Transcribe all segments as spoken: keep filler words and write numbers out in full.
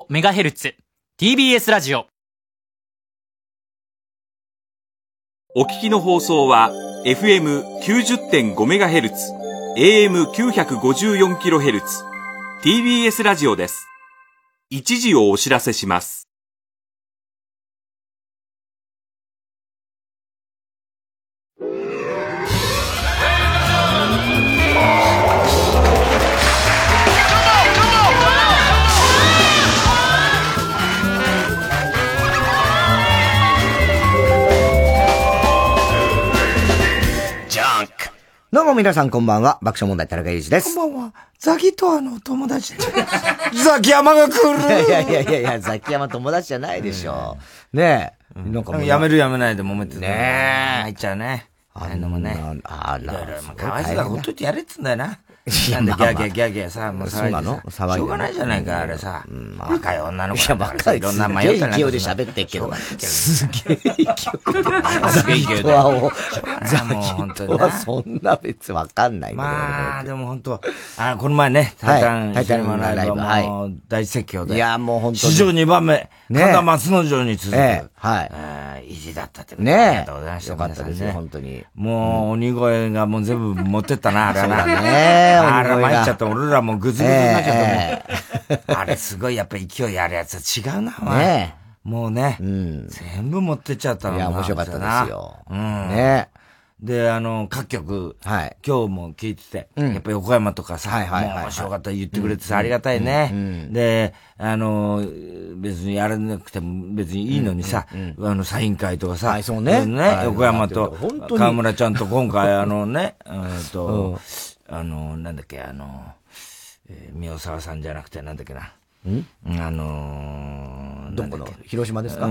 メガヘルツ ティービーエス ラジオ。 お聞きの放送は エフエムきゅうじゅってんごメガヘルツ、エーエムきゅうひゃくごじゅうよんキロヘルツ、ティービーエス ラジオです。一時をお知らせします。 どうも皆さんこんばんは、爆笑問題田中裕二です。 こんばんは、ザキとあの友達ザキヤマが来る。 いやいやいやいや、ザキヤマ友達じゃないでしょ。ねえ、 なんかやめるやめないで揉めてた。 ねえ。 入っちゃうね。ああいうのもね。 ああ、 いろいろ、かわいそうだ、ほっといてやれっつんだよな。なんでギャーギャーギャーギャーさ、もうそうなのしょうがないじゃないか、あれさ。若い女の子。 いや、若い。いろんな迷った勢いで喋ってっけど。すげえ勢いで。 すげえ勢いで。 ザキはそんな別わかんない。 まあ、でも本当あ、この前ね、タイタン、タイタンライブもう大説教で。 いや、もう本当史上にばんめ。ただ松之丞に続く。 はい。 意地だったってね。 ありがとうございました。 よかったですね、本当に。 もう、鬼越がもう全部持ってったな、あれはな。 ねあれ参っちゃった。俺らもうグズグズになっちゃったもん。あれすごいやっぱ勢いあるやつは違うな、お前。ねもうね。全部持ってっちゃったの。 いや、面白かったですよ。 うん。ねで、あの、各曲、はい、今日も聴いてて、うん、やっぱ横山とかさ、はいはいはいはい、面白かった言ってくれてさ、うん、ありがたいね、うんうん。で、あの、別にやらなくても別にいいのにさ、うんうん、あの、サイン会とかさ、はい、そうね。ね、横山と河村ちゃんと今回あのね、えっと、あの、なんだっけ、あの、えー、宮沢さんじゃなくてなんだっけな。んあのー、 どこの広島ですか？ うん。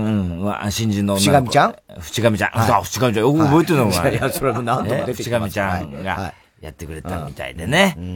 新人の淵上ちゃん淵上ちゃん。あ、淵上ちゃん。よく覚えてるのか。 いや、それも何度も出てきてます。 淵上ちゃんがやってくれたみたいでね。うん。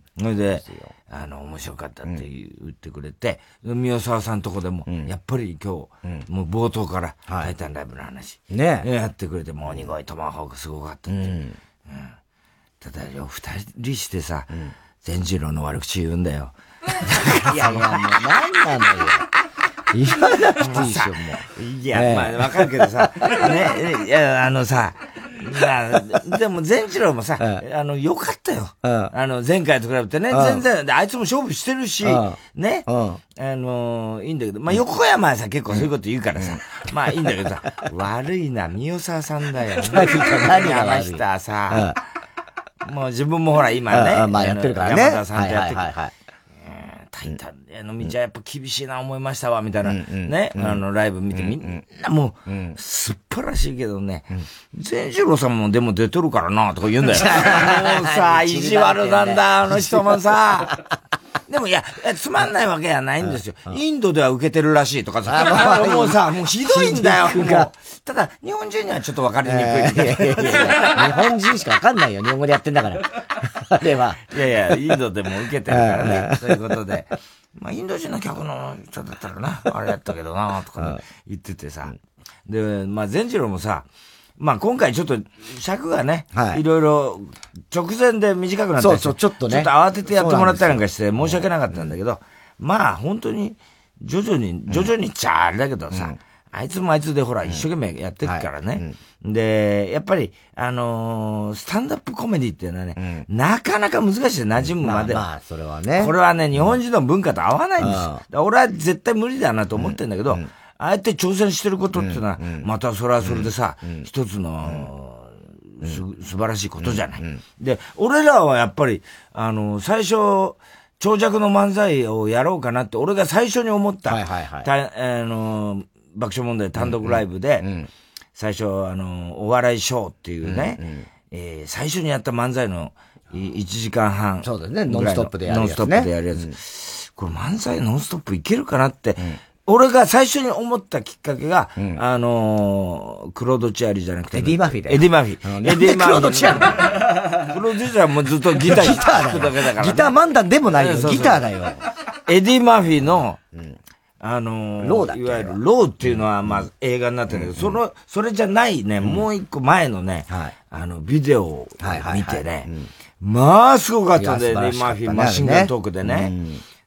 それで、あの、面白かったって言ってくれて、宮沢さんとこでも、やっぱり今日、もう冒頭から、タイタンライブの話。ねやってくれて、もう鬼越トマホークすごかったって。うん。ただよ、二人してさ、善次郎の悪口言うんだよ。 いやいや、もう何なのよ。言わなくていいでしょ、もう。 いや、まあ、わかるけどさ、ね、いや、あのさ、でも善次郎もさ、あの、よかったよ。あの、前回と比べてね、全然、あいつも勝負してるし、ね、あの、いいんだけど、まあ、横山はさ、結構そういうこと言うからさ、まあ、いいんだけどさ、悪いな、宮沢さんだよ。 何が悪いしたさ、もう自分もほら、今ね、 まあ、やってるからね。 山田さんとやってる。タイタンへの道はやっぱ厳しいな思いましたわ、みたいな、ね、あの、ライブ見てみんなもう、素晴らしいけどね、善次郎さんもでも出てるからな、とか言うんだよ。もうさ、意地悪なんだ、あの人もさ。でもいや、つまんないわけじゃないんですよ。インドでは受けてるらしいとかさ、もうさ、もうひどいんだよ、もう。ただ、日本人にはちょっと分かりにくい。 日本人しか分かんないよ、日本語でやってんだから。あれは。 いやいや、インドでも受けてるからね。そういうことで。まあ、インド人の客の人だったらな、あれやったけどな、とか言っててさ。で、まあ、善次郎もさ、まあ今回ちょっと尺がね、はい、いろいろ直前で短くなったりして、 そうそう、ちょっとね。 ちょっと慌ててやってもらったりなんかして申し訳なかったんだけど、まあ本当に徐々に、徐々にっちゃあれだけどさ、うん、あいつもあいつでほら一生懸命やってるからね。うんはいうん、で、やっぱり、あのー、スタンダップコメディっていうのはね、うん、なかなか難しいです馴染むまで。 まあ、まあ、それはね。 これはね、日本人の文化と合わないんですよ。うん、俺は絶対無理だなと思ってんだけど、うんうんあえて挑戦してることっていうのは、またそれはそれでさ、一つの、す、素晴らしいことじゃない。で、俺らはやっぱり、あの、最初、長尺の漫才をやろうかなって、俺が最初に思った、はいはいはい、たあの、爆笑問題単独ライブで、最初、あの、お笑いショーっていうね、えー、最初にやった漫才のいちじかんはん。 そうですね、ノンストップでやるやつ、ね。 ノンストップでやるやつ。これ漫才ノンストップいけるかなって、俺が最初に思ったきっかけが、うん、あのー、クロードチアリじゃなくて、 エディ・マフィーだよ。 エディ・マフィー。エディ・マフィー。クロードチアリ。クロードチアリもずっとギター弾くだけだから、ね。 ギター漫談でもないよ。そうそうギターだよ。 エディ・マフィーの、うん、あのー、 ローだっけいわゆるローっていうのは、まあ、映画になってるんだけど、うん、その、それじゃないね、うん、もう一個前のね、はい、あの、ビデオを見てね、はいはいはいうん、まあ、すごかったんだよね、エディ・マフィー、マシンガントークでね。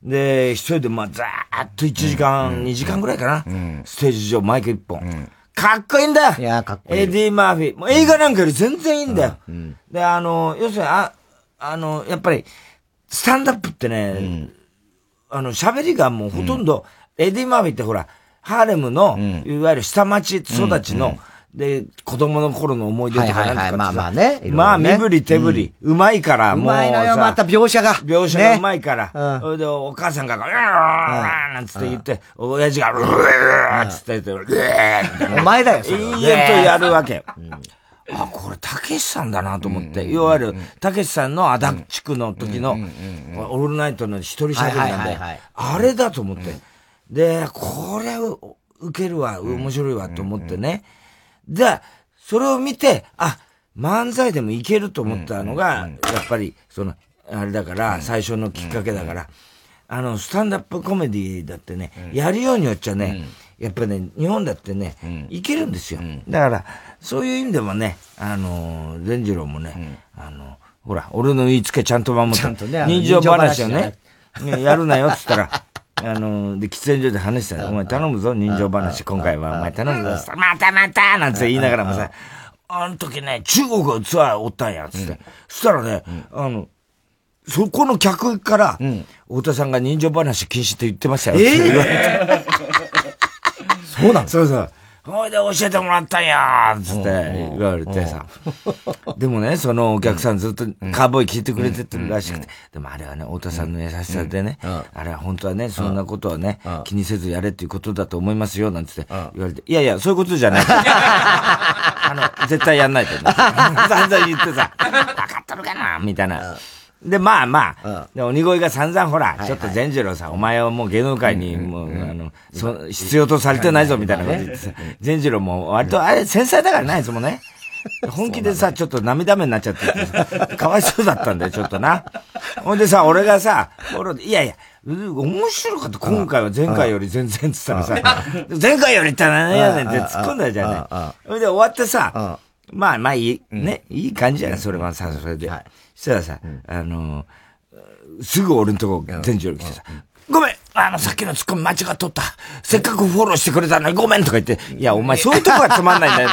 で、一人でまあ、ざーっといちじかん、にじかんぐらいかな。ステージ上、マイク一本。かっこいいんだよ。 いや、かっこいい。 エディ・マーフィー。もう映画なんかより全然いいんだよ。で、あの、要するに、あ、あの、やっぱり、スタンダップってね、あの、喋りがもうほとんど、エディ・マーフィーってほら、ハーレムの、いわゆる下町育ちの、で、子供の頃の思い出とかなんとか、はいはいはい、 まあまあね。ねまあ、身振り手振り、うま、ん、いから、 もう。うまいのよ、また描写が。 描写がうまいから。それで、お母さんが、うわーなんつって言って、親父が、うわーつって言って、 お前だよ、 それ。延々とやるわけ。あ、これ、たけしさんだなと思って。いわゆる、たけしさんの足立地区の時の、オールナイトの一人喋りなんで、あれだと思って。で、これ、受けるわ、面白いわと思ってね。で、それを見て、あ、漫才でもいけると思ったのが、やっぱり、その、あれだから、最初のきっかけだから、あの、スタンダップコメディだってね、やるようによっちゃね、やっぱね、日本だってね、いけるんですよ。だから、そういう意味でもね、あの、善次郎もね、あの、ほら、俺の言いつけちゃんと守った。人情話をね、やるなよって言ったら、あの、で、喫煙所で話したら、お前頼むぞ、人情話、今回はお前頼むぞ、またまたなんて言いながらもさ、あの時ね、中国のツアーおったんや、つって。そしたらね、あの、そこの客から、太田さんが人情話禁止って言ってましたよ。え言われて。 そうなの？ そうそう。ほいで教えてもらったんやーつって言われてさ。でもね、そのお客さんずっとカーボーイ聞いてくれてってるらしくて。でもあれはね、太田さんの優しさでね、あれは本当はね、そんなことはね、気にせずやれっていうことだと思いますよ、なんつって言われて。いやいや、そういうことじゃない。あの、絶対やんないと。散々言ってさ、分かっとるかなみたいな。で、まあまあ、で、鬼越が散々ほら、ちょっと善次郎さん、お前はもう芸能界に、もう、あの、そ、必要とされてないぞ、みたいなこと言ってさ、善次郎も、割と、あれ、繊細だからないですもんね。本気でさ、ちょっと涙目になっちゃって、かわいそうだったんだよ、ちょっとな。ほんでさ、俺がさ、いやいや、面白かった、今回は前回より全然って言ったらさ、前回よりって何やねんって突っ込んだじゃない。それで終わってさ、まあまあいい、ね、いい感じじゃない、それはさ、それで。そしたらさ、あの、すぐ俺のとこ、善次郎来てさ、ごめんあの、さっきのツッコミ間違っとった。せっかくフォローしてくれたのにごめんとか言って、いや、お前そういうとこがつまんないんだよ。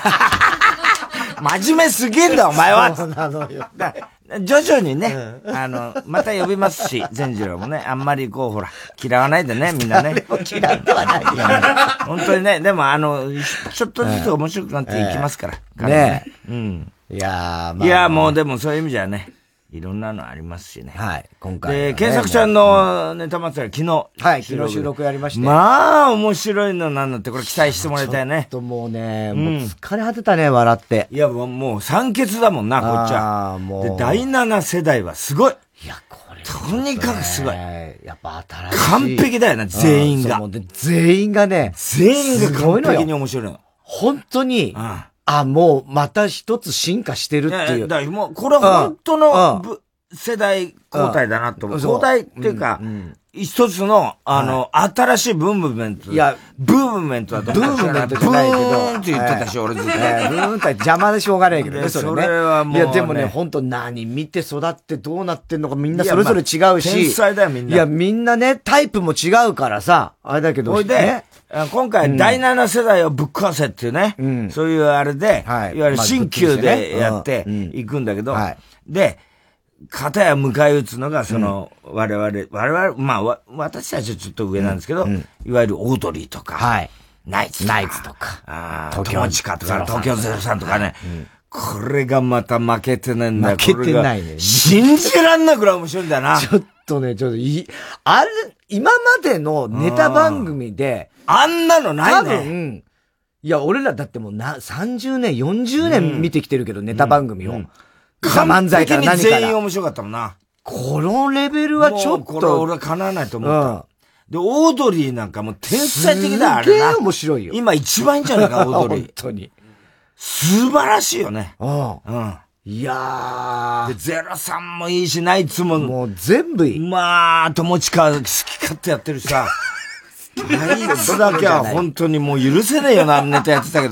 真面目すげえんだ、お前は。そうなのよ。徐々にね、あの、また呼びますし、善次郎もね、あんまりこう、ほら、嫌わないでね、みんなね。 嫌ってはないよ。 本当にね、でもあの、ちょっとずつ面白くなっていきますから。 ねえ。 うん。 いやー、まあ。いや、もうでもそういう意味じゃね、いろんなのありますしね。 はい、今回。 で、検索ちゃんのネタ祭り、昨日。 はい、昨日収録やりまして。 まあ、面白いのなんだって、これ期待してもらいたいね。 ちょっともうね、もう疲れ果てたね、笑って。 いや、もう酸欠だもんな、こっちは。もう。で、だいなな世代はすごい。 いや、これ。 とにかくすごい。 やっぱ新しい。 完璧だよな、全員が。 全員がね。 全員が完璧に面白いの。 本当に。あ、もう、また一つ進化してるっていう。 だからもう、これは本当の、世代交代だなと思う。交代っていうか、一つの、あの、新しいブームメント。 いや、 ブームメントだと思う。 ブームメントじゃないけど。 ブーンって言ってたし、俺ずっと。 ブーンって邪魔でしょうがないけどね、 それね。それはもう。 いや、でもね、本当何見て育ってどうなってんのかみんなそれぞれ違うし。 天才だよ、みんな。 いや、みんなね、タイプも違うからさ、あれだけど。 それで、今回、だいなな世代をぶっ壊せっていうね、そういうあれで、いわゆる新旧でやっていくんだけど、で、片や迎え撃つのが、その、我々、我々、まあ、私たちはちょっと上なんですけど、いわゆるオードリーとか、ナイツとか、 ナイツとか、 東京地下とか、東京ゼロさんとかね、これがまた負けてないんだよ。 負けてないね。 信じらんなくらい面白いんだよな。 ちょっとね、ちょっといい、あれ、今までのネタ番組で、 あんなのないね。 多分、いや、俺らだってもうな、さんじゅうねん、よんじゅうねん見てきてるけど、ネタ番組を。漫才から何から。 全員面白かったもんな。 このレベルはちょっと。 これ俺は叶わないと思った。で、オードリーなんかもう天才的だ、あれな。 すげえ面白いよ。 今一番いいんじゃないか、オードリー。 本当に。 素晴らしいよね。 うん。 うん。 いやー。 で、ゼロさんもいいし、ナイツも。 もう全部いい。 まあ、友近好き勝手やってるしさ。あいつだけは本当にもう許せねえよな、ネタやってたけど。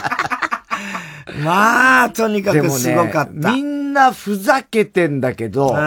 まあ、とにかくすごかった。 ね、みんなふざけてんだけど、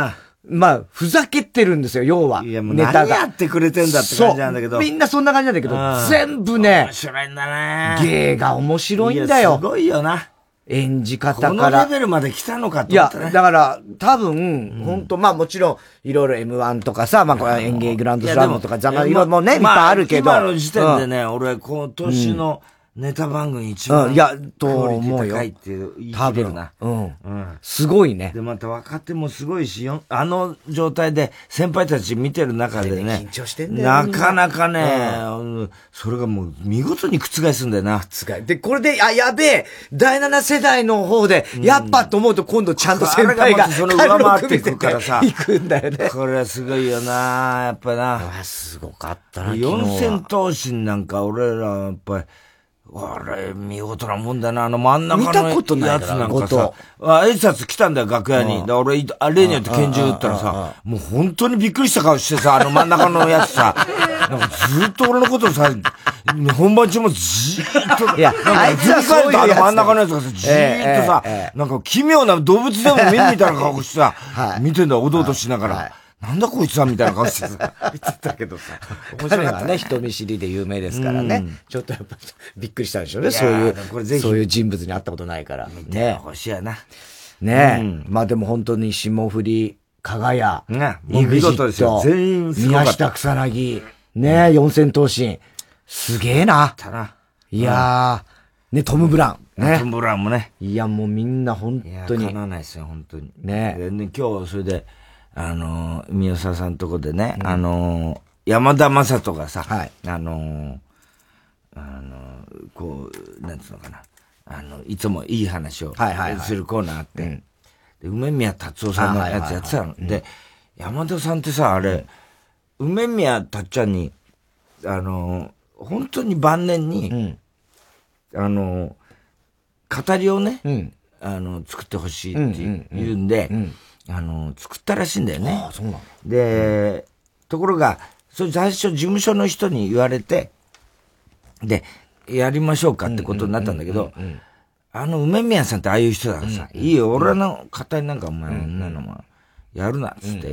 まあ、ふざけてるんですよ、要は。 いや、もう何やってくれてんだって感じなんだけど。 みんなそんな感じなんだけど、全部ね、 面白いんだね。 芸が面白いんだよ。 すごいよな。 演じ方から。 このレベルまで来たのかと思ったね。 いや、だから、多分、本当まあもちろん、いろいろ エムワン とかさ、まあこれ演芸グランドスラムとか、ざま、いろいろもね、いっぱいあるけど。 今の時点でね、俺、今年の、ネタ番組一番、 うん、いや、と思うよ。 高いって言い切れるな。 うん。うん。すごいね。 で、また若手もすごいし、あの状態で先輩たち見てる中でね、 緊張してんだよなかなかね、うん、それがもう見事に覆すんだよな。 覆で、これで、あ、やべえ、だいなな世代の方で、うん、やっぱと思うと今度ちゃんと先輩が、 その上回っていくからさ。 行くんだよね。 これはすごいよな、やっぱな。 あ、すごかったな。 四千頭身なんか俺ら、やっぱり、あれ、見事なもんだな、あの真ん中のやつなんかさ、あ、挨拶来たんだよ、楽屋に。だ俺、あれによって拳銃撃ったらさ、もう本当にびっくりした顔してさ、あの真ん中のやつさ、なんかずっと俺のことさ、本番中もじーっと、 いや、あいつはそういうやつ、 あの真ん中のやつがさ、じーっとさ、なんか奇妙な動物でも見るみたいな顔してさ、見てんだよ、おどおどしながら。なんだこいつはみたいな顔してさ、言ってたけどさ。 彼はね、人見知りで有名ですからね。ちょっとやっぱびっくりしたんでしょうね。そういう、そういう人物に会ったことないから。 ね。欲しいやな。 ねえ。まあでも本当に霜降り、かがや、 イグジット、 全員宮下草薙、ねえ、四千頭身。すげえな。いやー、ね、トム・ブラウン。ね。 トム・ブラウンもね。 いや、もうみんな本当に。 かなわないですよ、本当に。 ねえ。で、今日それで、あの、宮沢さんのとこでね、うん、あの、山田正人がさ、はい、あの、あの、こう、なんつうのかな、あの、いつもいい話をするコーナーあって、はいはいはい、で梅宮達夫さんのやつやってたの。はいはいはい、で、山田さんってさ、あれ、うん、梅宮たっちゃんに、あの、本当に晩年に、うん、あの、語りをね、うん、あの、作ってほしいって言うんで、うんうんうんあの、作ったらしいんだよね。 ああ、そうなの。 で、ところが、それ最初事務所の人に言われて、で、やりましょうかってことになったんだけど、あの、梅宮さんってああいう人だからさ、うんうん、いいよ、俺の語りなんかお前、うんうん、なのも、やるな、っつって、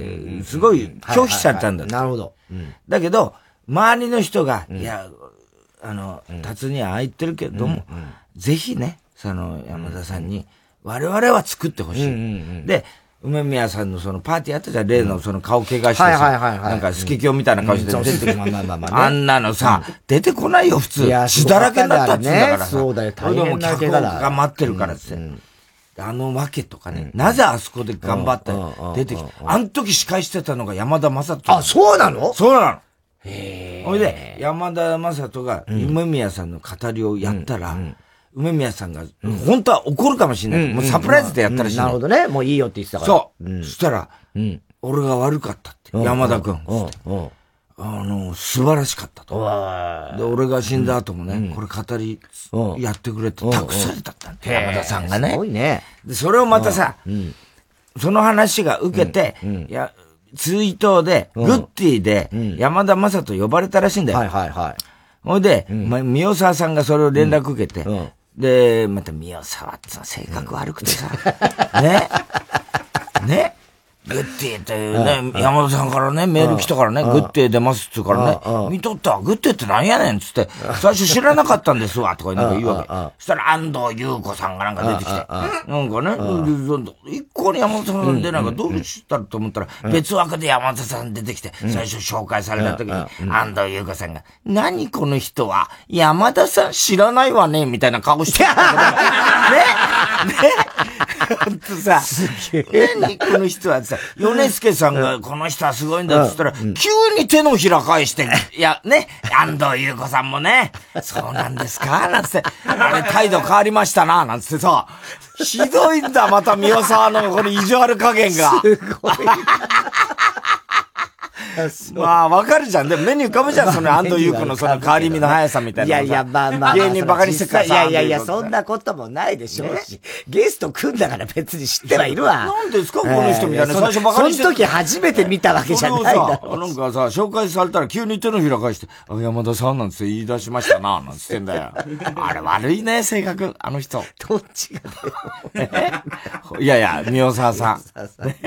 すごい拒否されたんだって。 なるほど。 うん、だけど、周りの人が、うん、いや、あの、達にはああ言ってるけども、うんうん、ぜひね、その、山田さんに、我々は作ってほしい。うんうんうん、で、梅宮さんのそのパーティーやったじゃん、例のその顔怪我してさ、なんかスケキョみたいな顔して出てくる。あんなのさ、出てこないよ、普通。血だらけになったっつうんだからさ。 そうだよ、大変な怪我だ。 が待ってるからっつって。あのわけとかね、なぜあそこで頑張って出てきて、あの時司会してたのが山田正人。 あ、そうなの？ そうなの。へぇー。ほいで、山田正人が梅宮さんの語りをやったら、梅宮さんが、本当は怒るかもしれない。もうサプライズでやったらしい。 なるほどね。もういいよって言ってたから。 そう。そしたら、俺が悪かったって。山田くん。あの、素晴らしかったと。で、俺が死んだ後もね、これ語り、やってくれって託されたったんだ。山田さんがね。 すごいね。 で、それをまたさ、その話が受けて、いや、ツイートで、グッティで、山田正人呼ばれたらしいんだよ。はいはいはい。ほいで、宮沢さんがそれを連絡受けて、で、また、宮沢ってさ、性格悪くてさ、ねねグッティってね、山田さんからね、メール来たからね、グッティ出ますって言うからね、見とったグッティってなんやねんつって、最初知らなかったんですわ、とか言うわけ。そしたら安藤優子さんがなんか出てきて、なんかね、一向に山田さん出ないからどうしたらと思ったら、別枠で山田さん出てきて、最初紹介された時に、安藤優子さんが、何この人は、山田さん知らないわね、みたいな顔してたんだけど、ねねほんとさ、何この人はさ、米助さんがこの人はすごいんだって言ったら、急に手のひら返して、いや、ね、安藤優子さんもね、そうなんですかなんつって、あれ態度変わりましたな、なんつってさ、ひどいんだ、また宮沢のこの意地悪加減が。すごい。まあ、わかるじゃん。でも目に浮かぶじゃん、その安藤優子のその変わり身の速さみたいな。 いやいや、まあまあ。 芸人バカにしてからさ。 いやいやいや、そんなこともないでしょうし。ゲスト組んだから別に知ってはいるわ。 なんですか、この人みたいな。最初バカにして。 その時初めて見たわけじゃないだろう。 なんかさ、紹介されたら急に手のひら返して、あ、山田さんなんつって言い出しましたな、なんつってんだよ。あれ悪いね、性格、あの人。 どっちがね。いやいや、宮沢さん。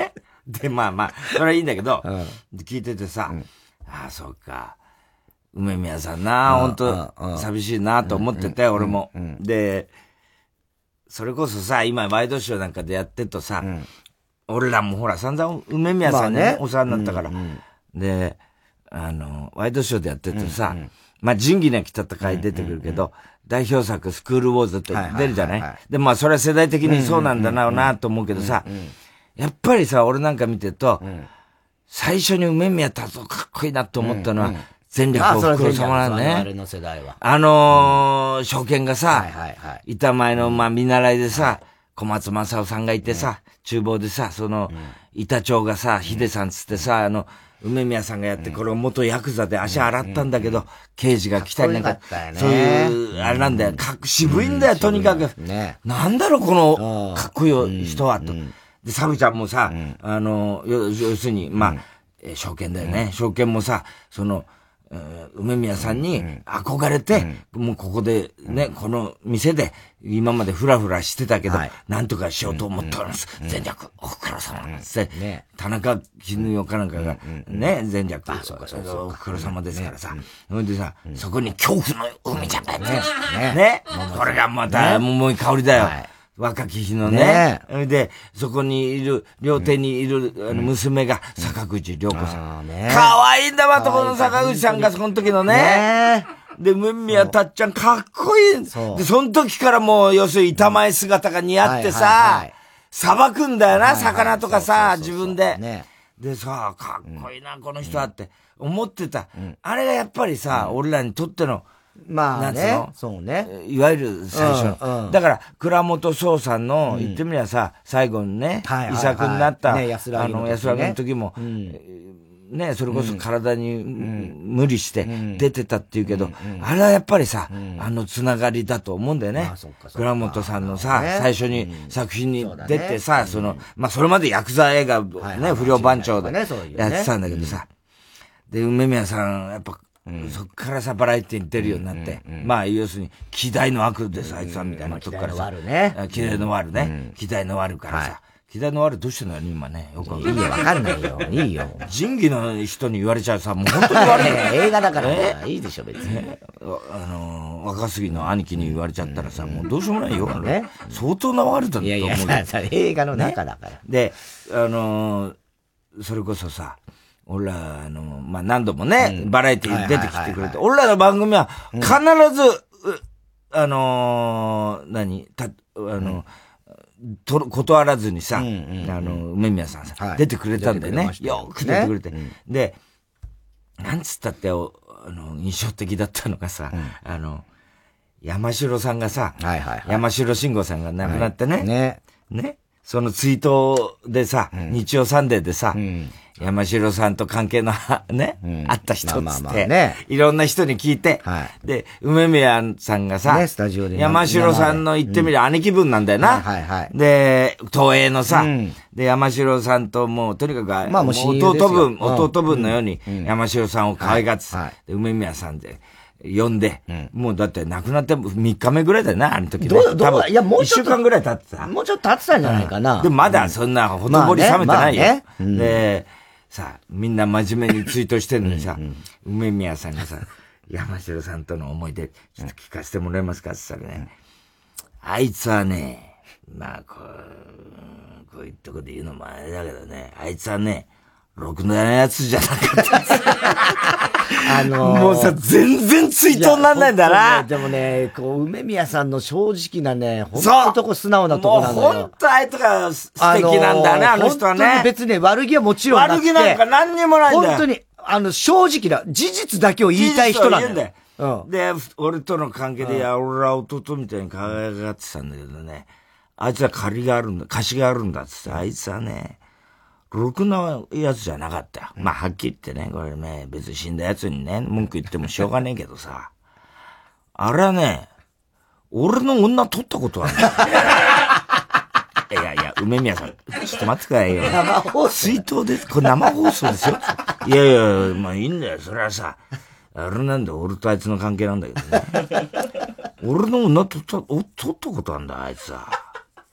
で、まあまあ、それはいいんだけど、うん、聞いててさ、うん、ああ、そうか。梅宮さんな、ほんと、寂しいなと思ってて、俺も。で、それこそさ、今、ワイドショーなんかでやってるとさ、うん、俺らもほら、散々梅宮さんにお世話になったから、まあねうんうん、で、あの、ワイドショーでやってるとさ、うんうん、まあ、仁義なき戦い出てくるけど、うんうんうん、代表作スクールウォーズって出るじゃない、はいはいはいはい、で、まあ、それは世代的にそうなんだろうなと思うけどさ、うんうんうん、やっぱりさ、俺なんか見てると、うん、最初に梅宮達夫かっこいいなと思ったのは、うんうん全力おふくろ様なんね。 あれの世代は。 あのー、証券がさ、はいはいはい、板前の、まあ、見習いでさ、はい、小松正夫さんがいてさ、うん、厨房でさ、その、うん、板長がさ、秀さんつってさ、あの、梅宮さんがやって、これ元ヤクザで足洗ったんだけど、うん、刑事が来たりなんか、かね、そういう、あれなんだよ、かっ渋いんだよ、うん、とにかく。ね、なんだろ、この、かっこいい人は、と。で、サブちゃんもさ、うん、あの、要するに、まあ、うんえー、証券だよね。うん、証券もさ、その、梅宮さんに憧れて、うん、もうここでね、うん、この店で今までフラフラしてたけど、はい、なんとかしようと思ったんです。うん、全力、おふくろ様なんつって、ね、田中絹代かなんかが、ね、全力、おふくろ様ですからさ。ほ、うんでさ、うん、そこに恐怖の海ちゃんがやってね。ね。ねこれがまた、桃井香りだよ。はい若き日のね。ねで、そこにいる、両手にいる、あの娘が坂口涼子さん。かわいいんだわ、とこの坂口さんが、その時のね。で、梅宮たっちゃんかっこいい。で、その時からもう、要するに板前姿が似合ってさ、さばくんだよな、魚とかさ、自分で。でさ、かっこいいな、この人はって思ってた。あれがやっぱりさ、俺らにとっての、 まあね。そうね。 いわゆる最初の。うんうん、だから、倉本壮さんの、言ってみりゃさ、最後にね、遺作になった、あの、安らぎの時も、ね、それこそ体に無理して出てたっていうけど、あれはやっぱりさ、あのつながりだと思うんだよね。倉本さんのさ、最初に作品に出てさ、その、まあそれまでヤクザ映画、ね、不良番長でやってたんだけどさ、で、梅宮さん、やっぱ、うん、そっからさ、バラエティに出るようになって、うんうんうん、まあ、要するに、希代の悪です、あいつは、みたいなとこからさ。希代の悪ね。希代の悪からさ。希代の悪どうしてんのよ、今ね。よくわかんない。 いいよ、わかんないよ。いいよ。 仁義の人に言われちゃうさ、もう本当に悪い。 映画だからね。いいでしょ、別に。 あの、若杉の兄貴に言われちゃったらさ、もうどうしようもないよ。ね、相当な悪だと思う。いやいや、 映画の中だから。 で、あの、それこそさ、俺ら、あの、まあ、何度もね、うん、バラエティに出てきてくれて、俺らの番組は必ず、うん、あのー、何た、あの、うん、と、断らずにさ、うんうんうん、あの、梅宮さんさ、はい、出てくれたんだよね。よく出てくれて。ね、で、なんつったって、あの、印象的だったのがさ、うん、あの、山城さんがさ、はいはいはい、山城慎吾さんが亡くなってね、はい、ね、ね、そのツイートでさ、うん、日曜サンデーでさ、うん山城さんと関係のね、うん、あった人っつって、まあまあまあね、いろんな人に聞いて、はい、で、梅宮さんがさ、ね、スタジオで山城さんの言ってみりゃ兄貴分なんだよな。うん、はいはい、で、東映のさ、うん、で、山城さんともう、とにかく、まあもう弟分、弟分のように、山城さんを可愛がって、はいはい、で梅宮さんで、呼んで、うん、もうだって亡くなってみっかめぐらいだよな、あの時ね。 どう、どう、いやもうちょっと。いっしゅうかんぐらい経ってた。 もうちょっと経ってたんじゃないかな。 うん、でもまだそんな、ほとぼり冷めてないよ。まあねまあね、で、さあ、みんな真面目にツイートしてるのにさ、うんうん、梅宮さんがさ、山城さんとの思い出、ちょっと聞かせてもらえますかって言ったらね、うん、あいつはね、まあ、こう、こういうとこで言うのもあれだけどね、あいつはね、ろくなやつじゃなかったっあのー、もうさ、全然追悼にならないんだな。 ね、でもね、こう、梅宮さんの正直なね、ほんととこ素直なとこなのよ。 もうほんとあいつが素敵なんだね、あの人はね。本当に別に悪気はもちろんなくて。 悪気なんか何にもないんだよ。 本当に、あの、正直な、事実だけを言いたい人なんだよ。 うん、で、俺との関係で、いや、俺は弟みたいに輝がってたんだけどね、あいつは借りがあるんだ、貸しがあるんだってって、あいつはね、ろくなやつじゃなかったよ。まあ、はっきり言ってね、これね、別に死んだやつにね、文句言ってもしょうがねえけどさ、あれはね、俺の女取ったことはね、いやいや、梅宮さん、ちょっと待ってくださいよ。生放送追悼です。これ生放送ですよ。いやいや、まあいいんだよ。それはさ、あれなんだよ、俺とあいつの関係なんだけどね。俺の女取った、お、取ったことあんだ、あいつは。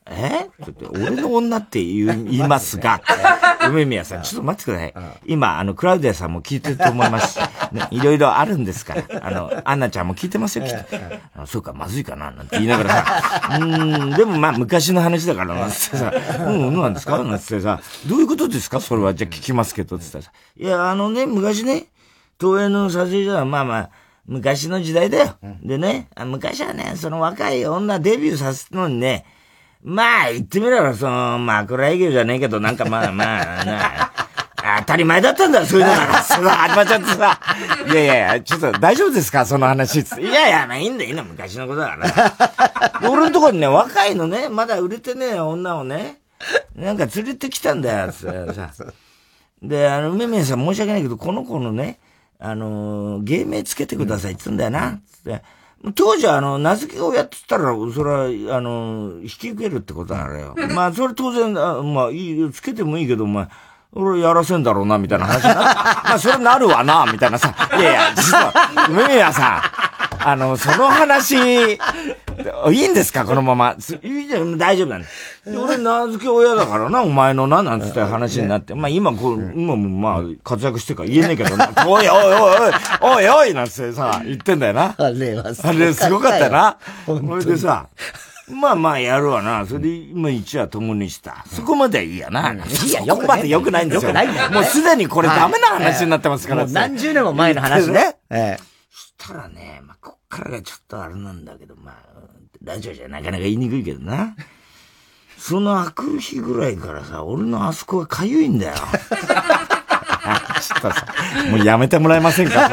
えって言って、俺の女って言う言いますが、梅宮さん、ちょっと待ってください。今、あの、クラウディアさんも聞いてると思いますし、ね、いろいろあるんですから。あの、アンナちゃんも聞いてますよ、きっと。あそうか、まずいかな、なんて言いながらさ、うーん、でもまあ、昔の話だから、なんつってさ、うん、なんですかなんつってさ、どういうことですかそれは、じゃあ聞きますけど、つったらさ、いや、あのね、昔ね、東映の撮影所は、まあまあ、昔の時代だよ。でね、昔はね、その若い女デビューさせたのにね、まあ、言ってみれば、その、枕営業じゃねえけど、なんかまあまあ、な当たり前だったんだよ、そういうのが。その、始まっちゃってさ。いやいやいや、ちょっと大丈夫ですかその話。いやいや、まあいいんだよ、いいんだよ、昔のことだから。俺のところにね、若いのね、まだ売れてねえ女をね、なんか連れてきたんだよ、つってさ。で、あの、梅宮さん申し訳ないけど、この子のね、あのー、芸名つけてくださいって言うんだよな、つって。当時あの、名付けをやってたら、それは、あの、引き受けるってことなのよ。まあ、それ当然、あまあ、いい、つけてもいいけど、まあ、俺やらせんだろうな、みたいな話にな。まあ、それなるわな、みたいなさ。いやいや、実は、梅宮さん、あの、その話、いいんですかこのまま。いいじゃん、大丈夫なんだ。俺、名付け親だからな、お前のな、なんつって話になって。まあ、今、こう、今もまあ、活躍してるから言えねえけどな。おいおいおいおい、おいおいなんつってさ、言ってんだよな。 あれはあれ、すごかったよな。それでさ、まあまあやるわな。それで、今一夜共にした。そこまではいいやな。いや、よくまで良くないんですよ。もうすでにこれダメな話になってますから。 もう何十年も前の話ね。ええ。 そしたらね、まあ、こっからがちょっとあれなんだけど、まあ、ラジオじゃなかなか言いにくいけどな。その開く日ぐらいからさ、俺のあそこがかゆいんだよ。ちょっとさ、もうやめてもらえませんか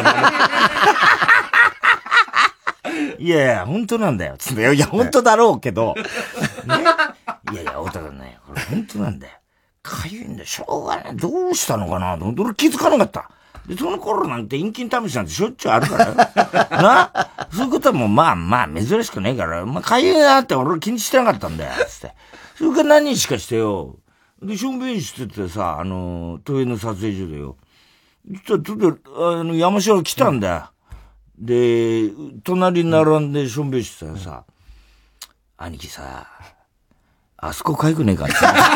いやいや、本当なんだよ。つって、いや、本当だろうけど。ね。いやいや、太田君ね、これ本当なんだよ。かゆいんだよ。しょうがない。どうしたのかなと思って、俺気づかなかった。で、その頃なんて陰菌試しなんてしょっちゅうあるからよ。なそういうことはもうまあまあ珍しくねえから、まあかゆいなって俺気にしてなかったんだよ。つって。それから何日かしてよ。で、しょんべんしててさ、あの、東映の撮影所でよ。そしたら、ちょっと、あの、山城来たんだよ。で、隣に並んでしょんべんしてたらさ、うん、兄貴さ、あそこかゆくねえかって。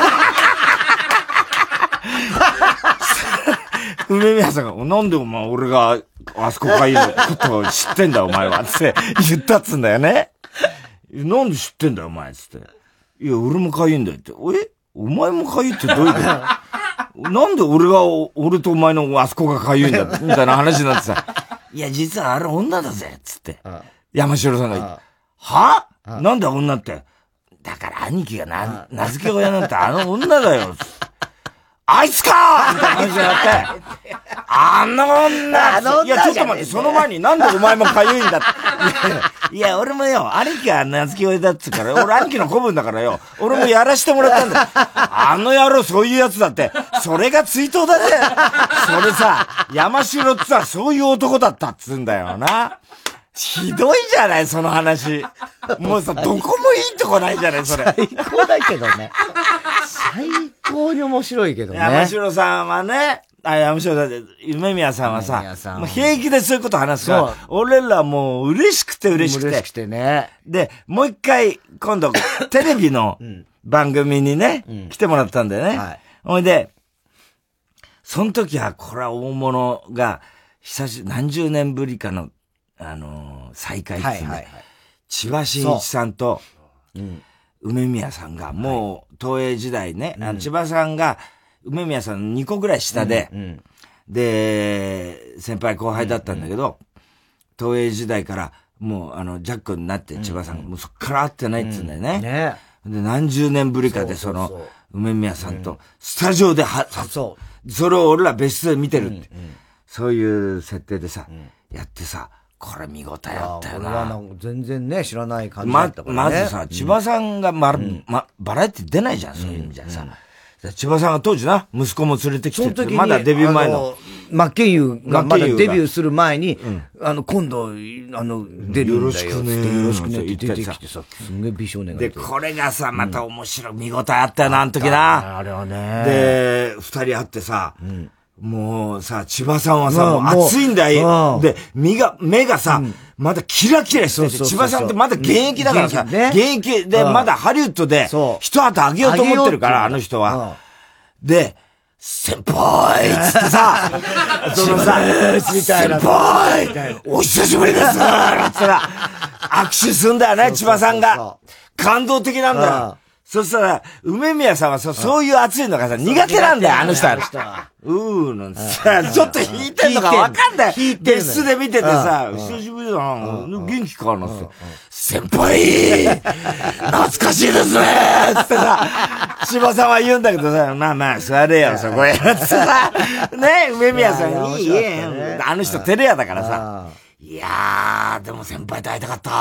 梅宮さんが、なんでお前俺があそこかゆいことを知ってんだお前はって言ったっつんだよね。なんで知ってんだよお前つって。いや、俺もかゆいんだよって。えお前もかゆいってどういうことなんで俺が、俺とお前のあそこがかゆいんだみたいな話になってさ。いや、実はあれ女だぜつって。ああ山城さんが言って。はあなんだ女って。だから兄貴がな、名付け親なんてあの女だよ。あいつかーみたいな話になって。あの女あの女いや、ちょっと待って、その前になんでお前もかゆいんだって。いや、いや俺もよ、兄貴が名付け親だっつうから、俺兄貴の子分だからよ、俺もやらしてもらったんだよ。あの野郎そういうやつだって、それが追悼だぜ。それさ、山城ってさ、そういう男だったっつうんだよな。ひどいじゃない、その話。もうさ、どこもいいとこないじゃない、それ。 最高だけどね。最高に面白いけどね。 山城さんはね、あ、山城だって、梅宮さんはさ、さもう平気でそういうこと話すから、俺らもう嬉しくて嬉しくて。 嬉しくてね。 で、もう一回、今度、テレビの番組にね、うん、来てもらったんだよね。はい。ほいで、その時は、これは大物が、久し、何十年ぶりかの、あのー、再会っていう、ね、はいはいはい、千葉真一さんと、うん、梅宮さんが、もう、東映時代ね、はい、あの千葉さんが、梅宮さんにこぐらい下で、うんうん、で、先輩後輩だったんだけど、うんうん、東映時代から、もう、あの、ジャックになって、千葉さんが、うんうん、もうそっから会ってないって言うんだよね。うん、ねで、何十年ぶりかで、その、そうそうそう梅宮さんと、スタジオでは、うん、そう。それを俺ら別室で見てるって、うんうん、そういう設定でさ、うん、やってさ、これ見応えあったよな。 俺はなんか全然ね、知らない感じだったからね。 ま、まずさ、千葉さんがま、うん、ま、バラエティ出ないじゃん、そういう意味じゃさ。うん、千葉さんが当時な、息子も連れてきて、その時にまだデビュー前の。 マッケンユーがまだデビューする前に、うん、あの、今度、あの、出るんだよ。よろしくね。よろしくねって出てきてさ、すんげえ美少年がで、これがさ、また面白い、見応えあったよな、あの時な。 あれはね。 で、二人会ってさ、うんもうさ、千葉さんはさ、もう熱いんだよ。で、目が、目がさ、 まだキラキラしてて、千葉さんってまだ現役だからさ、現役でまだハリウッドで一旗あげようと思ってるから、あの人は。で、先輩つってさ、そのさ、先輩お久しぶりですつったら、握手すんだよね、千葉さんが。感動的なんだよ。そしたら、梅宮さんはそそういう熱いのがさ、苦手なんだよ、あの人は。うーなんてさ、ちょっと弾いてんのかわかんない。別室で見ててさ、久しぶりだな、元気かなって。先輩懐かしいですねつってさ、千葉さんは言うんだけどさ、まあまあ、座れよ、そこへ。つってさ、ね、梅宮さん、いいえ、あの人照れ屋だからさ。いやー、でも先輩と会いたかった。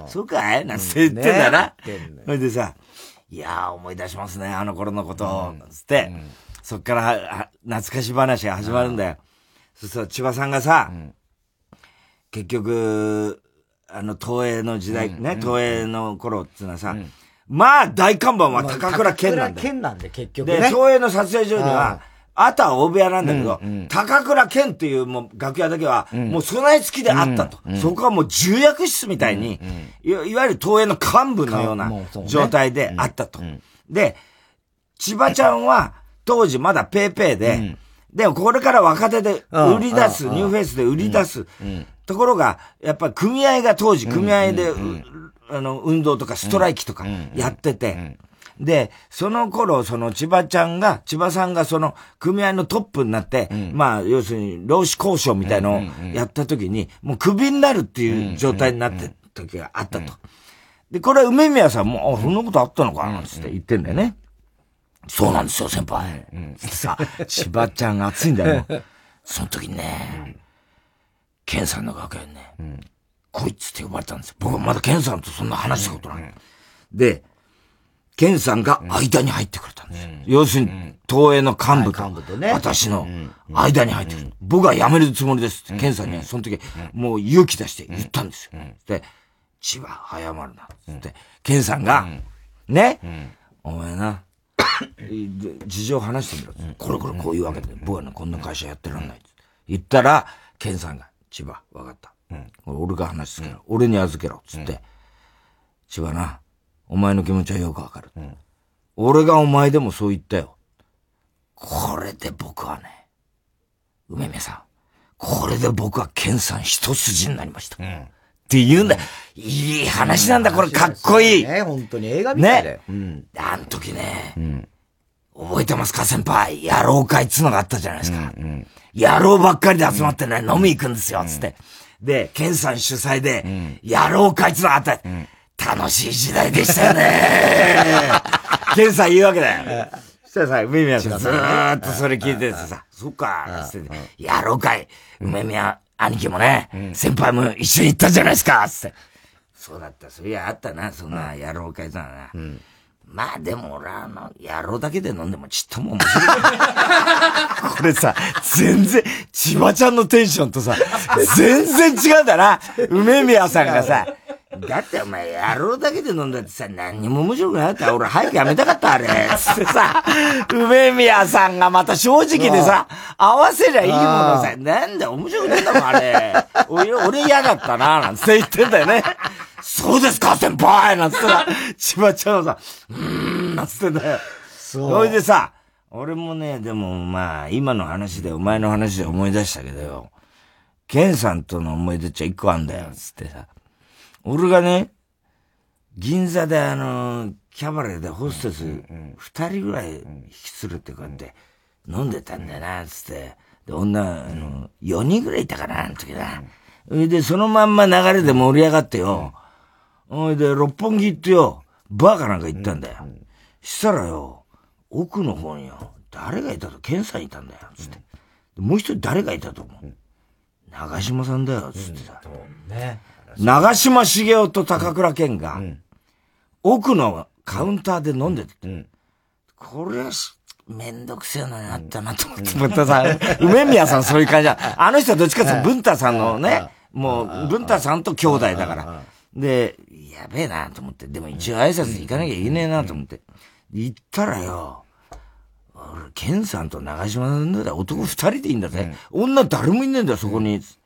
そうかいなんて言ってんだな。それでさ、いやー思い出しますね、あの頃のことを、つって、うん、そっからは懐かし話が始まるんだよ。そしたら千葉さんがさ、うん、結局、あの東映の時代、うん、ね、東映の頃っていうのはさ、うん、まあ大看板は高倉健なんだよ。高倉健なんで結局ね。 で、東映の撮影所には、あとは大部屋なんだけど、うんうん、高倉健っていうもう楽屋だけは、もう備え付きであったと。うんうん、そこはもう重役室みたいに、うんうん、い, いわゆる東映の幹部のような状態であったと。ねうん、で、千葉ちゃんは当時まだペーペーで、うん、でもこれから若手で売り出す、ニューフェイスで売り出す。うんうん、ところが、やっぱり組合が当時組合で、うんうん、あの運動とかストライキとかやってて、うんうんうんで、その頃、その千葉ちゃんが、千葉さんがその組合のトップになって、うん、まあ、要するに労使交渉みたいのをやった時に、もうクビになるっていう状態になって時があったと。で、これは梅宮さんも、あ、そんなことあったのかなんつって言ってんだよね。そうなんですよ、先輩。つってさ、千葉ちゃんが熱いんだよ。その時にね、ケンさんの楽屋にね、こいつって呼ばれたんですよ。僕はまだケンさんとそんな話したことない。で、ケンさんが間に入ってくれたんですよ。うん、要するに、東映の幹部と、私の間に入ってくる。僕は辞めるつもりですって、ケンさんにはその時、もう勇気出して言ったんですよ。で、千葉、謝るな。って、ケンさんが、ね、お前な、事情話してみろ。これこれこういうわけで、僕はね、こんな会社やってらんない。言ったら、ケンさんが、千葉、わかった。俺が話すから、俺に預けろ。つって、千葉な、お前の気持ちはよくわかる、うん。俺がお前でもそう言ったよ。これで僕はね、梅宮さん、これで僕はケンさん一筋になりました。うん、って言うんだ、うん。いい話なんだ、これかっこいい。 ね、本当に映画みたいだよ。 ね。うん、あの時ね、うん、覚えてますか先輩、野郎会っつうのがあったじゃないですか。うんうん、野郎ばっかりで集まってね、うん、飲み行くんですよ、つって。で、ケンさん主催で、うん、野郎会っつうのがあった。うん楽しい時代でしたよねケンさん言うわけだよ。そしたらさ、梅宮さんずーっとそれ聞いててさ、そっか、つって、やろうかい。梅宮兄貴もね、先輩も一緒に行ったじゃないですかつって。そうだった、そういやあったな、そんなやろうかいさな。まあでも俺はあの、野郎だけで飲んでもちっとも面白い。これさ、全然、千葉ちゃんのテンションとさ、全然違うんだな。梅宮さんがさ、だってお前野郎だけで飲んだってさ、何にも面白くなかったら俺早くやめたかったあれ。つってさ、梅宮さんがまた正直でさ、合わせりゃいいものさ、なんだ面白くないんだもんあれ。俺、俺嫌だったな、なんて言ってんだよね。そうですか先輩なんつってさ、千葉ちゃんはさ、うーん、なんつってんだよ。そう。それでさ、俺もね、でもまあ、今の話でお前の話で思い出したけどよ、ケンさんとの思い出っちゃ一個あんだよ、つってさ。俺がね、銀座であの、キャバレーでホステス二人ぐらい引き連れてこうやって飲んでたんだよな、つって。で、女、あの、四人ぐらいいたかな、あの時な。それで、そのまんま流れで盛り上がってよ。それで、六本木行ってよ、バーかなんか行ったんだよ。したらよ、奥の方によ、誰がいたと、ケンさんいたんだよ、つって。もう一人誰がいたと思う。長嶋さんだよ、つってさ。ね。長嶋茂雄と高倉健が、奥のカウンターで飲んでて、うん、これはめんどくせえのになったなと思って、またさ、梅宮さんそういう感じだ。あの人はどっちかっていうと文太さんのね、もう文太さんと兄弟だから。で、やべえなと思って、でも一応挨拶に行かなきゃいけねえなと思って。行ったらよ、俺、健さんと長嶋さんだよ、男二人でいいんだぜ。女誰もいねえんだよ、そこに。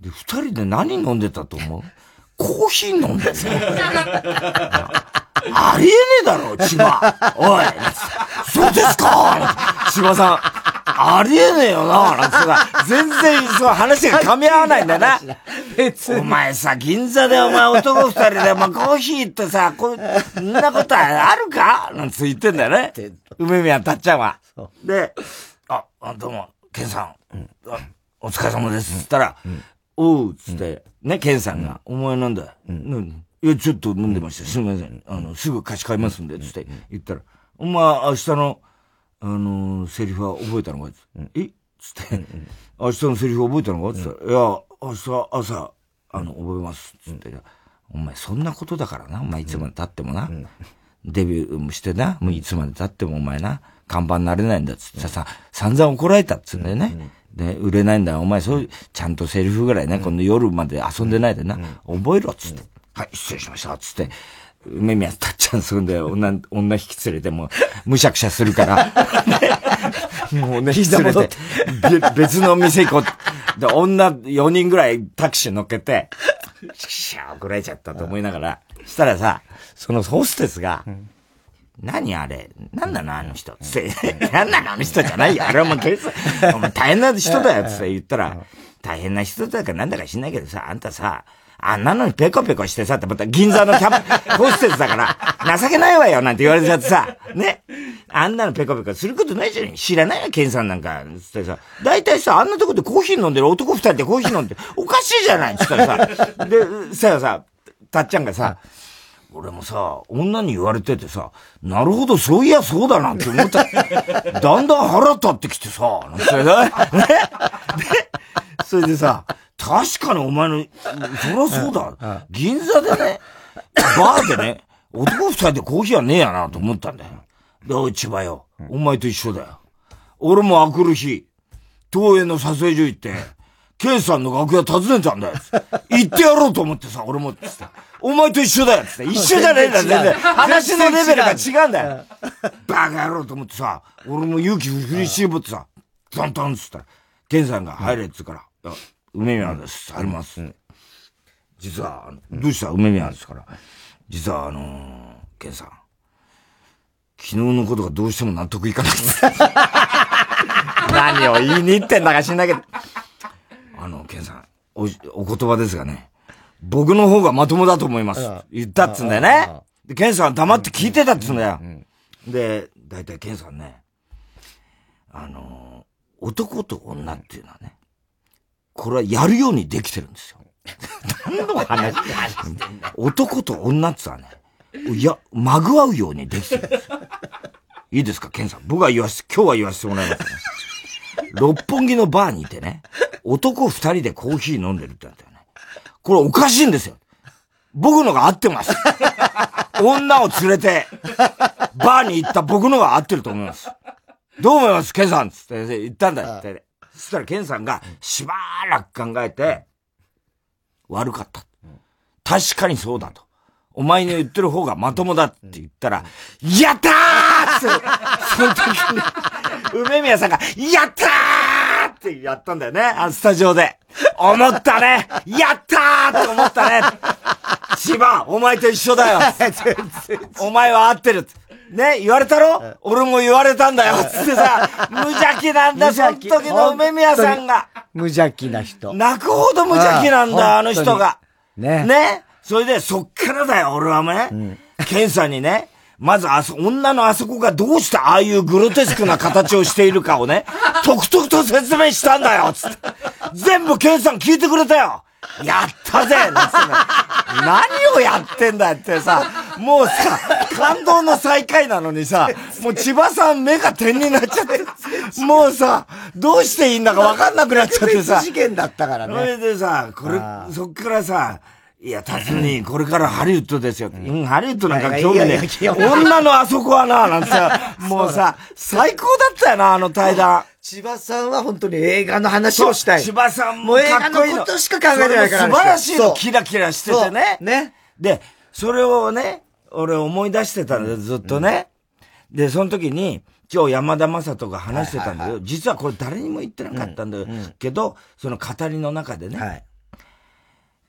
で、二人で何飲んでたと思う？コーヒー飲んでんだよ。ありえねえだろ、千葉。おい。そうですか千葉さん。ありえねえよな、なんてさ、全然、そう、話が噛み合わないんだよな。お前さ、銀座でお前男二人で、お前コーヒーってさ、こんなことあるかなんて言ってんだよね。梅宮たっちゃんは。で、あ、どうも、ケンさん、お疲れ様です。つったら、おう、つって、ね、ケンさんが、お前なんだいや、ちょっと飲んでました。すみません。あの、すぐ貸し替えますんで、つって言ったら、お前、明日の、あのー、セリフは覚えたのかつって、えつって、明日のセリフ覚えたのかつって、いや、明日、朝、あの、覚えます。つって、お前、そんなことだからな。お前、いつまで経ってもな。デビューもしてな。もういつまで経ってもお前な。看板になれないんだ。つってさ、散々怒られたっつうんだよね。で、売れないんだ。お前、そういう、ちゃんとセリフぐらいね、この夜まで遊んでないでな。覚えろ。つって。はい、失礼しました。つって。梅宮たっちゃんするんだよ。女、女引き連れても、むしゃくしゃするから。もうね、引き連れて、別の店行こう。で、女よにんぐらいタクシー乗っけて、しゃー怒られちゃったと思いながら、したらさ、そのホステスが、何あれ何なのあの人つって、何なのあの人じゃないよ。あれはもうケース、お前大変な人だよつって言ったら、大変な人だかなんだか知んないけどさ、あんたさ、あんなのにペコペコしてさ、ってまた銀座のキャンプ、ホステスだから、情けないわよなんて言われちゃってさ、ね。あんなのペコペコすることないじゃん。知らないよ、ケンさんなんか。つってさ、大体さ、あんなとこでコーヒー飲んでる男二人でコーヒー飲んで、おかしいじゃないつったらさ、で、さ、さ、たっちゃんがさ、俺もさ、女に言われててさ、なるほど、そういやそうだなって思った。だんだん腹立ってきてさ、なんてね。ね。で、それでさ、確かにお前の、そりゃそうだ。銀座でね、バーでね、男二人でコーヒーはねえやなと思ったんだよ。で、おい、千葉よ。お前と一緒だよ。俺もあくる日、東映の撮影所行って、ケンさんの楽屋訪ねたんだよ。行ってやろうと思ってさ、俺も、つって。お前と一緒だよ。つって。一緒じゃねえんだよ、全然。話のレベルが違うんだよ。バカ野郎と思ってさ、俺も勇気振り絞ってさ、トントンつったら、ケンさんが入れっつうから、梅宮です。あります。実は、どうした梅宮ですから。実は、あのー、ケンさん。昨日のことがどうしても納得いかないです。何を言いに行ってんだか知んないけど。あの、ケンさん、お、お言葉ですがね、僕の方がまともだと思います。言ったっつうんだよね。で、ケンさん黙って聞いてたっつうんだよ。で、だいたいケンさんね、あのー、男と女っていうのはね、これはやるようにできてるんですよ。何の話男と女ってさね、いや、まぐわうようにできてるんですよ。いいですか、ケンさん。僕は言わせ、今日は言わせてもらいますね。六本木のバーにいてね、男二人でコーヒー飲んでるってなったよね。これおかしいんですよ。僕のが合ってます。女を連れて、バーに行った僕のが合ってると思います。どう思いますケンさんつって言ったんだよって。そしたらケンさんがしばらく考えて、悪かった。確かにそうだと。お前の言ってる方がまともだって言ったら、やったーって、その時に、梅宮さんが、やったーってやったんだよね、あのスタジオで。思ったねやったーって思ったね千葉、お前と一緒だよお前は合ってるね、言われたろ俺も言われたんだよつってさ、無邪気なんだ、その時の梅宮さんが。 無邪気な人。 泣くほど無邪気なんだ、あの人が。 ね。 ね。それで、そっからだよ、俺はね。うん、ケンさんにね、まずあそ、女のあそこがどうしてああいうグロテスクな形をしているかをね、とくとくと説明したんだよつって。全部ケンさん聞いてくれたよやったぜなんつって何をやってんだよってさ、もうさ、感動の最下位なのにさ、もう千葉さん目が点になっちゃって、もうさ、どうしていいんだかわかんなくなっちゃってさ。 事件だったからね。 それでさ、これ、そっからさ、いや、辰巳、これからハリウッドですよ。うん、ハリウッドなんか興味ねえ。女のあそこはな、なんてさ、もうさ、最高だったよな、あの対談。 千葉さんは本当に映画の話をしたい。 千葉さんもかっこいいの。もう映画のことしか考えてないから。 素晴らしいの、キラキラしててね。 ね。 で、それをね、俺思い出してたんだよ、ずっとね。うん、で、その時に、今日山田正人が話してたんだけど、実はこれ誰にも言ってなかったんだよ。うん、けど、その語りの中でね。はい、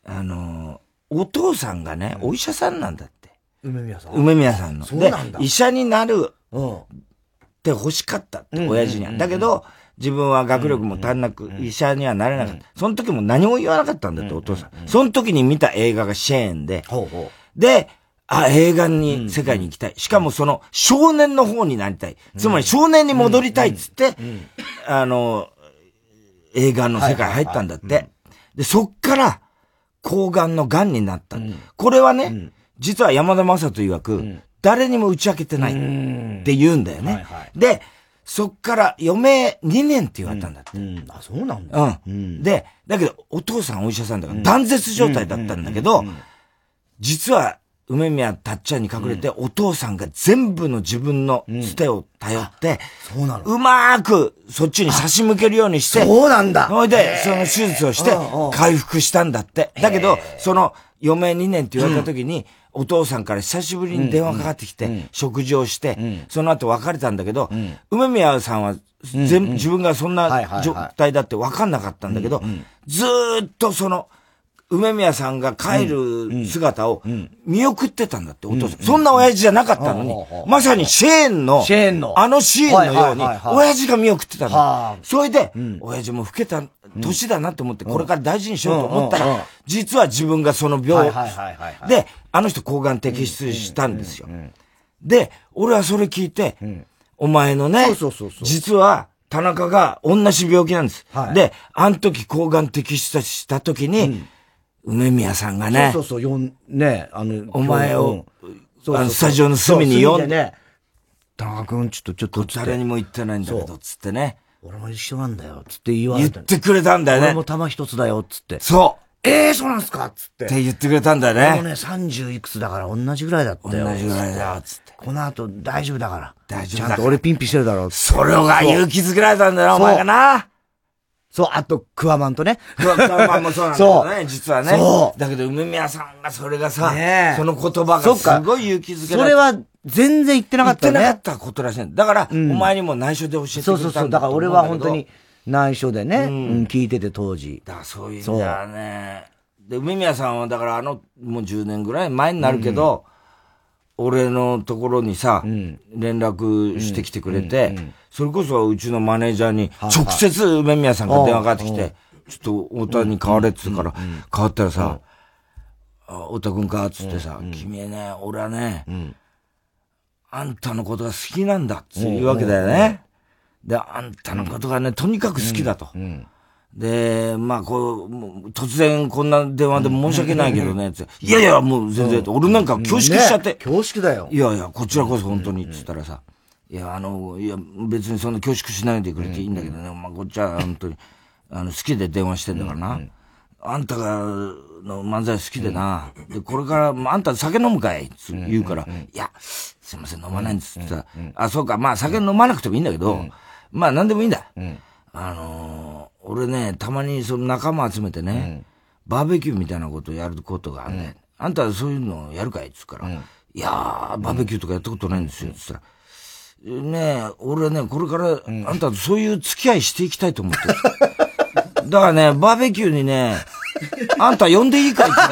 あの、お父さんがね、お医者さんなんだって。 梅宮さん梅宮さんの。 そうなんだ。 で、医者になるって欲しかったって、親父には。だけど、自分は学力も足んなく、医者にはなれなかった。その時も何も言わなかったんだって、お父さん。その時に見た映画がシェーンで。で、あ、映画に、世界に行きたい。しかもその、少年の方になりたい。つまり少年に戻りたいっつって、あの、映画の世界入ったんだって。で、そっから、抗がんの癌になった。これはね、実は山田正人曰く、誰にも打ち明けてないって言うんだよね。で、そっから余命にねんって言われたんだって。 あ、そうなんだ。 うん。で、だけどお父さんお医者さんだから断絶状態だったんだけど、実は梅宮たっちゃんに隠れて、お父さんが全部の自分のつてを頼って、 そうなの。 うまーくそっちに差し向けるようにして、 そうなんだ。 それで、その手術をして回復したんだって。だけど、その余命にねんって言われた時に、お父さんから久しぶりに電話かかってきて、食事をして、その後別れたんだけど、梅宮さんは全自分がそんな状態だって分かんなかったんだけど、ずーっとその、梅宮さんが帰る姿を見送ってたんだって、お父さん。そんな親父じゃなかったのに、まさにシェーンの、あのシーンのように、親父が見送ってたんだ。それで、親父も老けた年だなと思って、これから大事にしようと思ったら、実は自分がその病、で、あの人抗がん摘出したんですよ。で、俺はそれ聞いて、お前のね、実は、田中が同じ病気なんです。で、あの時抗がん摘出した時に、梅宮さんがね、 そうそうそう、ん、ね、あの、 お前を、あの、スタジオの隅に呼んで、 田中君、ちょっと、ちょっと、 誰にも言ってないんだけど、つってね。 俺も一緒なんだよ、つって言われた。 言ってくれたんだよね。 俺も玉一つだよ、つって。 そう。 ええ、そうなんすかつって。 って言ってくれたんだよね。 俺もね、さんじゅういくつだから同じぐらいだったよ。 同じぐらいだよ、つって。 この後大丈夫だから。 大丈夫だから。 ちゃんと俺ピンピしてるだろ。 それが勇気づけられたんだよ、お前がな。 そう、あと、クワマンとね。 クワマンもそうなんだよね、実はね。そう。だけど、梅宮さんがそれがさ、その言葉がすごい勇気づけられた。 それは全然言ってなかったね。 言ってなかったことらしいんだ。だから、お前にも内緒で教えてくれたんだ。 そうそうそう。だから俺は本当に内緒でね、聞いてて当時。 だからそういう意味だね。で、梅宮さんはだからあの、もうじゅうねんぐらい前になるけど、俺のところにさ、連絡してきてくれて、それこそうちのマネージャーに、直接梅宮さんから電話かかってきて、ちょっと太田に変われって言うから、変わったらさ、太田くんかっつってさ、君ね、俺はね、あんたのことが好きなんだっていうわけだよね。で、あんたのことがね、とにかく好きだと。で、まあ、こう、突然こんな電話で申し訳ないけどね、つっていやいや、もう全然、俺なんか恐縮しちゃって。 恐縮だよ。 いやいや、こちらこそ本当に、つったらさ、いや、あの、いや、別にそんな恐縮しないでくれていいんだけどね、まあ、こっちは本当に、あの、好きで電話してんだからな。あんたが、の漫才好きでな。で、これから、あんた酒飲むかいつ言うから、いや、すいません、飲まないんですってさ、あ、そうか、まあ酒飲まなくてもいいんだけど、まあ何でもいいんだ。あのー、俺ね、たまにその仲間集めてね、バーベキューみたいなことをやることがあるね。あんたそういうのやるかいつから、いやー、バーベキューとかやったことないんですよ。つったら、ねえ、俺ね、これから、あんたとそういう付き合いしていきたいと思ってる。だからね、バーベキューにね、あんた呼んでいいかいって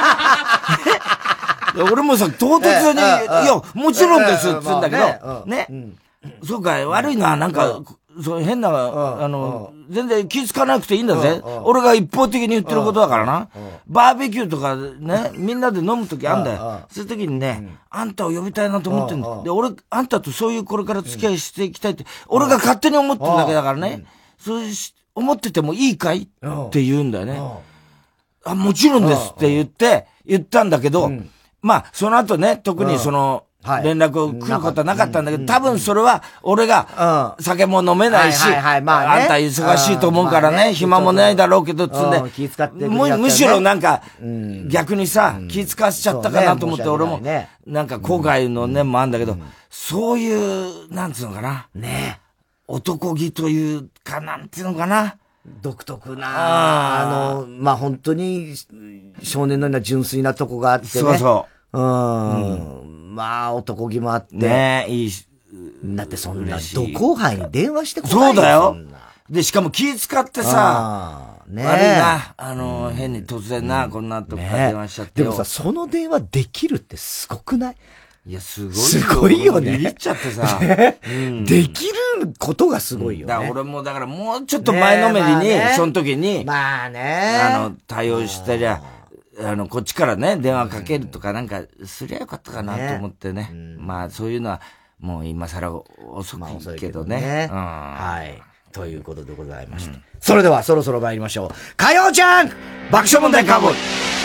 言うね。俺もさ、唐突に、いや、もちろんですって言うんだけど、ね。そうか、悪いのはなんか、そう変な、あの、全然気づかなくていいんだぜ。俺が一方的に言ってることだからな。バーベキューとかね、みんなで飲むときあんだよ。そういうときにね、あんたを呼びたいなと思ってんだ。で、俺、あんたとそういうこれから付き合いしていきたいって、俺が勝手に思ってるだけだからね。そう思っててもいいかいって言うんだよね。あ、もちろんですって言って、言ったんだけど、まあ、その後ね、特にその、連絡を来ることはなかったんだけど、多分それは、俺が、酒も飲めないし、あんた忙しいと思うからね、暇もないだろうけど、つんで、むしろなんか、逆にさ、気使わせちゃったかなと思って、俺も、なんか後悔の念もあるんだけど、そういう、なんつうのかな。ね。男気というか、なんていうのかな。 独特な、あの、まあ、本当に、少年のような純粋なとこがあってね。 そうそう。 うん。まあ、男気もあって。 ねえ、いいし。 だってそんな、同好杯に電話してこないよ。そうだよ。で、しかも気使ってさ、 ね悪いな。あの、変に突然な、こんなとこから電話しちゃってよ。 でもさ、その電話できるってすごくない？ いや、すごいよ。 すごいよね。 ビビっちゃってさ。 うん、できることがすごいよね。 だから俺も、だからもうちょっと前のめりに、ねまあね、その時に、 まあね。 あの、対応したりゃ、あの、こっちからね、電話かけるとかなんか、すりゃよかったかなと思ってね。ねうん、まあ、そういうのは、もう今更遅いけどね。まあ、ねうん、 はい。ということでございました。うん、それでは、そろそろ参りましょう。火曜ちゃん爆笑問題カーボーイ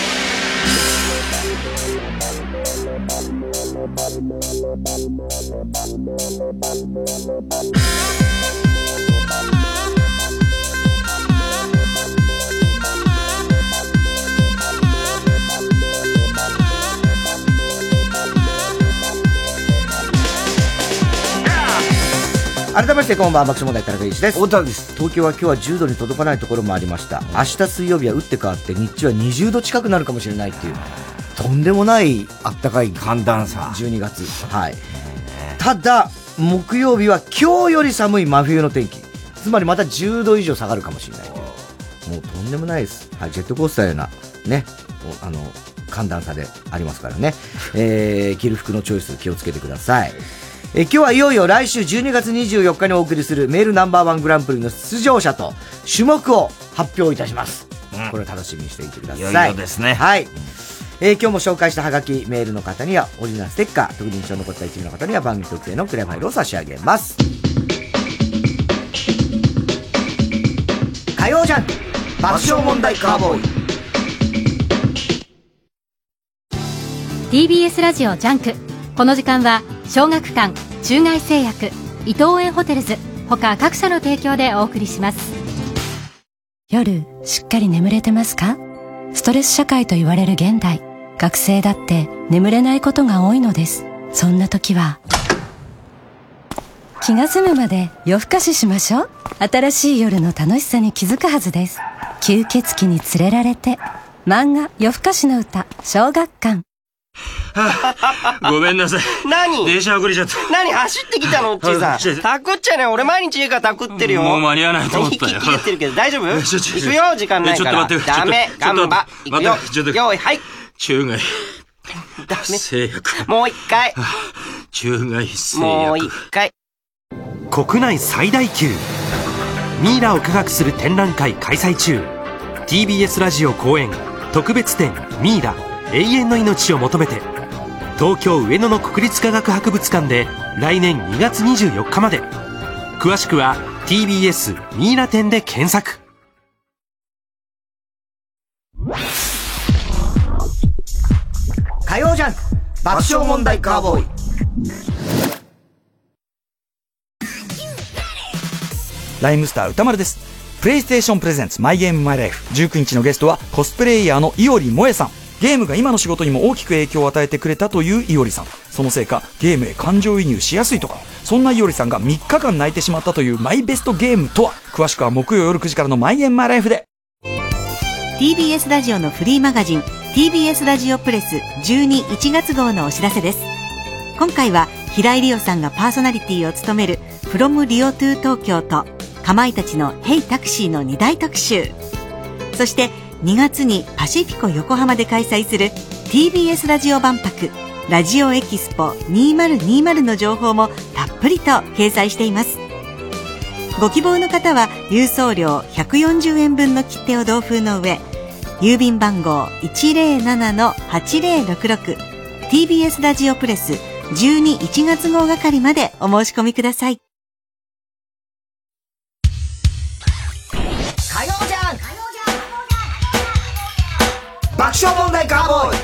改めましてこんばんは、爆笑問題田中裕二です。 太田です。 東京は今日はじゅうどに届かないところもありました。明日水曜日は打って変わって日中はにじゅうど近くなるかもしれないっていう、とんでもないあったかい寒暖差じゅうにがつ。はい。ただ木曜日は今日より寒い真冬の天気。つまりまたじゅうど以上下がるかもしれない。もうとんでもないです。はい、ジェットコースターのようなね、あの寒暖差でありますからね。えー、着る服のチョイス気をつけてください。え今日はいよいよ来週じゅうにがつにじゅうよっかにお送りするメールナンバーワングランプリの出場者と種目を発表いたします、うん、これを楽しみにしていてください。 いよいよですね。 はい、えー、今日も紹介したハガキメールの方にはオリジナルステッカー、特に印象に残った一名の方には番組特製のクリアファイルを差し上げます。火曜ジャンク爆笑問題カーボーイティービーエス ラジオジャンク。この時間は小学館、中外製薬、伊東園ホテルズ他各社の提供でお送りします。 夜しっかり眠れてますか？ストレス社会と言われる現代、学生だって眠れないことが多いのです。そんな時は気が済むまで夜更かししましょう。新しい夜の楽しさに気づくはずです。吸血鬼に連れられて、漫画夜更かしの歌小学館。 はあ、ごめんなさい。 何？ 電車遅れちゃった。 何走ってきたの？ちいさん。タクっちゃね。俺毎日家からタクってるよ。 もう間に合わないと思ったよ。 息切れてるけど大丈夫？行くよ、時間ないから。 ちょっと待って。 ダメ、ガンバ。行くよ。用意、はい。 中外。 ダメ。 製薬。 もう一回。 中外製薬。 もう一回。 国内最大級ミイラを科学する展覧会開催中。 ティービーエス ラジオ公演特別展ミイラ永遠の命を求めて、東京上野の国立科学博物館で来年にがつにじゅうよっかまで。詳しくは ティービーエス ミイラ展で検索。 火曜ジャンク爆笑問題カーボーイ。 ライムスター歌丸です。プレイステーションプレゼンツマイゲームマイライフ。じゅうくにちのゲストはコスプレイヤーの伊織萌さん。ゲームが今の仕事にも大きく影響を与えてくれたという伊織さん。そのせいかゲームへ感情移入しやすいとか、そんな伊織さんがみっかかん泣いてしまったというマイベストゲームとは。詳しくは木曜夜くじからのマイゲームマイライフで。 ティービーエス ラジオのフリーマガジン ティービーエス ラジオプレスじゅうにいちがつ号のお知らせです。今回は平井理央さんがパーソナリティを務める From Rio to Tokyo とかまいたちの Hey タクシーのに大特集、そしてにがつにパシフィコ横浜で開催する ティービーエス ラジオ万博ラジオエキスポにせんにじゅうの情報もたっぷりと掲載しています。ご希望の方は郵送料ひゃくよんじゅうえんぶんの切手を同封の上、郵便番号 いちまるななのはちまるろくろく ティービーエス ラジオプレスじゅうにいちがつ号係までお申し込みください。 火曜じゃん爆笑問題カーボーイ。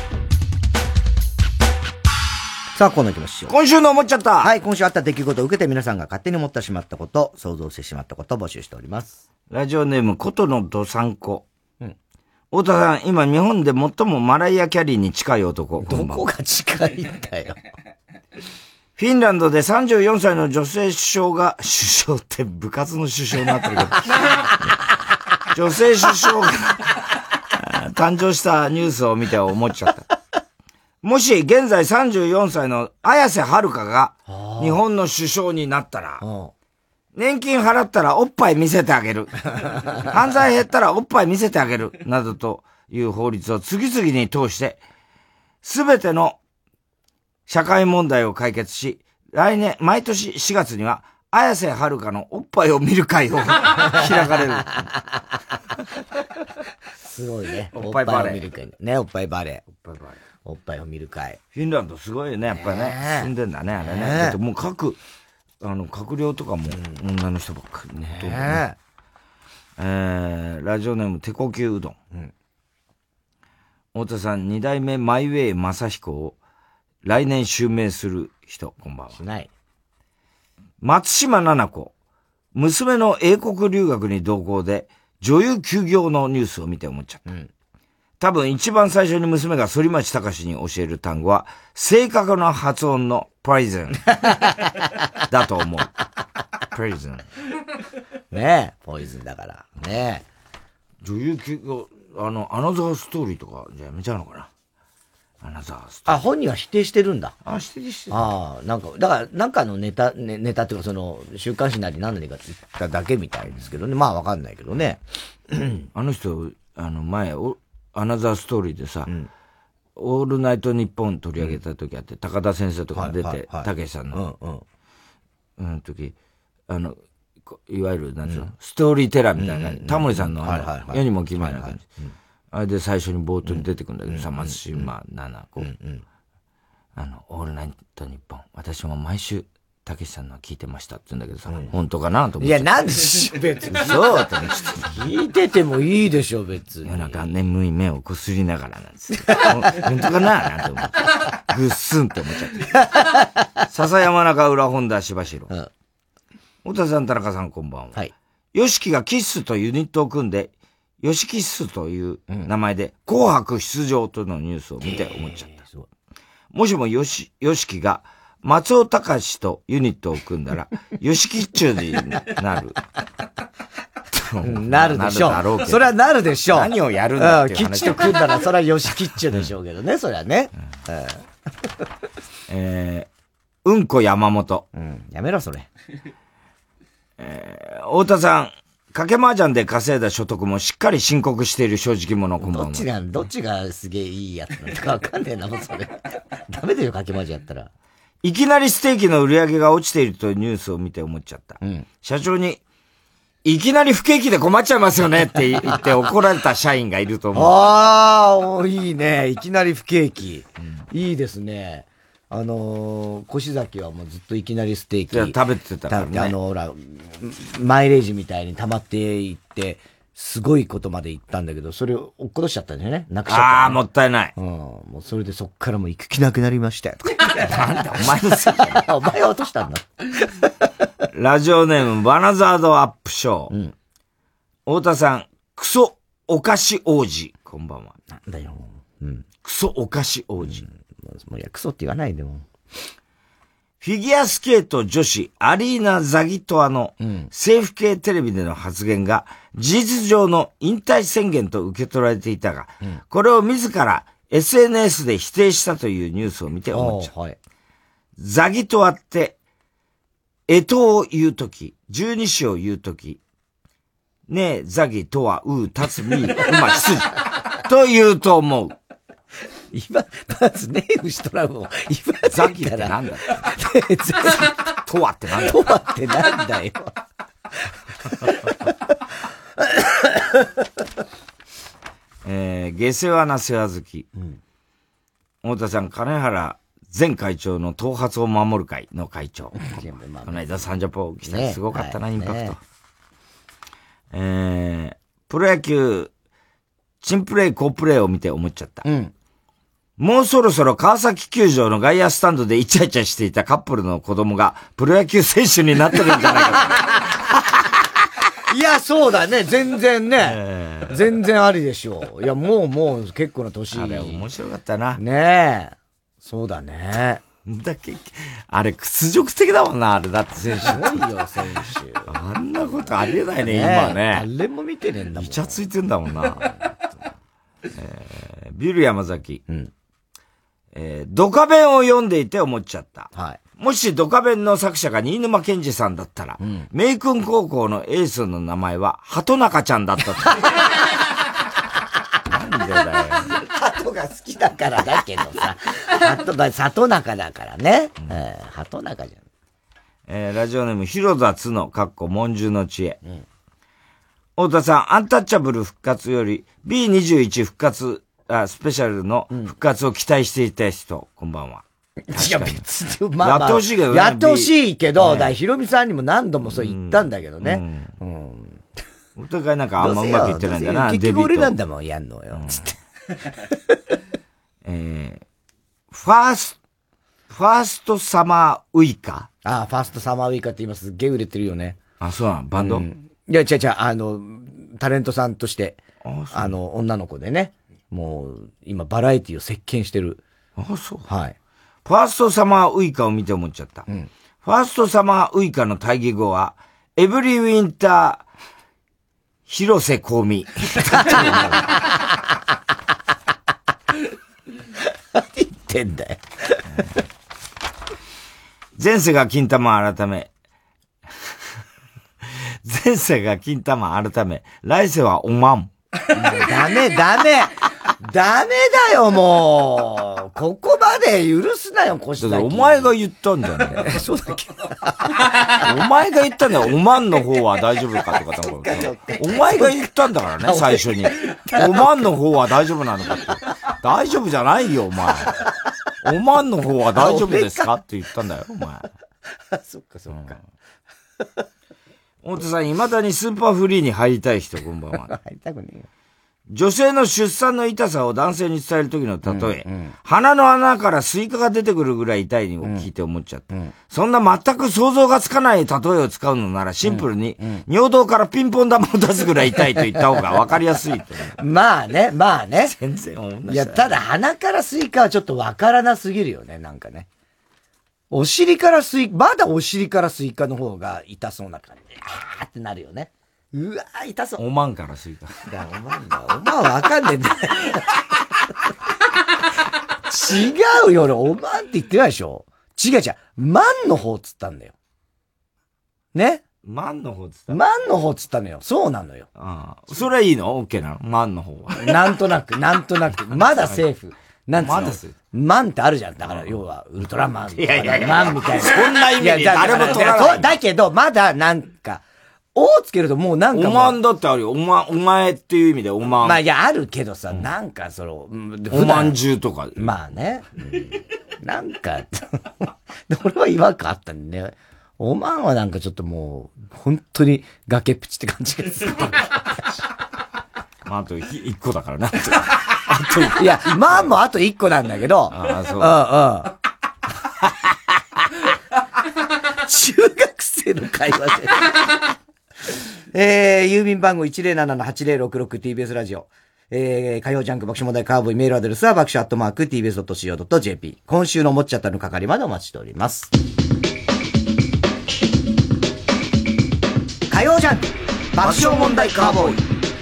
さあ、コーナー行きましょう。 今週の思っちゃった。 はい、今週あった出来事を受けて皆さんが勝手に思ってしまったこと、想像してしまったことを募集しております。 ラジオネーム、ことのどさんこ。うん。太田さん、今日本で最もマライア・キャリーに近い男。 どこが近いんだよ。 フィンランドでさんじゅうよんさいの女性首相が、首相って部活の首相になってるけど、女性首相が誕生したニュースを見て思っちゃった。もし現在さんじゅうよんさいの綾瀬はるかが日本の首相になったら、 年金払ったらおっぱい見せてあげる。犯罪減ったらおっぱい見せてあげる。などという法律を次々に通して、すべての社会問題を解決し、来年、毎年しがつには、綾瀬はるかのおっぱいを見る会を開かれる。 すごいね。 おっぱいバレー。 おっぱいを見る会ね、おっぱいバレー。 おっぱいバレー。 おっぱいを見る会。 フィンランドすごいね、やっぱね。ね進んでんだね、あれね。ねだってもう各、あの、閣僚とかも女の人ばっかりね。ねえー、ラジオネーム、手呼吸うどん。うん、太田さん、二代目マイウェイ正彦を来年襲名する人、こんばんは。 しない。 松島奈々子、娘の英国留学に同行で女優休業のニュースを見て思っちゃった。うん、多分一番最初に娘が反町隆史に教える単語は、正確な発音のプレゼンだと思う。プレゼン。 ねえ、ポイズンだから。ねえ。 女優休業、あの、アナザーストーリーとか、じゃあやめちゃうのかな。アナザーストーリー。 あ、本人は否定してるんだ。 あ、否定してる。 ああ、なんか、だから、なんかのネタ、ね、ネタっていうか、その、週刊誌なり何なりかって言っただけみたいですけどね。まあ、わかんないけどね。 あの人、あの、前、アナザーストーリーでさ、うん、オールナイトニッポン取り上げた時あって、うん、高田先生とか出て、たけしさんの、うん、うん、時、あの、いわゆる、なんつうの、うん、ストーリーテラーみたいな、うん、タモリさんの、あの、はいはいはい、世にも奇妙な感じ。はいはい、あれで最初に冒頭に出てくるんだけどさ、うん、松島奈々子、うんうん、あの、オールナイトニッポン、私も毎週、たけしさんの聞いてましたって言うんだけどさ、うん、本当かなと思って。 いや、なんで別にそうと思って。聞いててもいいでしょ、別に。 夜中眠い目をこすりながらなんですよ。本当かななんて思って。ぐっすんって思っちゃって。笹山中浦本田柴城。うん、太田さん、田中さん、こんばんは。はい。ヨシキがキッスとユニットを組んで、ヨシキッスという名前で、紅白出場とのニュースを見て思っちゃった。えー、もしもヨシ、ヨシキが、松尾隆とユニットを組んだら、ヨシキッチュになる。 なるでしょう。なるだろうけど。それはなるでしょう。 何をやるんだっていう話。 キッチと組んだら、それはヨシキッチュでしょうけどね、それはね。うん、 えー、うんこ山本。 うん、やめろ、それ。 えー、太田さん、賭け麻雀で稼いだ所得もしっかり申告している正直者、こんばんは。 どっちが、どっちがすげえいいやつなんかわかんねえな、もうそれ。ダメだよ、賭け麻雀やったら。 いきなりステーキの売り上げが落ちているというニュースを見て思っちゃった。うん、社長に、いきなり不景気で困っちゃいますよねって言って怒られた社員がいると思う。 ああ、いいね。いきなり不景気。うん、いいですね。あのー、越崎はもうずっといきなりステーキ。 食べてたからね。 あの、ほら、マイレージみたいに溜まっていって、すごいことまで言ったんだけど、それを落っことしちゃったんだよね。なくしちゃった、ね。 ああ、もったいない。 うん。もうそれでそっからもう行く気なくなりましたよ。 なんだ、お前のせいだ。 お前は落としたんだ。 ラジオネーム、バナザードアップショー。うん。太田さん、クソお菓子王子。こんばんは。 なんだよ。うん。 クソお菓子王子。うん、 もういや、クソって言わないでも。 フィギュアスケート女子アリーナ・ザギトワの政府系テレビでの発言が事実上の引退宣言と受け取られていたが、うん、これを自ら エスエヌエス で否定したというニュースを見て思っちゃう。はい、ザギトワって、干支を言うとき、十二支を言うとき、ねえ、ザギトワ、ウー、タツミ、ウマ、ヒツジと言うと思う。 今、まずねえ、牛トラウを、今、 ザギってなんだってトワってなんだトワってなんだよ。 えー、下世話な世話好き。うん、太田さん、金原前会長の頭髪を守る会の会長。この間サンジャポ来たらすごかったな、ね、インパクト。ねえー、プロ野球、チンプレイ、コープレイを見て思っちゃった。うん、もうそろそろ川崎球場の外野スタンドでイチャイチャしていたカップルの子供がプロ野球選手になってるんじゃないかと。いや、そうだね。全然ね。えー、全然ありでしょう。いや、もうもう結構な年。 あれ面白かったな。 ねえ。そうだね。 だけ、あれ屈辱的だもんな、あれだって選手。すごいよ、選手。 あんなことありえないね、ね今ね。 誰も見てねえんだもん。 イチャついてんだもんな。えー、ビル山崎。うん。えー、ドカベンを読んでいて思っちゃった。はい。 もしドカベンの作者が新沼謙治さんだったら、うん、メイクン高校のエースの名前は、鳩中ちゃんだったと。なんでだよ。 鳩が好きだからだけどさ。鳩が里中だからね。うん、えー、鳩中じゃん。 えー、ラジオネーム、広田つの、かっこ、文殊の知恵。うん、太田さん、アンタッチャブル復活より、ビーにじゅういち 復活、あ、スペシャルの復活を期待していた人、うん、こんばんは。 いや別に、まあ、まあ、やってほしいけどね。やってほしいけど、だからヒロミさんにも何度もそう言ったんだけどね。うん。うん、 お互いなんかあんまうまくいってないんだな、 結局俺なんだもん、やんのよ。つって。 えー、ファースト、ファーストサマーウイカああ、ファーストサマーウイカって今すっげえ売れてるよね。 あ、そうなのバンド、うん、 いや、違う違う、あの、タレントさんとして、あ, あの、女の子でね、もう、今バラエティを席巻してる。 あ、そう。 はい。 ファーストサマーウイカを見て思っちゃった。うん、ファーストサマーウイカの対義語は、エブリウィンター、広瀬香美。 何言ってんだよ。 前世が金玉改め。前世が金玉改め。来世はおまん。 ダメ、ダメ。ダメだよ、もう。ここまで許すなよ、腰だ。お前が言ったんだよね。 そうだっけ。 お前が言ったんだよ。おまんの方は大丈夫かとかとか。お前が言ったんだからね、最初に。おまんの方は大丈夫なのかって。大丈夫じゃないよ、お前。おまんの方は大丈夫ですかって言ったんだよ、お前。 そっかそっか。 太田さん、未だにスーパーフリーに入りたい人、こんばんは。 入りたくねえよ。 女性の出産の痛さを男性に伝える時の例え、うんうん、鼻の穴からスイカが出てくるぐらい痛いのを聞いて思っちゃった、うん。そんな全く想像がつかない例えを使うのならシンプルに、うんうん、尿道からピンポン玉を出すぐらい痛いと言った方が分かりやすいと。 まあね、まあね。 全然同じ。 いや、ただ鼻からスイカはちょっと分からなすぎるよね、なんかね。お尻からスイカ、まだお尻からスイカの方が痛そうな感じ。あーってなるよね。うわー、痛そう。 おまんからスイカ。 だ、おまんだ。おまんわかんねえんだよ。違うよ、俺、おまんって言ってないでしょ。違う違う。マンの方っつったんだよ。ね？ マンの方っつったマンの方っつったのよ。そうなのよ。 ああ。それはいいの？オッケーなの？マンの方は。 なんとなく、なんとなく。まだセーフ。なんつうの？まだセーフ。マンってあるじゃん。だから、要は、ウルトラマンとか。いやいやいやマンみたいな。 そんな意味で誰も取らない。 だけど、まだ、なんか、おをつけるともうなんかおまんだってあるよ。おま、お前っていう意味でおまん。 まあいや、あるけどさ、うん、なんかその、 おまんじゅうとか。 まあね。うん、なんか、俺は違和感あったんでね。おまんはなんかちょっともう、本当に崖っぷちって感じがする。 まああと一個だからな。あといや、まんもあと一個なんだけど。 ああ、そう。 うんうん。中学生の会話で。えー、郵便番号 いちゼロななのはちゼロろくろく ティービーエス ラジオ。えー、火曜ジャンク爆笑問題カーボーイメールアドレスは爆笑アットマーク ティービーエスドットシーオードットジェーピー。今週の思っちゃったの係までお待ちしております。火曜ジャンク爆笑問題カーボーイ。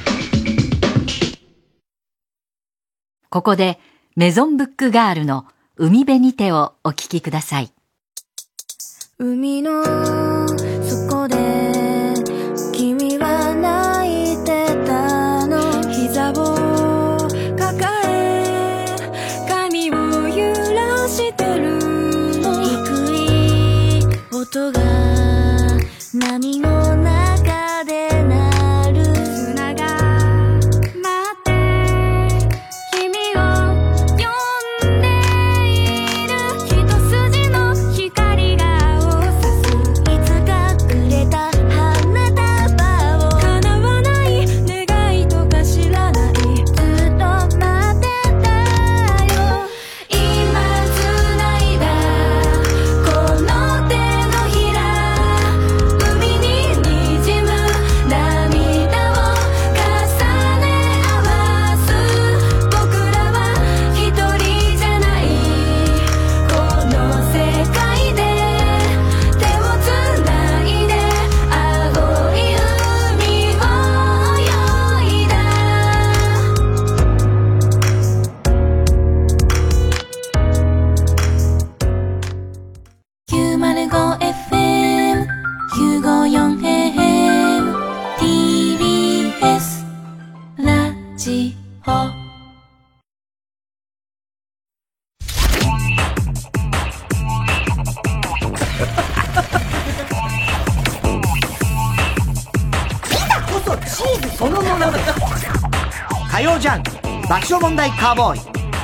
ここでメゾンブックガールの海辺にてをお聞きください。 海の底で君は泣いてたの。膝を抱え髪を揺らしてるの。低い音が波の中で鳴る。砂が待って君を呼んでいる。一筋の光がいつか曜ジャンク爆笑問題カーボーイ。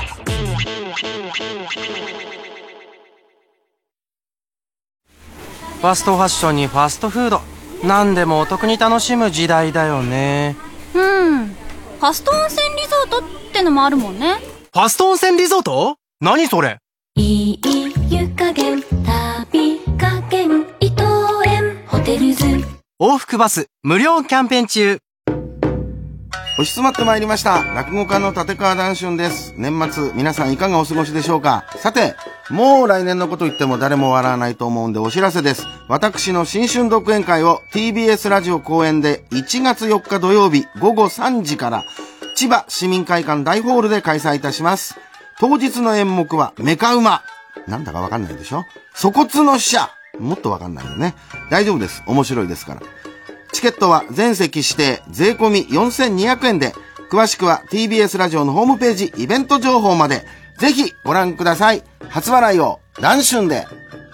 ファストファッションにファストフード、何でもお得に楽しむ時代だよね。 うん、ファスト温泉リゾートってのもあるもんね。 ファスト温泉リゾート？何それ？ いい湯加減、旅加減、伊東園ホテルズ。 往復バス無料キャンペーン中。 押し詰まってまいりました。落語家の立川談春です。年末、皆さんいかがお過ごしでしょうか。さて、もう来年のこと言っても誰も笑わないと思うんでお知らせです。私の新春独演会を ティービーエス ラジオ公演でいちがつよっか土曜日ごごさんじから千葉市民会館大ホールで開催いたします。当日の演目はメカウマ。なんだかわかんないでしょ。粗骨の使者。もっとわかんないよね。大丈夫です。面白いですから。チケットは全席指定税込みよんせんにひゃくえんで、詳しくは ティービーエス ラジオのホームページイベント情報までぜひご覧ください。初笑いを談春で。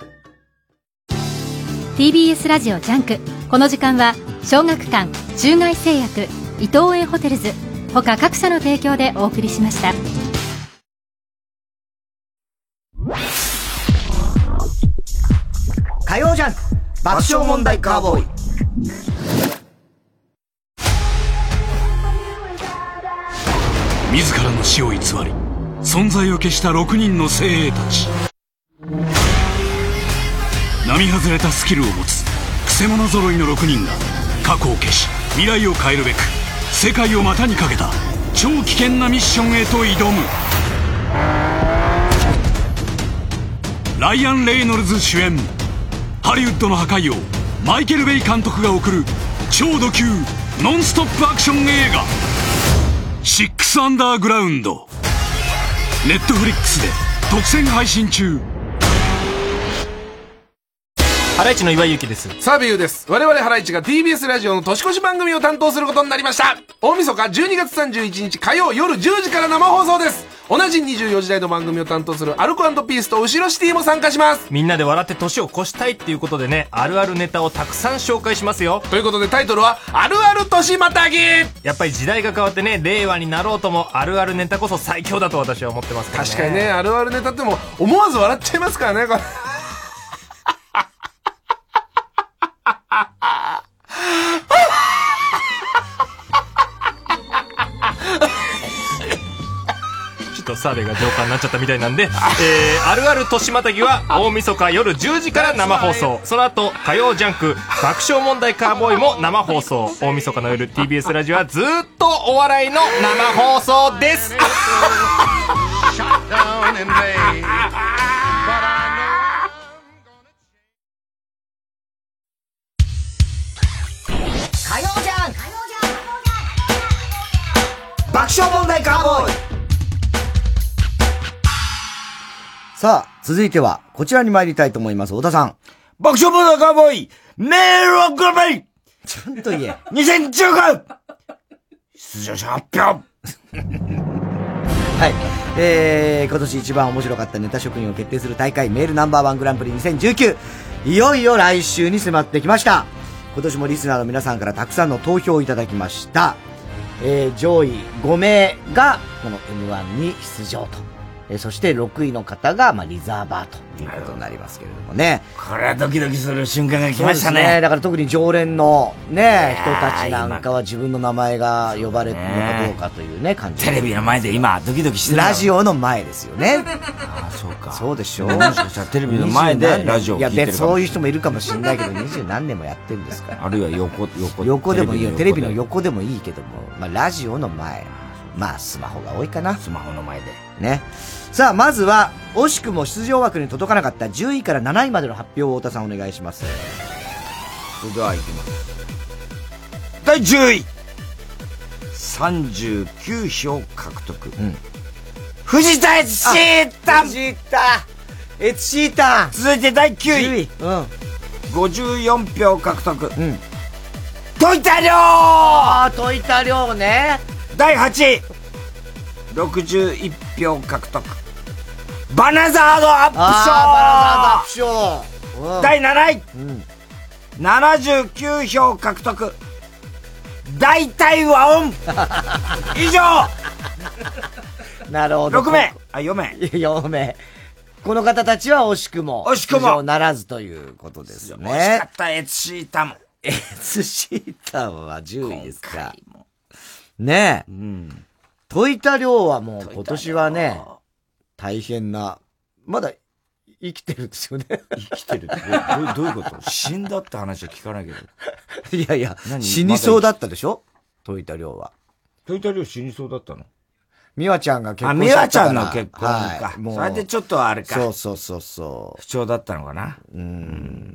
ティービーエス ラジオジャンク、この時間は小学館、中外製薬、伊東園ホテルズ他各社の提供でお送りしました。 火曜ジャンク爆笑問題カーボーイ。 自らの死を偽り存在を消したろくにんの精鋭たち。並外れたスキルを持つくせ者揃いのろくにんが過去を消し未来を変えるべく世界を股にかけた超危険なミッションへと挑む。ライアン・レイノルズ主演、ハリウッドの破壊王マイケル・ベイ監督が送る超ド級ノンストップアクション映画シックスアンダーグラウンド。ネットフリックスで独占配信中。 ハライチの岩井ゆきです。 サービューです。我々ハライチが ティービーエス ラジオの年越し番組を担当することになりました。大晦日じゅうにがつさんじゅういちにち火曜夜じゅうじから生放送です。同じにじゅうよじ台の番組を担当するアルコ&ピースと後ろシティも参加します。 みんなで笑って年を越したいっていうことでね、あるあるネタをたくさん紹介しますよ。 ということでタイトルはあるある年またぎ。 やっぱり時代が変わってね、令和になろうともあるあるネタこそ最強だと私は思ってますからね。 確かにね、あるあるネタっても思わず笑っちゃいますからね、これちょっと澤部が上官になっちゃったみたいなんで、えー、あるある年またぎは大晦日夜じゅうじから生放送。その後火曜ジャンク爆笑問題カーボーイも生放送。大晦日の夜 ティービーエス ラジオはずっとお笑いの生放送です。 火曜ジャンク爆笑問題カーボーイ。さあ、続いては、こちらに参りたいと思います。太田さん。 爆笑問題カーボーイ、メールをください。 ちゃんと言え。 にせんじゅうご 出場者発表。はい。 えー、今年一番面白かったネタ職人を決定する大会、メールナンバーワングランプリにせんじゅうきゅう。いよいよ来週に迫ってきました。今年もリスナーの皆さんからたくさんの投票をいただきました。えー、上位ごめいが、この エムワン に出場と。えー、そしてろくいの方が、まあ、リザーバーということになりますけれどもね。 これはドキドキする瞬間が来ましたね。 そうですね。だから特に常連のね、人たちなんかは自分の名前が呼ばれるのかどうかというね、感じ。 テレビの前で今、ドキドキしてる。 ラジオの前ですよね。 ああ、そうか。 そうでしょう。 もしかしたらテレビの前でラジオを聞いてるかもしれない。いや、別そういう人もいるかもしれないけど、二十何年もやってるんですから。 あるいは横、横。 横でもいいよ。テレビの横でもいいけども、まあ、ラジオの前。まあ、スマホが多いかな。 スマホの前で。 ね。さあ、まずは、惜しくも出場枠に届かなかったじゅういからなないまでの発表を太田さんお願いします。 それでは行きます。だいじゅういさんじゅうきゅうひょう獲得。うん。藤田エツシータン藤田エツシータン続いてだいきゅうい。 じゅうい。うん。 ごじゅうよんひょう獲得。うん。戸板亮ああ、戸板亮ね。 だいはちいろくじゅういちひょう獲得。バナザードアップショー。 バナザードアップショー。 だいなない、うん、ななじゅうきゅうひょう獲得。 大体和音以上なるほど。 ろくめいあ、よめい。よめい。この方たちは惜しくも、 惜しくも出場ならずということですよね。 惜しかった、エツシータン。 エツシータンはじゅういですか。ねえ。うん。戸板亮はもう今年はね、大変な、まだ生きてるんですよね。 生きてるってどう、どういうこと死んだって話は聞かないけど。 いやいや、死にそうだったでしょ戸板亮は。 戸板亮死にそうだったの美和ちゃんが結婚したから。あ、美和ちゃんの結婚か。 はい、もうそれでちょっとあれか。 そうそうそうそう。 不調だったのかな。 うん。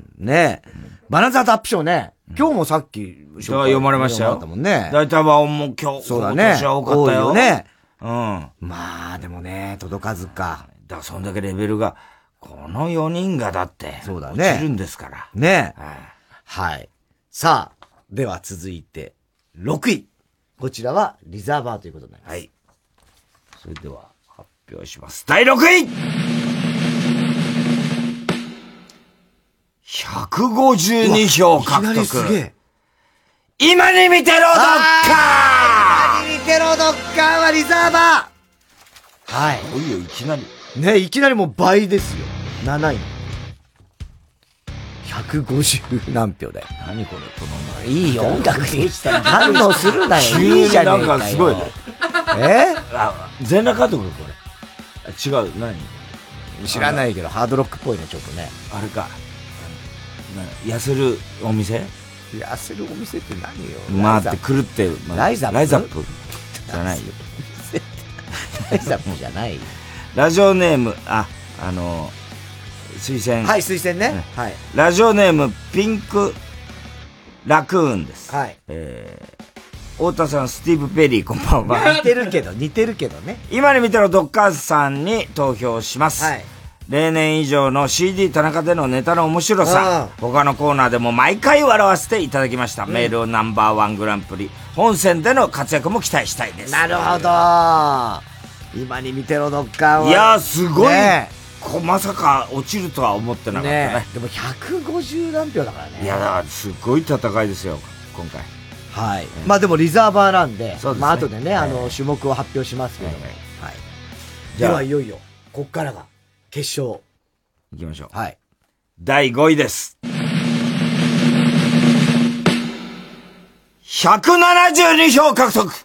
ねえ。バナザードアップショーね。今日もさっき読まれましたよ。 もんね。 大体はもう今日、 そうだね。 今年は多かったよ。 多いよね。 うん。 まあでもね、届かずか。 だからそんだけレベルが、このよにんがだって、 そうだね。 落ちるんですから。 ねえ。はい。はい。さあ、では続いて、ろくい。こちらはリザーバーということになります。 はい。それでは発表します。だいろくい !ひゃくごじゅうにひょう獲得。いきなりすげえ。今に見てろドッカー今に見てろドッカーはリザーバーはい。 おいよ、いきなり。 ね、いきなりもう倍ですよ。なないの。ひゃくごじゅう何票だよ。 何これ、この前。 いいよ、音楽に反応するなよ。 急になんかすごいね。 えあ、全裸監督これ。違う、何知らないけど、ハードロックっぽいね、ちょっとね。 あれか。痩せるお店痩せるお店って何よ。 回ってくるって、 まあ、ライザップライザップじゃないよ。 ライザップじゃないよ。 ラジオネーム、あ、あの、推薦。 はい、推薦ね。はい。 ラジオネーム、ピンクラクーンです。 はい。 えー、太田さん、スティーブ・ペリー、こんばんは。 似てるけど、似てるけどね。 今に見てろドッカーズさんに投票します。 はい。 例年以上の シーディー 田中でのネタの面白さ、他のコーナーでも毎回笑わせていただきました。うん、メールナンバーワングランプリ、本戦での活躍も期待したいです。 なるほど。今に見てろドッカーは。 いやー、すごい。ね、こまさか落ちるとは思ってなかったね。ねでもひゃくごじゅう何票だからね。 いや、だからすごい戦いですよ、今回。 はい。うん、まあでもリザーバーなんで、そうですね、まあ後でね、あの、種目を発表しますけども。はい。はい、ではいよいよ、こっからが決勝。 行きましょう。 はい。 だいごいです。ひゃくななじゅうにひょう獲得。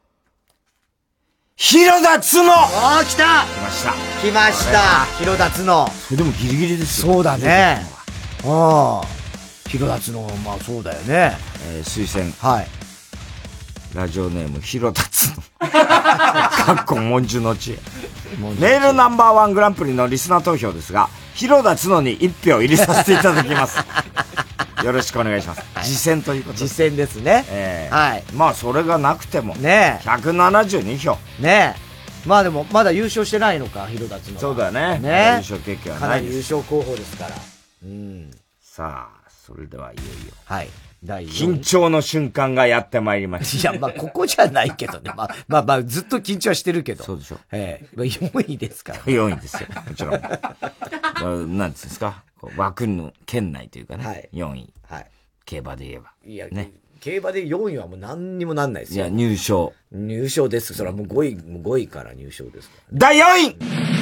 広田つの。 おー、来た。 来ました。 来ました。広田つの。 それでもギリギリですよ。 そうだね。ああ。広田つの、まあそうだよね。 えー、推薦。 はい。 ラジオネーム、広田つの。かっこ文殊の知恵。メールナンバーワングランプリのリスナー投票ですが、広田つのに一票入れさせていただきます。よろしくお願いします。実践ということで。 実践ですね。 えー、 はい。 まあ、それがなくても。 ねえ。 ひゃくななじゅうにひょう。 ねえ。まあでも、まだ優勝してないのか、広田つの。 そうだね。 ね優勝経験はないです。 かなり優勝候補ですから。うん。 さあ、それではいよいよ。 はい。第緊張の瞬間がやってまいりました。 いや、まあ、ここじゃないけどね。まあ、まあ、まあ、ずっと緊張はしてるけど。 そうでしょ。 ええー。よんいですから。 よんいですよ。もちろん。何ですか枠の圏内というかね。はい。よんい。 はい。 競馬で言えば。 いや、ね。競馬でよんいはもう何にもなんないですよ。 いや、入賞。 入賞です。それはもうごい、もうごいから入賞ですから。 だいよんい !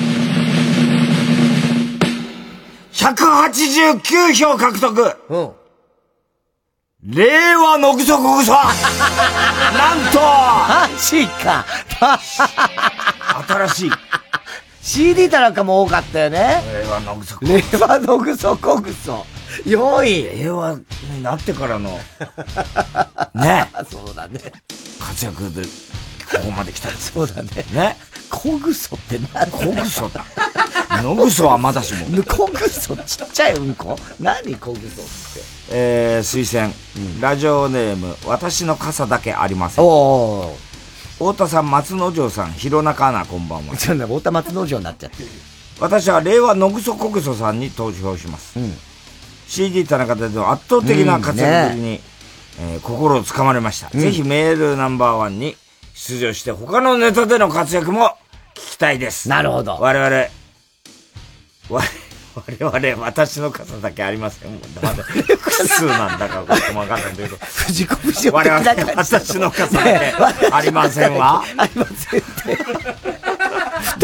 ひゃくはちじゅうきゅうひょう獲得。 うん。 令和のぐそこぐそなんとマジか新しいシーディー 田中も多かったよね。 令和のぐそこぐそ。令和のぐそこぐそ。よんい。 令和になってからの。ね。 そうだね。 活躍で、ここまで来たんです。 そうだね。 ね。 こぐそって何？ こぐそだ。のぐそはまだしも。 こぐそちっちゃいうんこ？何こぐそって。 えー、推薦、うん。ラジオネーム、私の傘だけありません。 おー。 太田さん、松之丞さん、弘中アナ、こんばんは。 そんな、太田松之丞になっちゃってる。 私は令和のぐそこぐそさんに投票します。うん、シーディー 田中での圧倒的な活躍ぶりに、うんねえー、心をつかまれました、うん。ぜひメールナンバーワンに出場して、他のネタでの活躍も聞きたいです。 なるほど。 我々、我我々、私の傘だけありませんもん。まだ複数なんだかこともわかんないんだけど。 藤子不二雄的我々、 な感じ。 私の傘だけありませんわ。 ありませんって。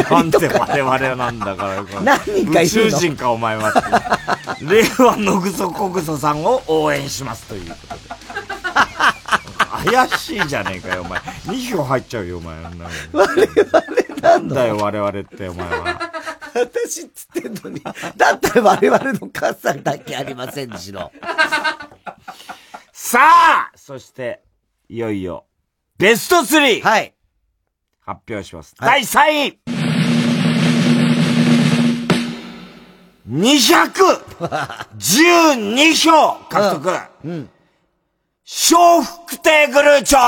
なんで我々なんだから。 何人かいるの？ 宇宙人かお前は。令和のぐそこぐそさんを応援しますということで。怪しいじゃねえかよ、お前。にひょう入っちゃうよ、お前。我々なんだよ、我々って、お前は。 私っつってんのに。だったら我々の傘だけありませんでしろ。 さあそして、いよいよ、ベストスリー。 はい。 発表します。はい、だいさんい。にひゃくじゅうにひょう獲得。うん。うん笑福亭グルーチョー。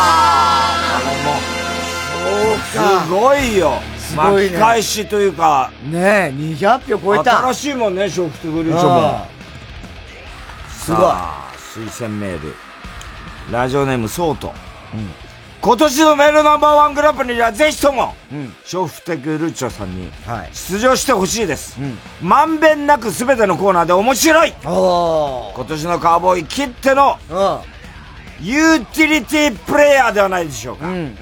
すごいよ。すごいね。巻き返しというか。 ねえ、にひゃくひょう超えた。 新しいもんね、笑福亭グルーチョーも。すごい。推薦メール。ラジオネームソート。うん、今年のメールナンバーワングランプリにはぜひとも、うん、笑福亭グルーチョーさんに出場してほしいです。うん、まんべんなくすべてのコーナーで面白い。今年のカーボーイきっての、ユーティリティプレイヤーではないでしょうか。うんうんうん。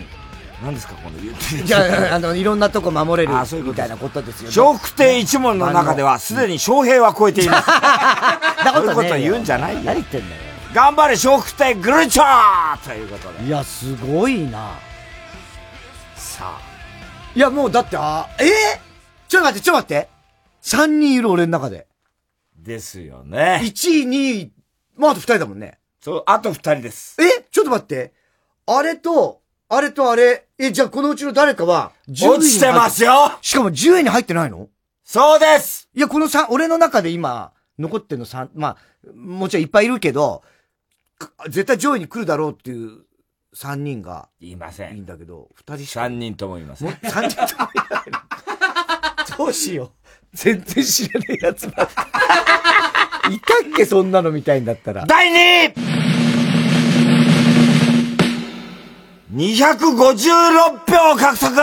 何ですかこのユーティリティプレイヤー。 じゃあ、あの、いろんなとこ守れるみたいなことですよね。 笑福亭一門の中ではすでに翔平は超えています。そういうこと言うんじゃないよ。 何言ってんだよ。 頑張れ笑福亭グルーチョーということで。 いや、すごいな。 さあ。 いや、もうだって、あ、えー、ちょっと待って、ちょっと待って。さんにんいる俺の中で。 ですよね。 いちい、にい、まあ、あとふたりだもんね。 そう、あとふたりです。 えちょっと待って。あれと、あれとあれ、え、じゃあこのうちの誰かは、 じゅういに落ちてますよ。 しかもじゅういに入ってないの？ そうです。 いや、このさん、俺の中で今、残ってんのさん、まあ、もちろんいっぱいいるけど、絶対上位に来るだろうっていうさんにんが。 いません。 いいんだけど、ふたりしか。さんにんともいません。 さんにんともいないの。どうしよう。全然知らねえやつばっか。いたっけそんなのみたいんだったら。 だいにいにひゃくごじゅうろくひょう獲得。うん。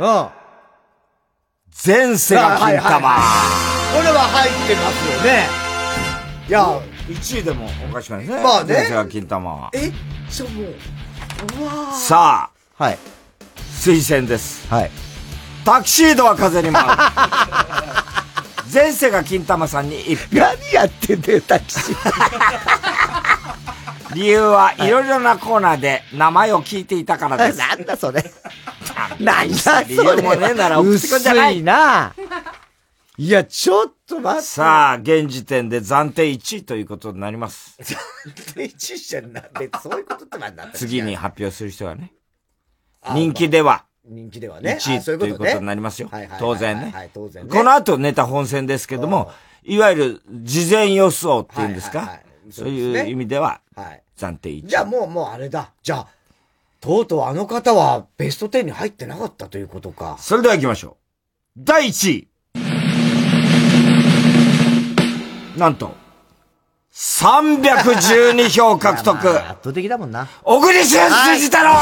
前世が金玉。 これは入ってますよね。いや、 いちいでもおかしくないですね。 まあね。 前世が金玉は。 えちょ、もう。うわさあ。はい。 推薦です。 はい。 タキシードは風に舞う。前世が金玉さんに一票。 何やってんだよ、タキシード。 理由はいろいろなコーナーで名前を聞いていたからです。 なんだそれ。なんだそれ。 理由もねえなら送ってくんじゃない。 薄いな。いや、ちょっと待って。 さあ、現時点で暫定いちいということになります。 暫定いちいじゃな、別そういうことってなんだ。 次に発表する人はね。人気では。 人気ではね。 いちいということになりますよ。当然ね。 はい当然ね。 この後ネタ本戦ですけども、いわゆる事前予想っていうんですか。そういう意味では、暫定いちい。 じゃあもう、もうあれだ。じゃあ、とうとうあの方はベストじゅうに入ってなかったということか。 それでは行きましょう。だいいちい。なんと、さんびゃくじゅうにひょう獲得。 圧倒的だもんな。 小栗旬辻太郎。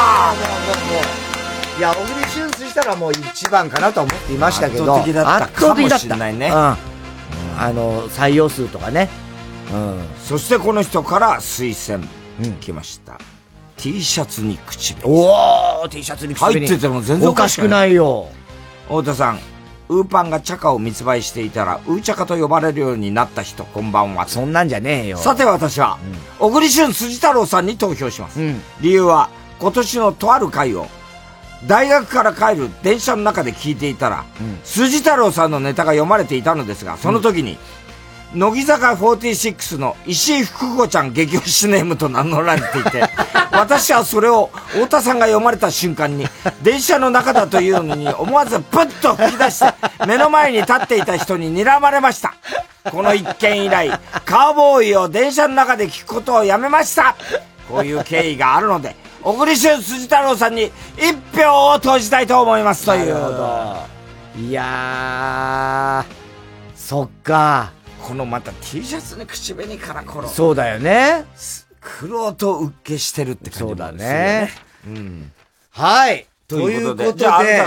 いや、小栗旬辻太郎はもう一番かなと思っていましたけど。 圧倒的だったかもしれないね。 うん。あの、採用数とかね。 うん。そしてこの人から推薦来ました。うん、T シャツに口紅。 おー !T シャツに口紅。 入ってても全然おかしくないよ。 太田さん、ウーパンがチャカを密売していたら、ウーチャカと呼ばれるようになった人、こんばんは。 そんなんじゃねえよ。 さて私は、うん、小栗旬辻太郎さんに投票します。うん、理由は、今年のとある回を、大学から帰る電車の中で聞いていたら、うん、辻太郎さんのネタが読まれていたのですが、その時に、うん、乃木坂フォーティーシックスの石井福子ちゃん激推しネームと名乗られていて、私はそれを太田さんが読まれた瞬間に、電車の中だというのに思わずプッと吹き出して、目の前に立っていた人に睨まれました。この一件以来、カーボーイを電車の中で聞くことをやめました。こういう経緯があるので、小栗旬辻太郎さんに一票を投じたいと思いますという。なるほど。 いやー、そっか。 このまた T シャツに口紅からこの。 そうだよね。 黒と受けしてるって感じですよね。 そうだね。うん。はい。 ということで、じゃああなたが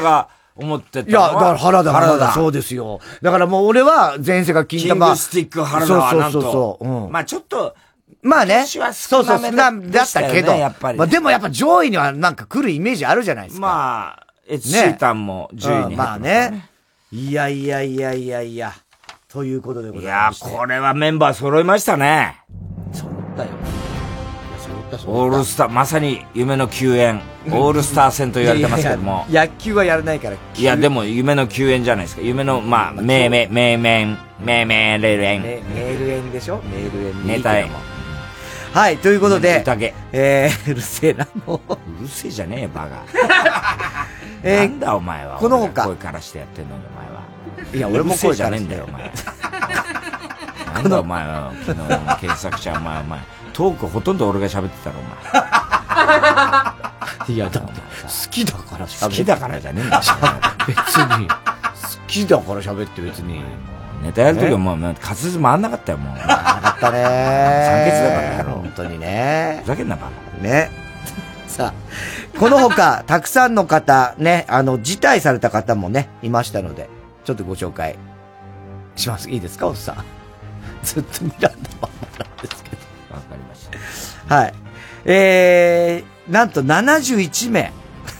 思ってたいや、だから原田原田、 田そうですよ。だからもう俺は前世が金玉。 キングスティック原田はなんと。 そうそうそうそう、うん。 まあちょっと、 まあね。 私は少なめだったけど、 やっぱり、ね。まあでもやっぱ上位にはなんか来るイメージあるじゃないですか。 まあ、エツシータンもじゅういに入ってますね。 まあね。いやいやいやいやいや。ということでございます。 いや、これはメンバー揃いましたね。 揃ったよ。 オールスター、まさに夢の救援、オールスター戦と言われてますけども。 いやいや野球はやらないから。 いや、でも夢の救援じゃないですか。夢の、まあ、めいめい、めいめん、めいめん、レールエン。 メール園でしょメール園。 ネタ園。 はい、ということで。 宴。 えー、うるせえな、もう。 うるせえじゃねえよ、バカ。えー、なんだお前は。 この他。 声からしてやってんのに、お前は。 いや、俺も声じゃねえんだよ、お前。なんだお前は、昨日の検索者、お前、お前。トークほとんど俺が喋ってたろ、お前。いや、だって、好きだから喋って。 好きだからじゃねえんだよ。 別に。好きだから喋って別に。 ネタやるときはもう、滑舌回んなかったよ、もう。回んなかったね酸欠だからやろ。 本当にね。 ふざけんな、バカ。ね。さあ、この他、たくさんの方、ね、あの、辞退された方もね、いましたので、ちょっとご紹介します。いいですか、おっさん。ずっとミランダまんまなんですけど。 わかりました。 はい。えー、なんとななじゅういちめい。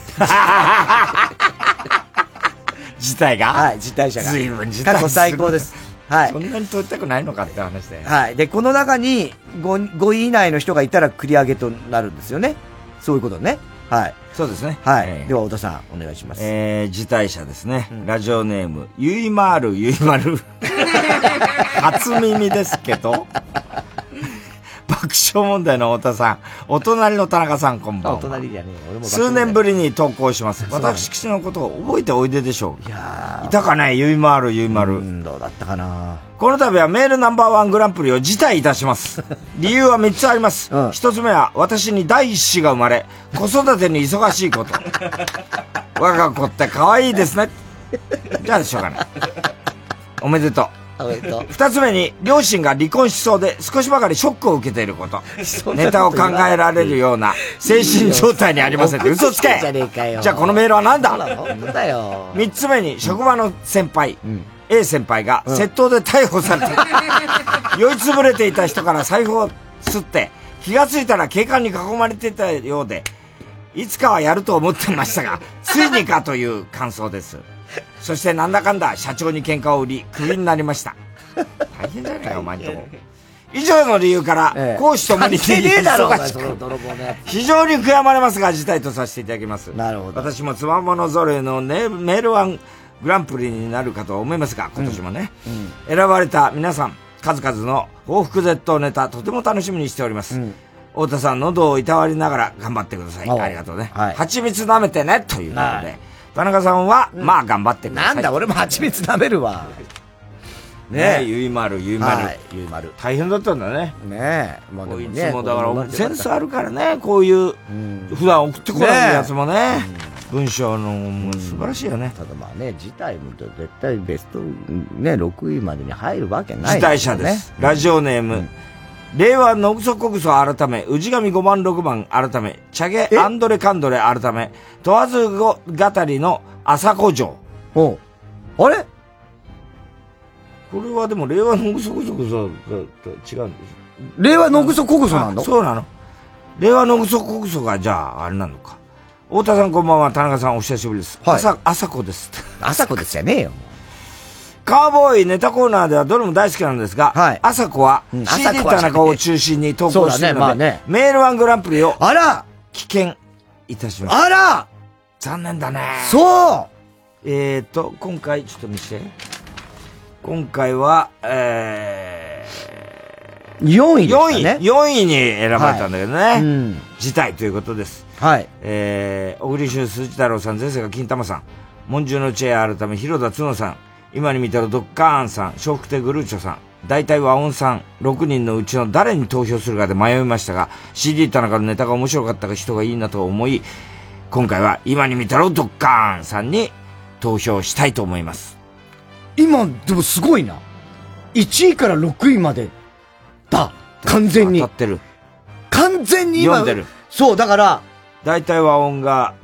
辞退がはい、辞退者が。 随分辞退過去最高です。はい。 そんなに取りたくないのかって話で。 はい。で、この中に 5, ごい以内の人がいたら繰り上げとなるんですよね。そういうことね。はい。 そうですね。 はい。 えー、 では、太田さん、お願いします。 えー、辞退者ですね。うん、ラジオネーム、ゆいまーるゆいまる。初耳ですけど。爆笑問題の太田さん、お隣の田中さん、こんばんは。 お隣じゃねえ、俺も数年ぶりに投稿します。私のことを覚えておいででしょう。いやいたかね、ゆいまーるゆいまる。 うん、どうだったかな。 この度はメールナンバーワングランプリを辞退いたします。理由はみっつあります。一、うん、つ目は、私に第一子が生まれ、子育てに忙しいこと。我が子って可愛いですね。じゃあしょうがない。おめでとう。二つ目に、両親が離婚しそうで少しばかりショックを受けていること。ネタを考えられるような精神状態にありません。嘘つけじゃねえかよ。じゃあこのメールは何だだよ。 三つ目に、職場の先輩、うん、A 先輩が窃盗で逮捕されて、うん、酔いつぶれていた人から財布を吸って、気がついたら警官に囲まれていたようで、いつかはやると思ってましたが、ついにかという感想です。そしてなんだかんだ社長に喧嘩を売り、クビになりました。大変じゃないかよ、お前んとこ。以上の理由から、ええ、講師ともに非常に悔やまれますが、辞退とさせていただきます。 なるほど。 私もつわものぞろいの、ね、メールワングランプリになるかと思いますが、今年もね、うんうん、選ばれた皆さん、数々の報復絶倒ネタ、とても楽しみにしております。うん、太田さん、喉をいたわりながら頑張ってください。ありがとうね。はい、蜂蜜舐めてね、ということで。田中さんは、うん、まあ頑張ってください。 なんだ、俺も蜂蜜舐めるわ。 ねえ、ゆいまる、ゆいまる。 ゆいまる。 大変だったんだね。 ねえ。 まあでもね。いつもだから、センスあるからね、こういう、普段送ってこないやつもね。文章の、もう素晴らしいよね。 ただまあね、辞退も絶対ベスト、ね、ろくいまでに入るわけない。 辞退者です。ラジオネーム。令和のぐそこぐそ改め、氏神ごばんろくばん改め、チャゲアンドレカンドレ改め、問わず語りの朝子城。 おあれこれはでも令和のぐそぐそぐそが違うんです。 令和のぐそこぐそなの？ そうなの。令和のぐそこぐそがじゃああれなのか。太田さんこんばんは、田中さんお久しぶりです。はい、朝、朝子です。 朝子ですじゃねえよ。 カーボーイネタコーナーではどれも大好きなんですが、はい、朝子は シーディー 田中を中心に投稿しているので、ねまあね、メールワングランプリをあら棄権いたします。 あら残念だね。 そうえーと、今回、ちょっと見せて。今回は、えー、よんいでしたね。 よんい。よんいに選ばれたんだけどね。はい、うん、辞退ということです。 はい。 えー、小栗旬鈴木太郎さん、前世が金玉さん、文殊の知恵改め、広田角さん、今に見たらドッカーンさん、笑福亭グルーチョさん、大体和音さん、ろくにんのうちの誰に投票するかで迷いましたが、シーディー 田中のネタが面白かった人がいいなと思い、今回は今に見たらドッカーンさんに投票したいと思います。 今、でもすごいな。いちいからろくいまでだ。完全に。 当たってる。 完全に今。 読んでる。 そう、だから。 大体和音が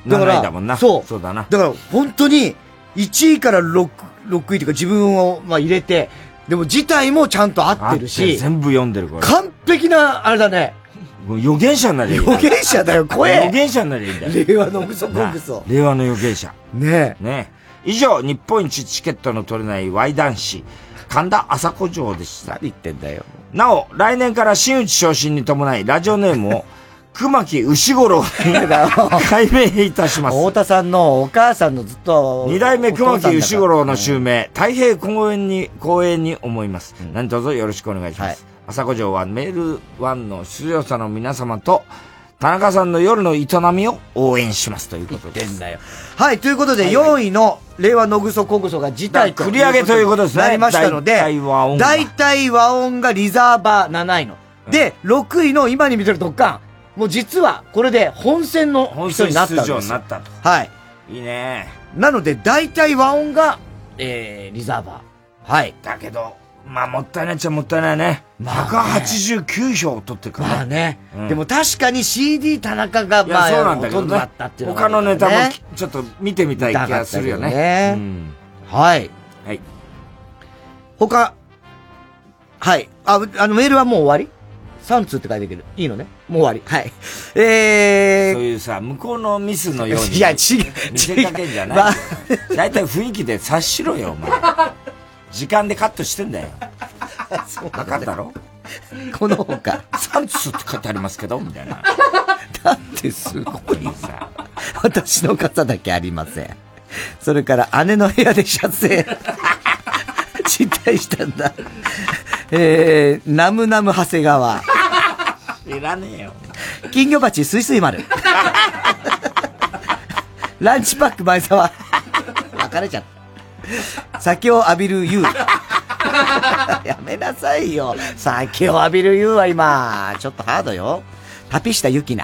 だから、 なないだもんな。 そう。 そうだな。 だから、本当に、いちいからろく、ろくいというか自分を、まあ、入れて、でも字体もちゃんと合ってるし。 全部読んでる、これ。 完璧な、あれだね。 預言者になりゃいい。 預言者だよ、声。 預言者になりゃいいんだよ。 令和のグソコグソ。 令和の預言者。 ねえ。ねえ。以上、日本一チケットの取れない Y 男子、神田麻子城でした。 何言ってんだよ。 なお、来年から真打ち昇進に伴い、ラジオネームを、熊木牛五郎に改名いたします。 太田さんのお母さんのずっと。 二代目熊木牛五郎の襲名、太平公園に、公園に思います。うん、何卒よろしくお願いします。はい、朝子城はメールワンの出場者の皆様と、田中さんの夜の営みを応援しますということです。 言ってんだよ。はい、ということで、よんいの令和のぐそこぐそが辞退と。 繰り上げということですね。 なりましたので、大体和音が。大体和音がリザーバーなないの。うん、で、ろくいの今に見てるドッカン。もう実は、これで本戦の人になったんですよ。 本戦出場になったと。 はい。 いいね。 なので、大体和音が、えー、リザーバー。はい。 だけど、まあ、もったいないっちゃもったいないね。まあ、ね、ひゃくはちじゅうきゅうひょう取ってるからね。 まあね。うん、でも確かに シーディー 田中が、まあ、 そうなんだけど、ね、 ほとんどだったっていうのが、ね。他のネタもちょっと見てみたい気がするよね。 ねうん、はい。 はい。 他、はい。あ、あのメールはもう終わりさん通って書いてるけど、いいのねもう終わり。はい。えー。 そういうさ、向こうのミスのように。 いや、違う。 見せかけんじゃない。まあ、だいたい雰囲気で察しろよ、お前。時間でカットしてんだよ。わかったろこのほか。 さん通って書いてありますけど、みたいな。 だってすごいさ。私の傘だけありません。それから姉の部屋で撮影。辞退したんだ。えー、ナムナム長谷川。 いらねえよ。 金魚鉢すいすい丸。ランチパック前沢。別れちゃった。酒を浴びる優。やめなさいよ。酒を浴びる優は今、ちょっとハードよ。タピしたユキナ。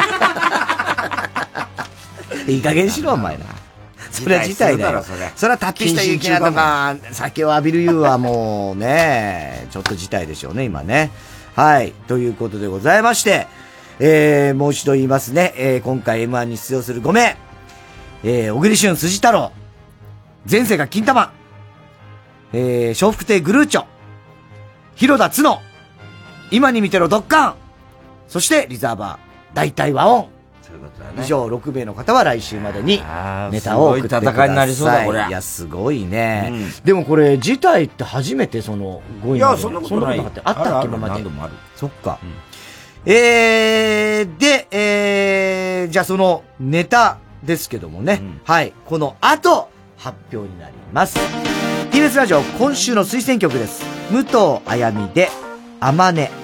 いい加減しろ、お前な。それは事態だよ。それそれはタピしたユキナとか、酒を浴びる優はもうね、ちょっと事態でしょうね、今ね。はい。ということでございまして、えー、もう一度言いますね。えー、今回 エムワン に出場するご名。えー、小栗旬辻太郎。前世が金玉。えー、笑福亭グルーチョ。広田つの。今に見てろドッカン。そしてリザーバー。大体和音。 そういうことだね。 以上ろく名の方は来週までにネタを送ってください。すごい戦いになりそうだ、これ。 いや、すごいね。うん、でもこれ、自体って初めてそのごいまで。 いや、そんなことない。 そんなことなかった。あったっけ、今まで。 何度もある。 そっか。うん、えー、で、えー、じゃあそのネタですけどもね。うん、はい。この後、発表になります。ティービーエス ラジオ今週の推薦曲です。武藤あやみで、あまね。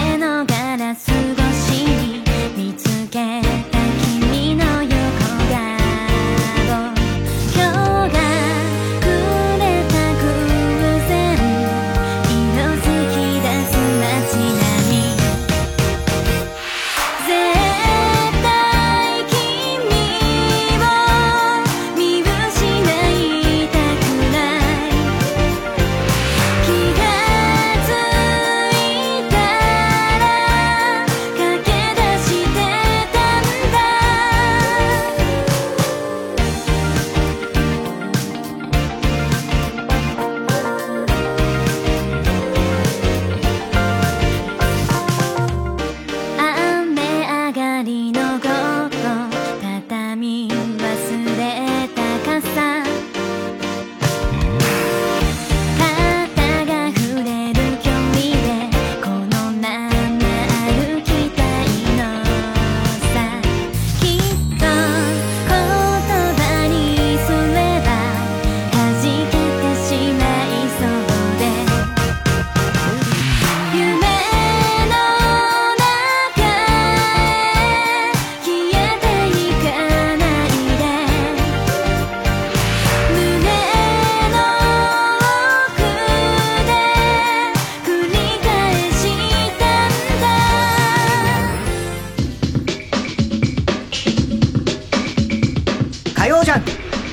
見つけた君の横顔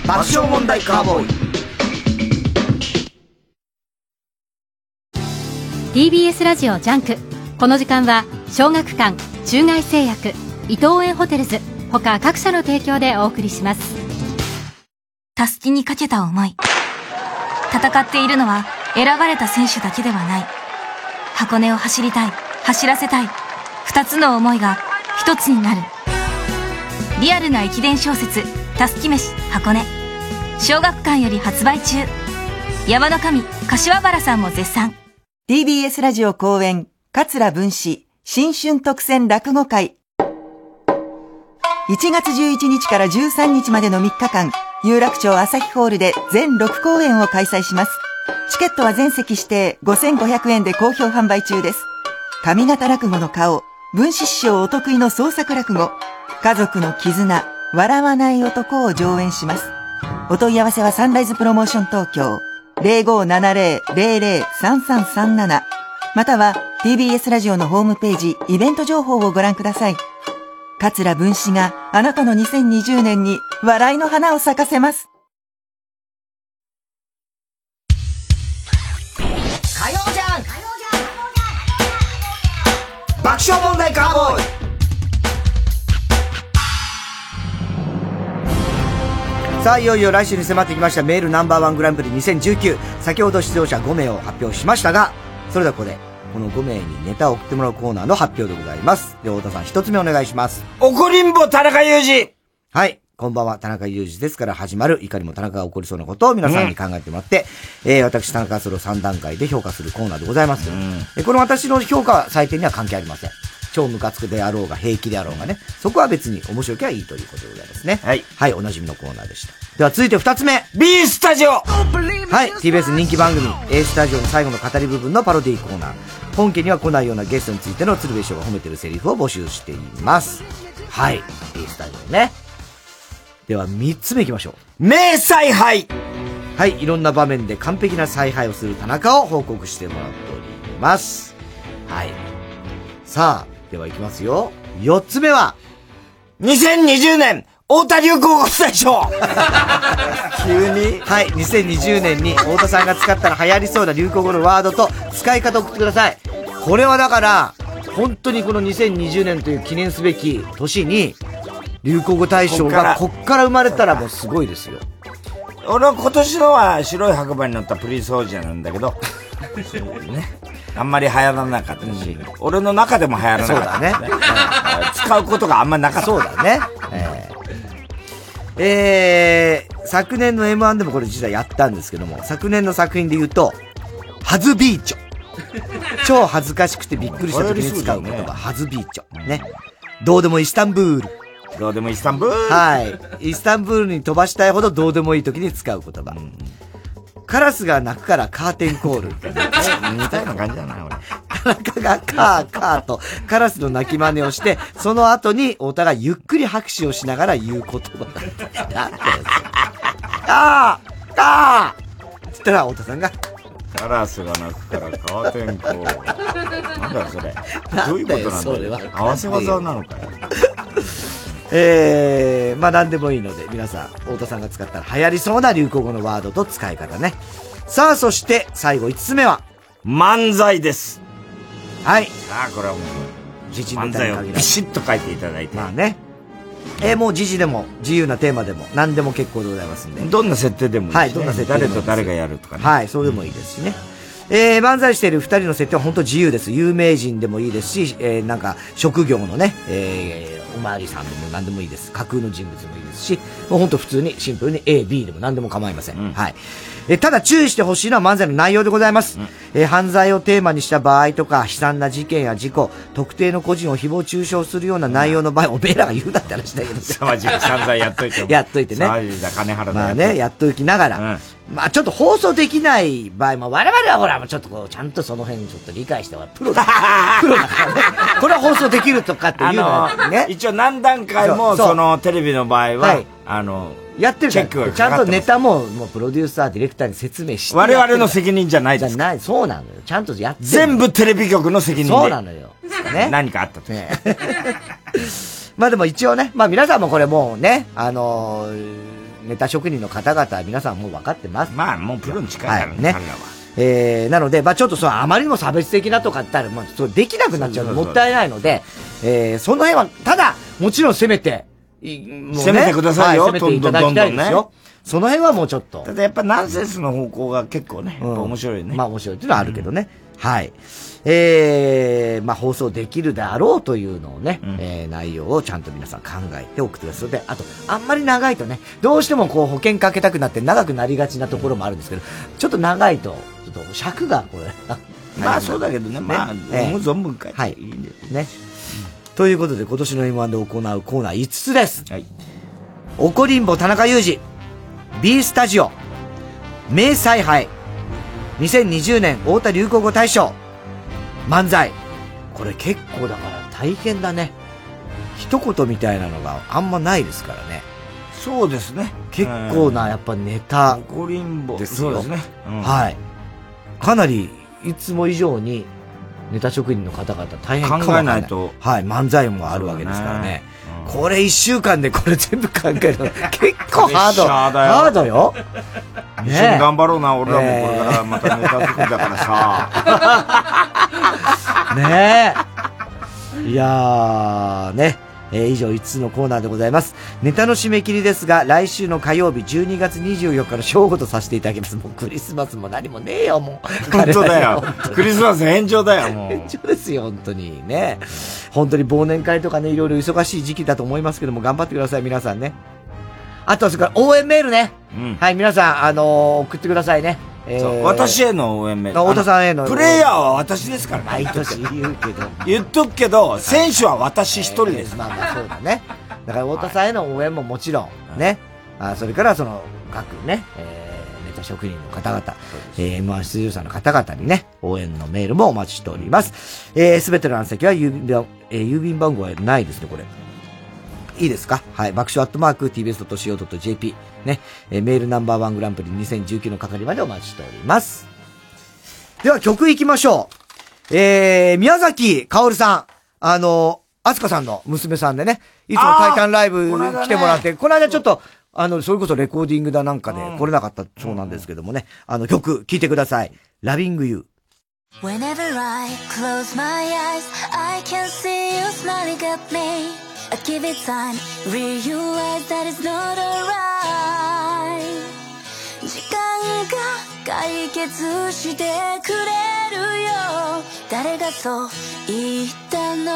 爆笑問題カーボーイ。 ティービーエス ラジオジャンク。この時間は小学館、中外製薬、伊藤園ホテルズ他各社の提供でお送りします。 たすきにかけた思い。戦っているのは選ばれた選手だけではない。箱根を走りたい、走らせたい。二つの思いが一つになる。リアルな駅伝小説、たすきめし箱根。小学館より発売中。山の神、柏原さんも絶賛。 ティービーエス ラジオ公演、桂文史、新春特選落語会。いちがつじゅういちにちからじゅうさんにちまでのみっかかん、有楽町朝日ホールで全ろくこうえんを開催します。チケットは全席指定ごせんごひゃくえんで好評販売中です。上方落語の顔、文史師匠お得意の創作落語、家族の絆、笑わない男を上演します。お問い合わせはサンライズプロモーション東京 ゼロごーななゼロ ゼロゼロ さんさんさんなな または ティービーエス ラジオのホームページイベント情報をご覧ください。桂文史があなたのにせんにじゅうねんに笑いの花を咲かせます。 火曜じゃん爆笑問題カーボーイ。さあいよいよ来週に迫ってきましたメールナンバーワングランプリにせんじゅうきゅう。先ほど出場者ごめいを発表しましたが、それではここでこのごめいにネタを送ってもらうコーナーの発表でございます。で、太田さん一つ目お願いします。 怒りんぼ田中裕二。 はい。こんばんは、田中裕二ですから始まる、いかにも田中が起こりそうなことを皆さんに考えてもらって、うん、えー、私、田中それをさんだんかいで評価するコーナーでございます。うん、えこの私の評価採点には関係ありません。超ムカつくであろうが、平気であろうがね。そこは別に面白きゃいいということでございますね。はい。はい、おなじみのコーナーでした。では続いて二つ目。 B スタジオ。はい、 ティービーエス 人気番組、A スタジオの最後の語り部分のパロディーコーナー。本家には来ないようなゲストについての鶴瓶師匠が褒めてるセリフを募集しています。はい、A スタジオね。では三つ目行きましょう。 名采配。 はい、いろんな場面で完璧な采配をする田中を報告してもらっております。はい。さあ、では行きますよ。四つ目は、 にせんにじゅうねん、太田流行語大賞。 急にはい、にせんにじゅうねんに太田さんが使ったら流行りそうな流行語のワードと使い方を送ってください。これはだから、本当にこのにせんにじゅうねんという記念すべき年に、流行語大賞がこっから生まれたらもうすごいですよ。 俺は今年のは白い白馬に乗ったプリンス王子なんだけど、ね、あんまり流行らなかったし、うん、俺の中でも流行らなかった。そうだね。使うことがあんまりなかった。 そうだね。えー、えー、昨年の エムワン でもこれ実はやったんですけども、昨年の作品で言うと、ハズビーチョ。超恥ずかしくてびっくりした時に使う言葉、ね、ハズビーチョ。ね。どうでもイスタンブール。 どうでもイスタンブール。 はい。イスタンブールに飛ばしたいほどどうでもいい時に使う言葉。うん、カラスが鳴くからカーテンコール。 似たような感じだな、俺。 田中がカーカーとカラスの鳴き真似をして、その後に太田がゆっくり拍手をしながら言う言葉だった。なんだよ、カーカーつったら太田さんが、 カラスが鳴くからカーテンコール。なんだよ、それ。どういうことなんだよ。それは合わせ技なのかよ。 えー、まあ何でもいいので、皆さん、太田さんが使ったら流行りそうな流行語のワードと使い方ね。さあ、そして、最後いつつめは、 漫才です。 はい。 ああ、これはもう、時事ネタに限らず。ビシッと書いていただいて。 まあね。えー、もう時事でも、自由なテーマでも、何でも結構でございますんで。 どんな設定でもいいし、ね。はい、どんな設定でもいい。誰と誰がやるとかね。 はい、そうでもいいですしね。うん、えー、漫才している二人の設定は本当自由です。有名人でもいいですし、えー、なんか、職業のね、えー、おまわりさんでも何でもいいです。架空の人物でもいいですし、もう本当普通にシンプルに A、B でも何でも構いません。うん、はい。えー、ただ注意してほしいのは漫才の内容でございます。うん、えー、犯罪をテーマにした場合とか、悲惨な事件や事故、特定の個人を誹謗中傷するような内容の場合、うん、おめえらが言うなって話だけど。 沢尻散々やっといて。 やっといてね。 沢尻だ、金原だ。 まあね、やっときながら。うん、まあちょっと放送できない場合も、我々はほら、ちょっとこう、ちゃんとその辺ちょっと理解しては、プロだ。プロだからね。これは放送できるとかっていうのはね。 一応何段階も、そのテレビの場合は、はい、あの、 やってるチェックがちゃんとネタも、もうプロデューサー、ディレクターに説明して。 我々の責任じゃないです。 じゃない、そうなのよ。ちゃんとやってる。 全部テレビ局の責任で。 そうなのよ。 ね。何かあったと。ね、 まあでも一応ね、まあ皆さんもこれもうね、あのー、 ネタ職人の方々は皆さんもう分かってます。 まあもうプロに近いからね、 ね、 彼らは。 えー、なので、まあちょっとそう、あまりにも差別的なとかって言ったら、まあそうできなくなっちゃうのもったいないので、えー、その辺は、ただ、もちろん攻めて、 もうね、攻めてくださいよ、 はい、攻めていただきたいですよ。どんどんどんどんね、その辺はもうちょっと。 ただやっぱナンセンスの方向が結構ね、うん、面白いね。 まあ面白いっていうのはあるけどね。うん、はい。えー、まあ放送できるであろうというのをね、うん、えー、内容をちゃんと皆さん考えて送ってください。で、あと、あんまり長いとね、どうしてもこう保険かけたくなって長くなりがちなところもあるんですけど、ちょっと長いと、ちょっと尺がこれ。 まあそうだけどね、まあ、えー、もう存分書いていいんだよね。 ということで今年の エムワン で行うコーナーいつつです。はい。おこりんぼ田中裕二、B スタジオ、名采配、にせんにじゅうねん太田流行語大賞、漫才。これ結構だから大変だね。一言みたいなのがあんまないですからね。 そうですね。 結構なやっぱネタおこりんぼですよ。 そうですね。 うん、はい。かなりいつも以上にネタ職人の方々大変かも考えないと。 はい。漫才もあるわけですからね。うん、これ一週間でこれ全部考えるの結構ハード。ハードよ。 一緒に頑張ろうな、俺らもこれからまたネタ作りだからさ。ねえ。いやー、ね。えー、以上いつつのコーナーでございます。ネタの締め切りですが、来週の火曜日じゅうにがつにじゅうよっかの正午とさせていただきます。もうクリスマスも何もねえよ、もう。 本当だよ。クリスマス返上だよ、もう。 返上ですよ、本当にね。本当に忘年会とかね、いろいろ忙しい時期だと思いますけども、頑張ってください、皆さんね。あとはそれから応援メールね。うん、はい、皆さん、あのー、送ってくださいね。 えー、私への応援メール。 太田さんへの。 プレイヤーは私ですから。 毎年言うけど。 言っとくけど、選手は私一人です。 まあまあそうだね。だから太田さんへの応援ももちろん、ね。あそれからその、各ね、えー、ネタ職人の方々、えー、エムワン 出場者の方々にね、応援のメールもお待ちしております。えー、すべての案先は郵便、えー、郵便番号はないですね、これ。いいですか？はい。爆笑アットマーク ティービーエスドットシーオードットジェーピー ね。えー、メールナンバーワングランプリにせんじゅうきゅうの係までお待ちしております。では曲行きましょう。えー、宮崎かおるさん。あの、あすかさんの娘さんでね、いつも体感ライブ来てもらって、この間ちょっと、あの、それこそレコーディングだなんかで来れなかったそうなんですけどもね、あの曲聴いてください。Loving You。Whenever I close my eyes, I can see you smiling at me.I give it time, realize that it's not alright. 時間が解決してくれるよ。誰がそう言ったの？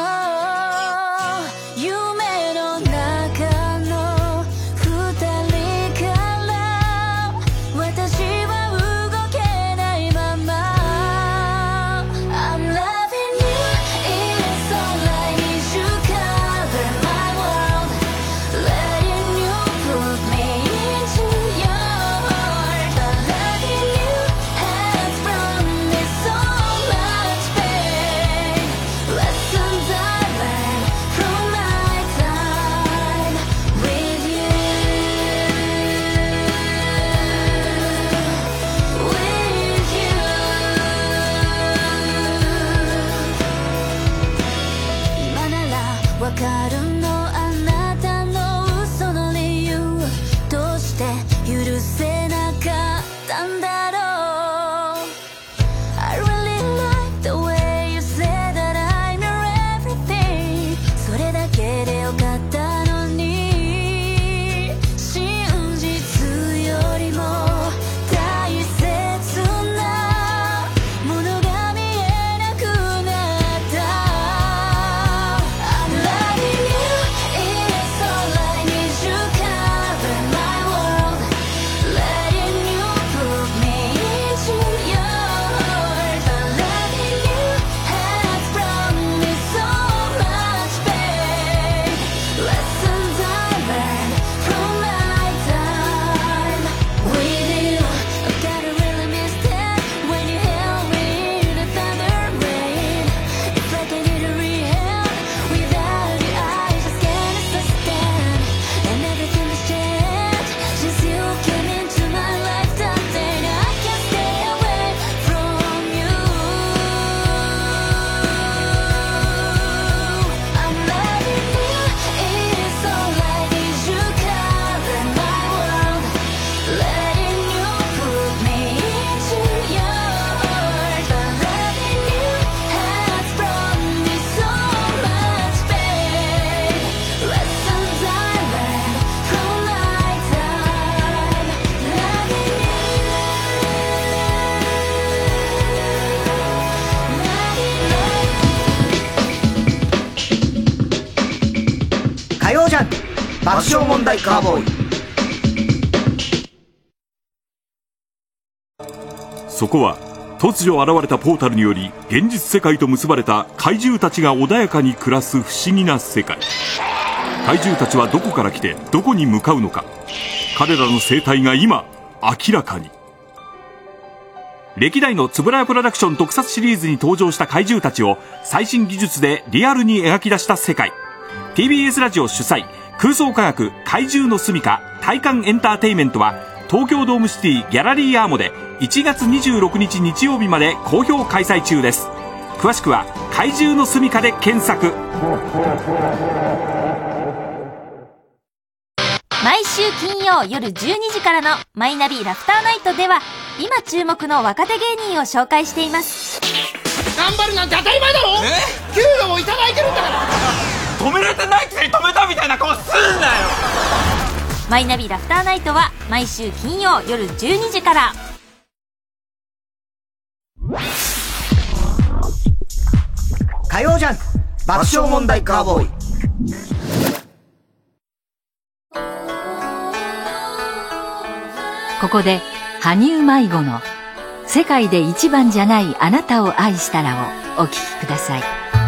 夢の中の二人から私は動けないまま。I'm loving you, it's all I need to cover.Loving you has brought me so much pain. Lessons I learned 曜ジャンク爆笑問題カーボーイ。 そこは突如現れたポータルにより現実世界と結ばれた怪獣たちが穏やかに暮らす不思議な世界。怪獣たちはどこから来てどこに向かうのか、彼らの生態が今明らかに。歴代のつぶらやプロダクション特撮シリーズに登場した怪獣たちを最新技術でリアルに描き出した世界。 ティービーエス ラジオ主催空想科学怪獣の住処体感エンターテイメントは東京ドームシティギャラリーアーモでいちがつにじゅうろくにち日曜日まで好評開催中です。詳しくは怪獣の住処で検索。 毎週金曜夜じゅうにじからのマイナビラフターナイトでは今注目の若手芸人を紹介しています。 頑張るなんて当たり前だろ。給料もいただいてるんだから。 止められてないくせに止めたみたいな顔すんなよ。 マイナビラフターナイトは毎週金曜夜じゅうにじから。 火曜ジャンク爆笑問題カーボーイ。 ここで羽生迷子の世界で一番じゃないあなたを愛したらをお聴きください。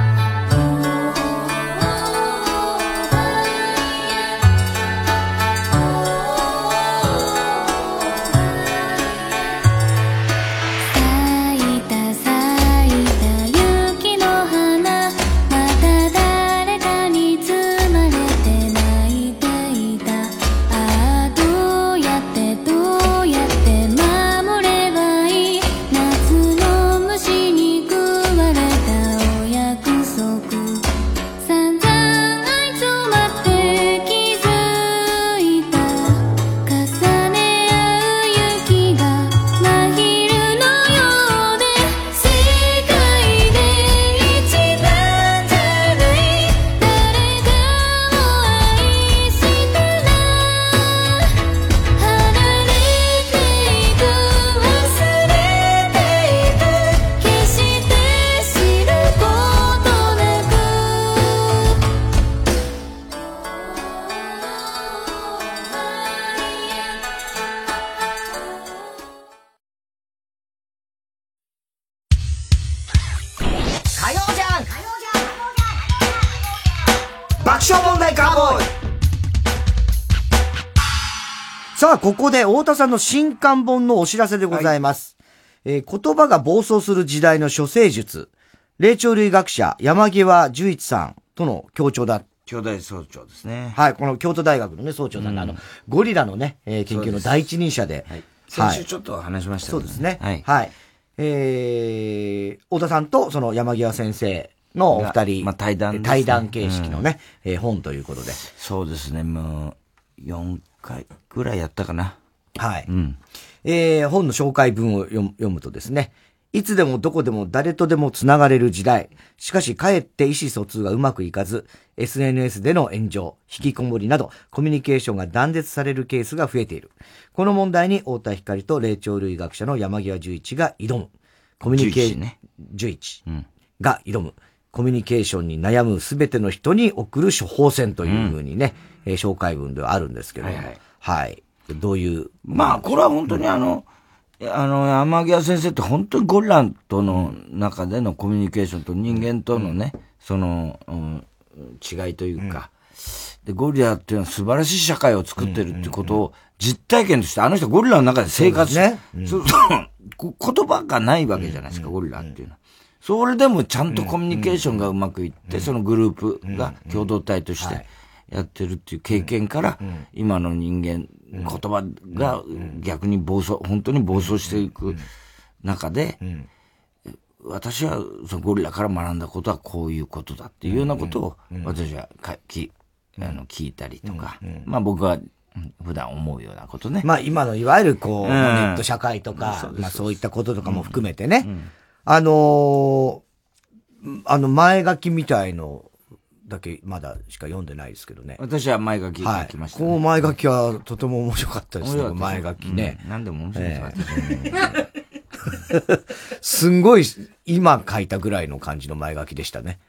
さあ、ここで太田さんの新刊本のお知らせでございます。はい、えー、言葉が暴走する時代の処世術。霊長類学者山際十一さんとの協調だ。 兄弟総長ですね。 はい、この京都大学のね、総長さんが、うん、あの、ゴリラのね、えー、研究の第一人者で。 はい、先週ちょっと話しましたね。そうですね。はい。はい。えー、太田さんとその山際先生のお二人、 まあ、対談ですね。 対談形式のね、うん、えー、本ということで。 そうですね、もう、よんかいぐらいやったかな。 はい。 うん。 えー、本の紹介文を読む、読むとですね、いつでもどこでも誰とでもつながれる時代。しかし、かえって意思疎通がうまくいかず、エスエヌエス での炎上、引きこもりなど、コミュニケーションが断絶されるケースが増えている。この問題に、太田光と霊長類学者の山際十一が挑む。コミュニケーション、ね、十一が挑む。コミュニケーションに悩むすべての人に送る処方箋というふうにね、うん、えー、紹介文ではあるんですけど、はい、はい。はい。どういう。 まあ、これは本当にあの、うん、あの、山際先生って本当にゴリラとの中でのコミュニケーションと人間とのね、うん、その、うん、違いというか、うん、で、ゴリラっていうのは素晴らしい社会を作ってるっていうことを実体験として、あの人ゴリラの中で生活して、そうですね。うん、そう言葉がないわけじゃないですか、ゴリラっていうのは。それでもちゃんとコミュニケーションがうまくいって、そのグループが共同体としてやってるっていう経験から、今の人間、言葉が逆に暴走、本当に暴走していく中で、私はそのゴリラから学んだことはこういうことだっていうようなことを私はかきあの聞いたりとか、まあ僕は普段思うようなことね。 まあ今のいわゆるこう、ネット社会とか、まあそういったこととかも含めてね、あのー、あの前書きみたいのだけまだしか読んでないですけどね。 私は前書き書きました、ね。 はい、この前書きはとても面白かったですね。前書きね。 うん、何でも面白いです、 えー、すんごい今書いたぐらいの感じの前書きでしたね。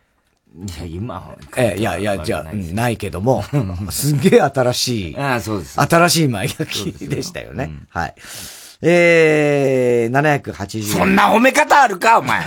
いや、今は。 ええ、いやいや、じゃあ、うん、ないけども、すげえ新しい。 ああ、そうです。 新しい前焼きでしたよね。うん、はい。えー、ななひゃくはちじゅうえん。 そんな褒め方あるか、お前。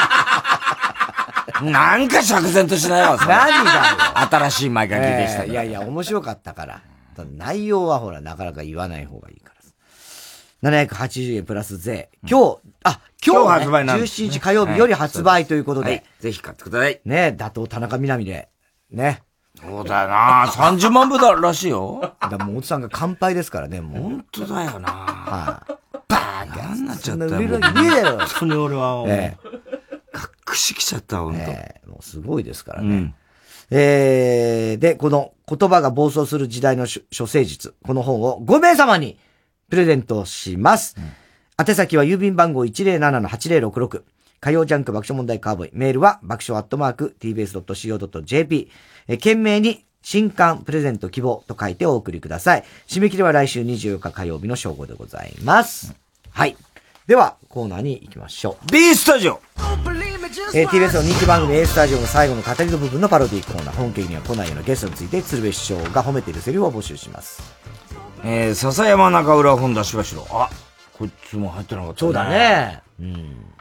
なんか釈然としないわ、 何だよ。新しい前書きでした、 えー。いやいや、面白かったから。内容はほら、なかなか言わない方がいいから。ななひゃくはちじゅうえんプラス税。今日、あ、今日、ね、発売なんです、ね。じゅうしちにち火曜日より発売ということで。はい、 ぜひ買ってください。 ね、打倒田中みな実で。ね。 そうだよなさんじゅうまん部だらしいよ。 だもう、おつさんが乾杯ですからね、もう。 本当だよなはい、 あ。バーガーになっちゃったよ。 そんな売れるわけねえだろ。 本当に俺は、ええ。隠しきちゃった、ほんと。 ええ、もうすごいですからね。うん、えー、で、この言葉が暴走する時代の処世術、この本をごめいさまにプレゼントします。うん、宛先は郵便番号 いちまるななのはちまるろくろく。火曜ジャンク爆笑問題カーボーイ。メールは爆笑アットマーク ティービーエスドットシーオードットジェーピー。え、懸命に新刊プレゼント希望と書いてお送りください。締め切りは来週にじゅうよっか火曜日の正午でございます。うん、はい。では、コーナーに行きましょう。 B スタジオえー、ティービーエス の人気番組 A スタジオの最後の語りの部分のパロディーコーナー。本家には来ないようなゲストについて鶴瓶師匠が褒めているセリフを募集します。 えー、笹山中浦本田しばしろ。あ、こっちも入ってなかったね。 そうだね。うん。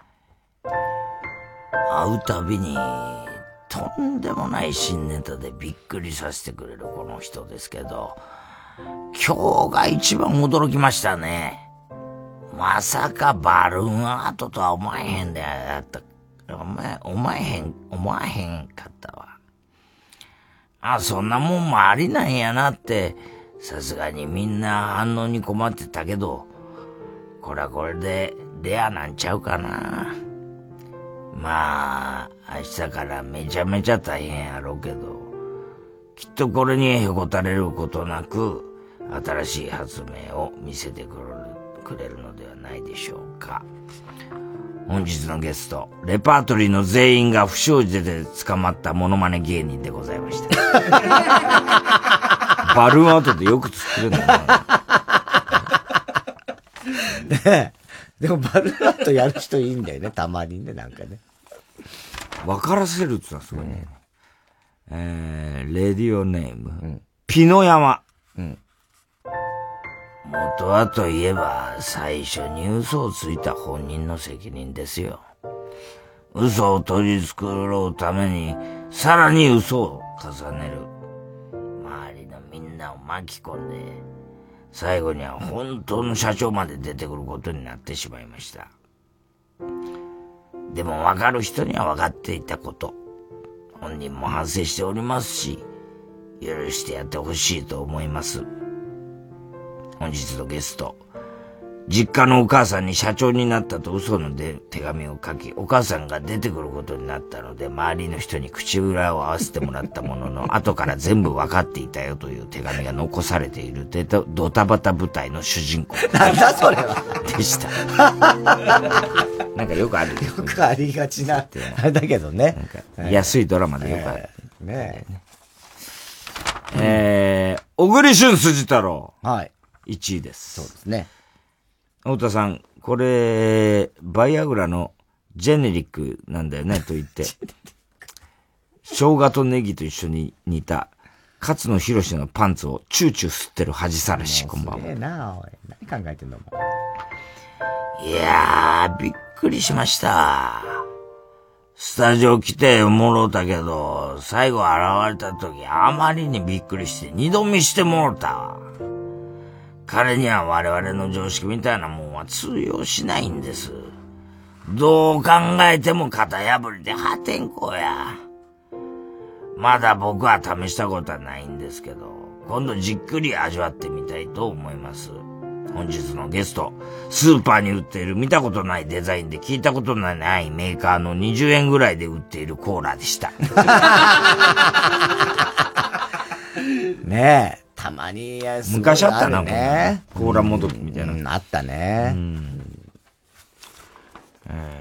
会うたびに、とんでもない新ネタでびっくりさせてくれるこの人ですけど、今日が一番驚きましたね。まさかバルーンアートとは思えへんでやった。お前、お前へん、思わへんかったわ。あ、そんなもんもありなんやなって、さすがにみんな反応に困ってたけど、これはこれでレアなんちゃうかな。まあ、明日からめちゃめちゃ大変やろうけど、きっとこれにへこたれることなく、新しい発明を見せてくれる、くれるのではないでしょうか。本日のゲスト、レパートリーの全員が不祥事で捕まったモノマネ芸人でございました。バルーンアートでよく作れるんだね。ねえ。でもバルーンアートやる人いいんだよね、たまにね、なんかね。 わからせるってのはすごいね。うん、えー、レディオネーム、うん、ピノ山。うん。元はといえば、最初に嘘をついた本人の責任ですよ。嘘を取り繕うために、さらに嘘を重ねる。周りのみんなを巻き込んで、最後には本当の社長まで出てくることになってしまいました。でも分かる人には分かっていたこと。本人も反省しておりますし、許してやってほしいと思います。本日のゲスト、実家のお母さんに社長になったと嘘ので手紙を書き、お母さんが出てくることになったので、周りの人に口裏を合わせてもらったものの、後から全部分かっていたよという手紙が残されているドタバタ舞台の主人公。 なんだそれはでした。なんかよくある。よくありがちなって。あれだけどね。 なんか安いドラマでよくある。 えー、ねえ。えー、小栗旬筋太郎。 はい。 いちいです。 そうですね。 太田さん、これ、バイアグラのジェネリックなんだよね、と言って。生姜とネギと一緒に煮た、勝野博士のパンツをチューチュー吸ってる恥さらし、こんばんは。 すげえなおい。何考えてんのお前。いやー、びっくりしました。スタジオ来てもろうたけど、最後現れた時あまりにびっくりして二度見してもろたわ。彼には我々の常識みたいなもんは通用しないんです。どう考えても型破りで破天荒や。まだ僕は試したことはないんですけど、今度じっくり味わってみたいと思います。本日のゲスト、スーパーに売っている見たことないデザインで聞いたことのないメーカーのにじゅうえんぐらいで売っているコーラでした。 ねえ。たまに、 昔あったな、ね、コーラもどきみたいな、 うん。あったね。うんえ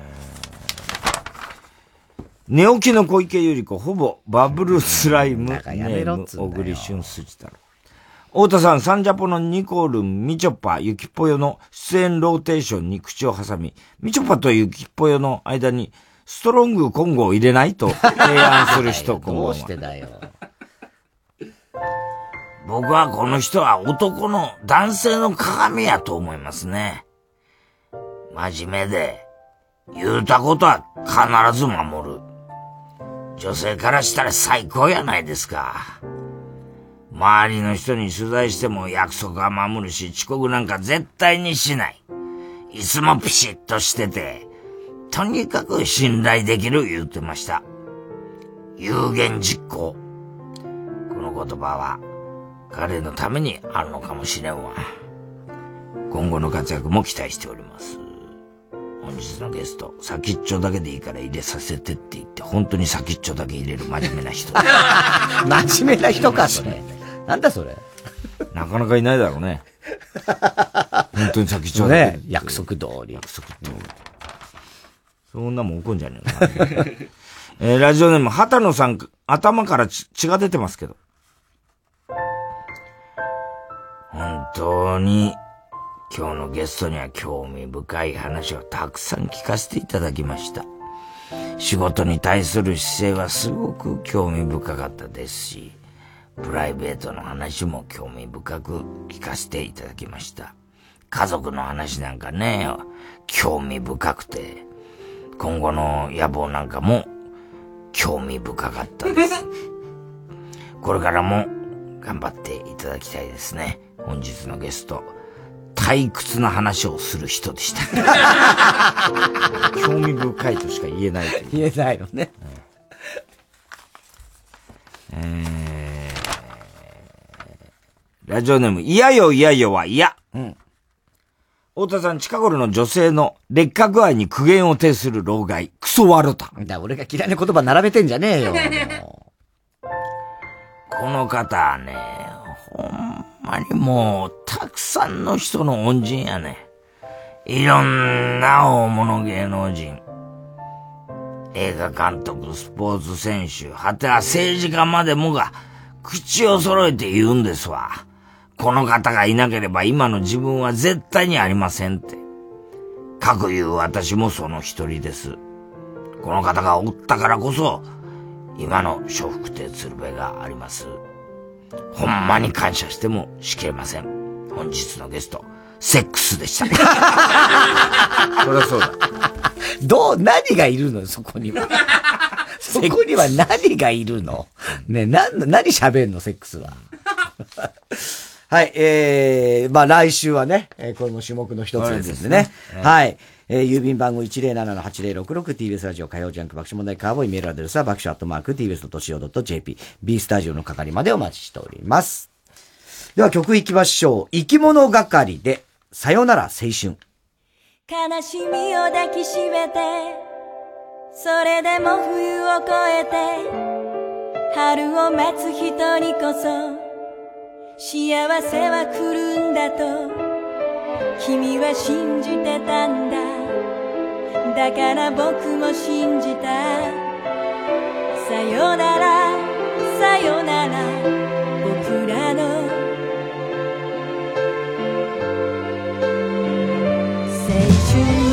ー、寝起きの小池百合子、ほぼバブルスライムネーム、小栗旬筋太郎。太田さん、サンジャポのニコルン、みちょぱ、ゆきぽよの出演ローテーションに口を挟み、みちょぱとゆきぽよの間にストロング今後を入れないと提案する人、今後は。 どうしてだよ。 僕はこの人は男の男性の鏡やと思いますね。真面目で、言うたことは必ず守る。女性からしたら最高やないですか。周りの人に取材しても約束は守るし、遅刻なんか絶対にしない。いつもピシッとしてて、とにかく信頼できる言ってました。有言実行。この言葉は彼のためにあるのかもしれんわ。今後の活躍も期待しております。本日のゲスト、先っちょだけでいいから入れさせてって言って、本当に先っちょだけ入れる真面目な人。 真面目な人か、それ。なんだそれ。 なかなかいないだろうね。本当に先っちょだけ。 ね、約束通り。 約束通り。そんなもん怒んじゃねえのかな。えー、ラジオネーム、畑野さん、頭から血が出てますけど。本当に、今日のゲストには興味深い話をたくさん聞かせていただきました。仕事に対する姿勢はすごく興味深かったですし、プライベートの話も興味深く聞かせていただきました。家族の話なんかね、興味深くて、今後の野望なんかも興味深かったです。これからも頑張っていただきたいですね。本日のゲスト、退屈な話をする人でした。興味深いとしか言えない。 言えないのね。 うん、えー、ラジオネーム、いやよいやよはいや。うん。太田さん、近頃の女性の劣化具合に苦言を呈する老害、クソワルタ。 だ、俺が嫌いな言葉並べてんじゃねえよ。 この方はね、ほんまにもう、たくさんの人の恩人やね。いろんな大物芸能人。映画監督、スポーツ選手、果ては政治家までもが、口を揃えて言うんですわ。この方がいなければ今の自分は絶対にありませんって。かくいう私もその一人です。この方がおったからこそ、今の笑福亭鶴瓶があります。ほんまに感謝してもしきれません。本日のゲスト、セックスでした。そりゃそうだ。 どう、何がいるのそこには。そこには何がいるのね、な、何喋んのセックスは。はい、えー、まあ来週はね、えー、これも種目の一つですんでね。はい、ねはい。えー、郵便番号 いちゼロななのはちゼロろくろく ティービーエス ラジオ火曜ジャンク爆笑問題カーボーイメールアドレスは爆笑アットマーク ティービーエスドットシーオードットジェーピー B スタジオの係までお待ちしております。では曲行きましょう。生き物係でさよなら青春。 悲しみを抱きしめてそれでも冬を越えて春を待つ人にこそ幸せは来るんだと君は信じてたんだ。だから僕も信じた。さよならさよなら僕らの青春。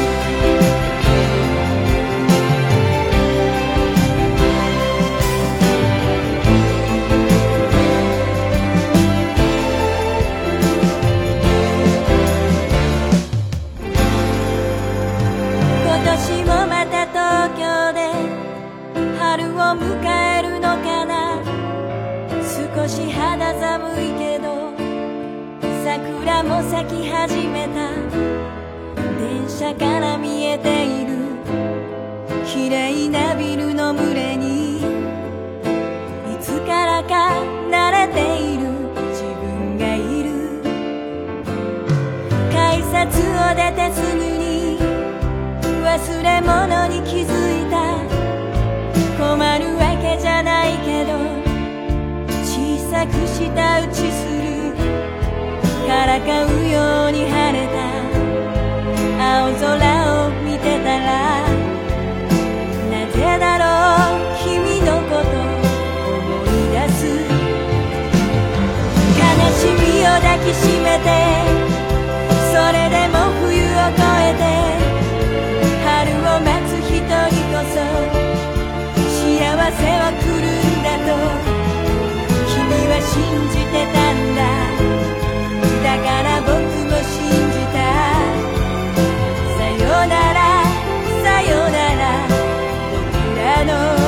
迎えるのかな。少し肌寒いけど桜も咲き始めた。電車から見えている綺麗なビルの群れにいつからか慣れている自分がいる。改札を出てすぐに忘れ物に気づいた。困るわけじゃないけど小さく舌打ちする。からかうように晴れた青空を見てたらなぜだろう君のこと思い出す。悲しみを抱きしめてそれでも冬を越えて春を待つ人には来るんだと君は信じてたんだ。だから僕も信じた。さよならさよなら僕らの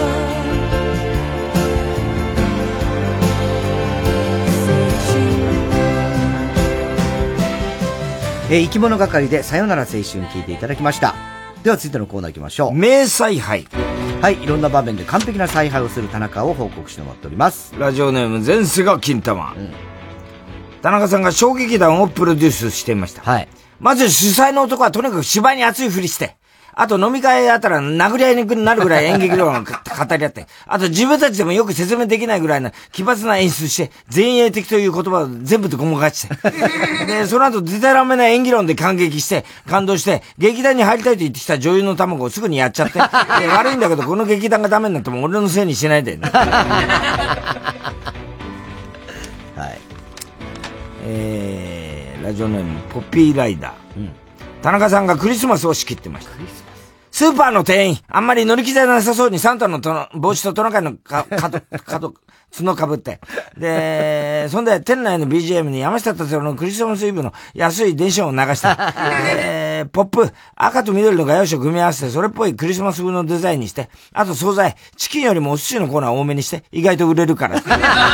えー、生き物係でさよなら青春聞いていただきました。では続いてのコーナー行きましょう。 名采配。 はい、いろんな場面で完璧な采配をする田中を報告してもらっております。 ラジオネーム前世が金玉、うん、田中さんが小劇団をプロデュースしていました。はい。まず主催の男はとにかく芝居に熱いふりして、あと飲み会やったら殴り合いになるぐらい演劇論を語り合って、あと自分たちでもよく説明できないぐらいの奇抜な演出して、前衛的という言葉を全部でごまかして。で、その後デタラメな演技論で感激して、感動して、劇団に入りたいと言ってきた女優の卵をすぐにやっちゃって、で悪いんだけどこの劇団がダメになっても俺のせいにしないで、ね。はい。えー、ラジオネームポッピーライダー。うん、田中さんがクリスマスを仕切ってました。スーパーの店員、あんまり乗り気じゃなさそうにサンタのとの帽子とトナカイのか、かど、かど、角かぶって。で、そんで店内の ビージーエム に山下達郎のクリスマスイブの安い電子音を流して、で、ポップ、赤と緑の画用紙を組み合わせて、それっぽいクリスマス風のデザインにして、あと惣菜、チキンよりもお寿司のコーナーを多めにして、意外と売れるから。 意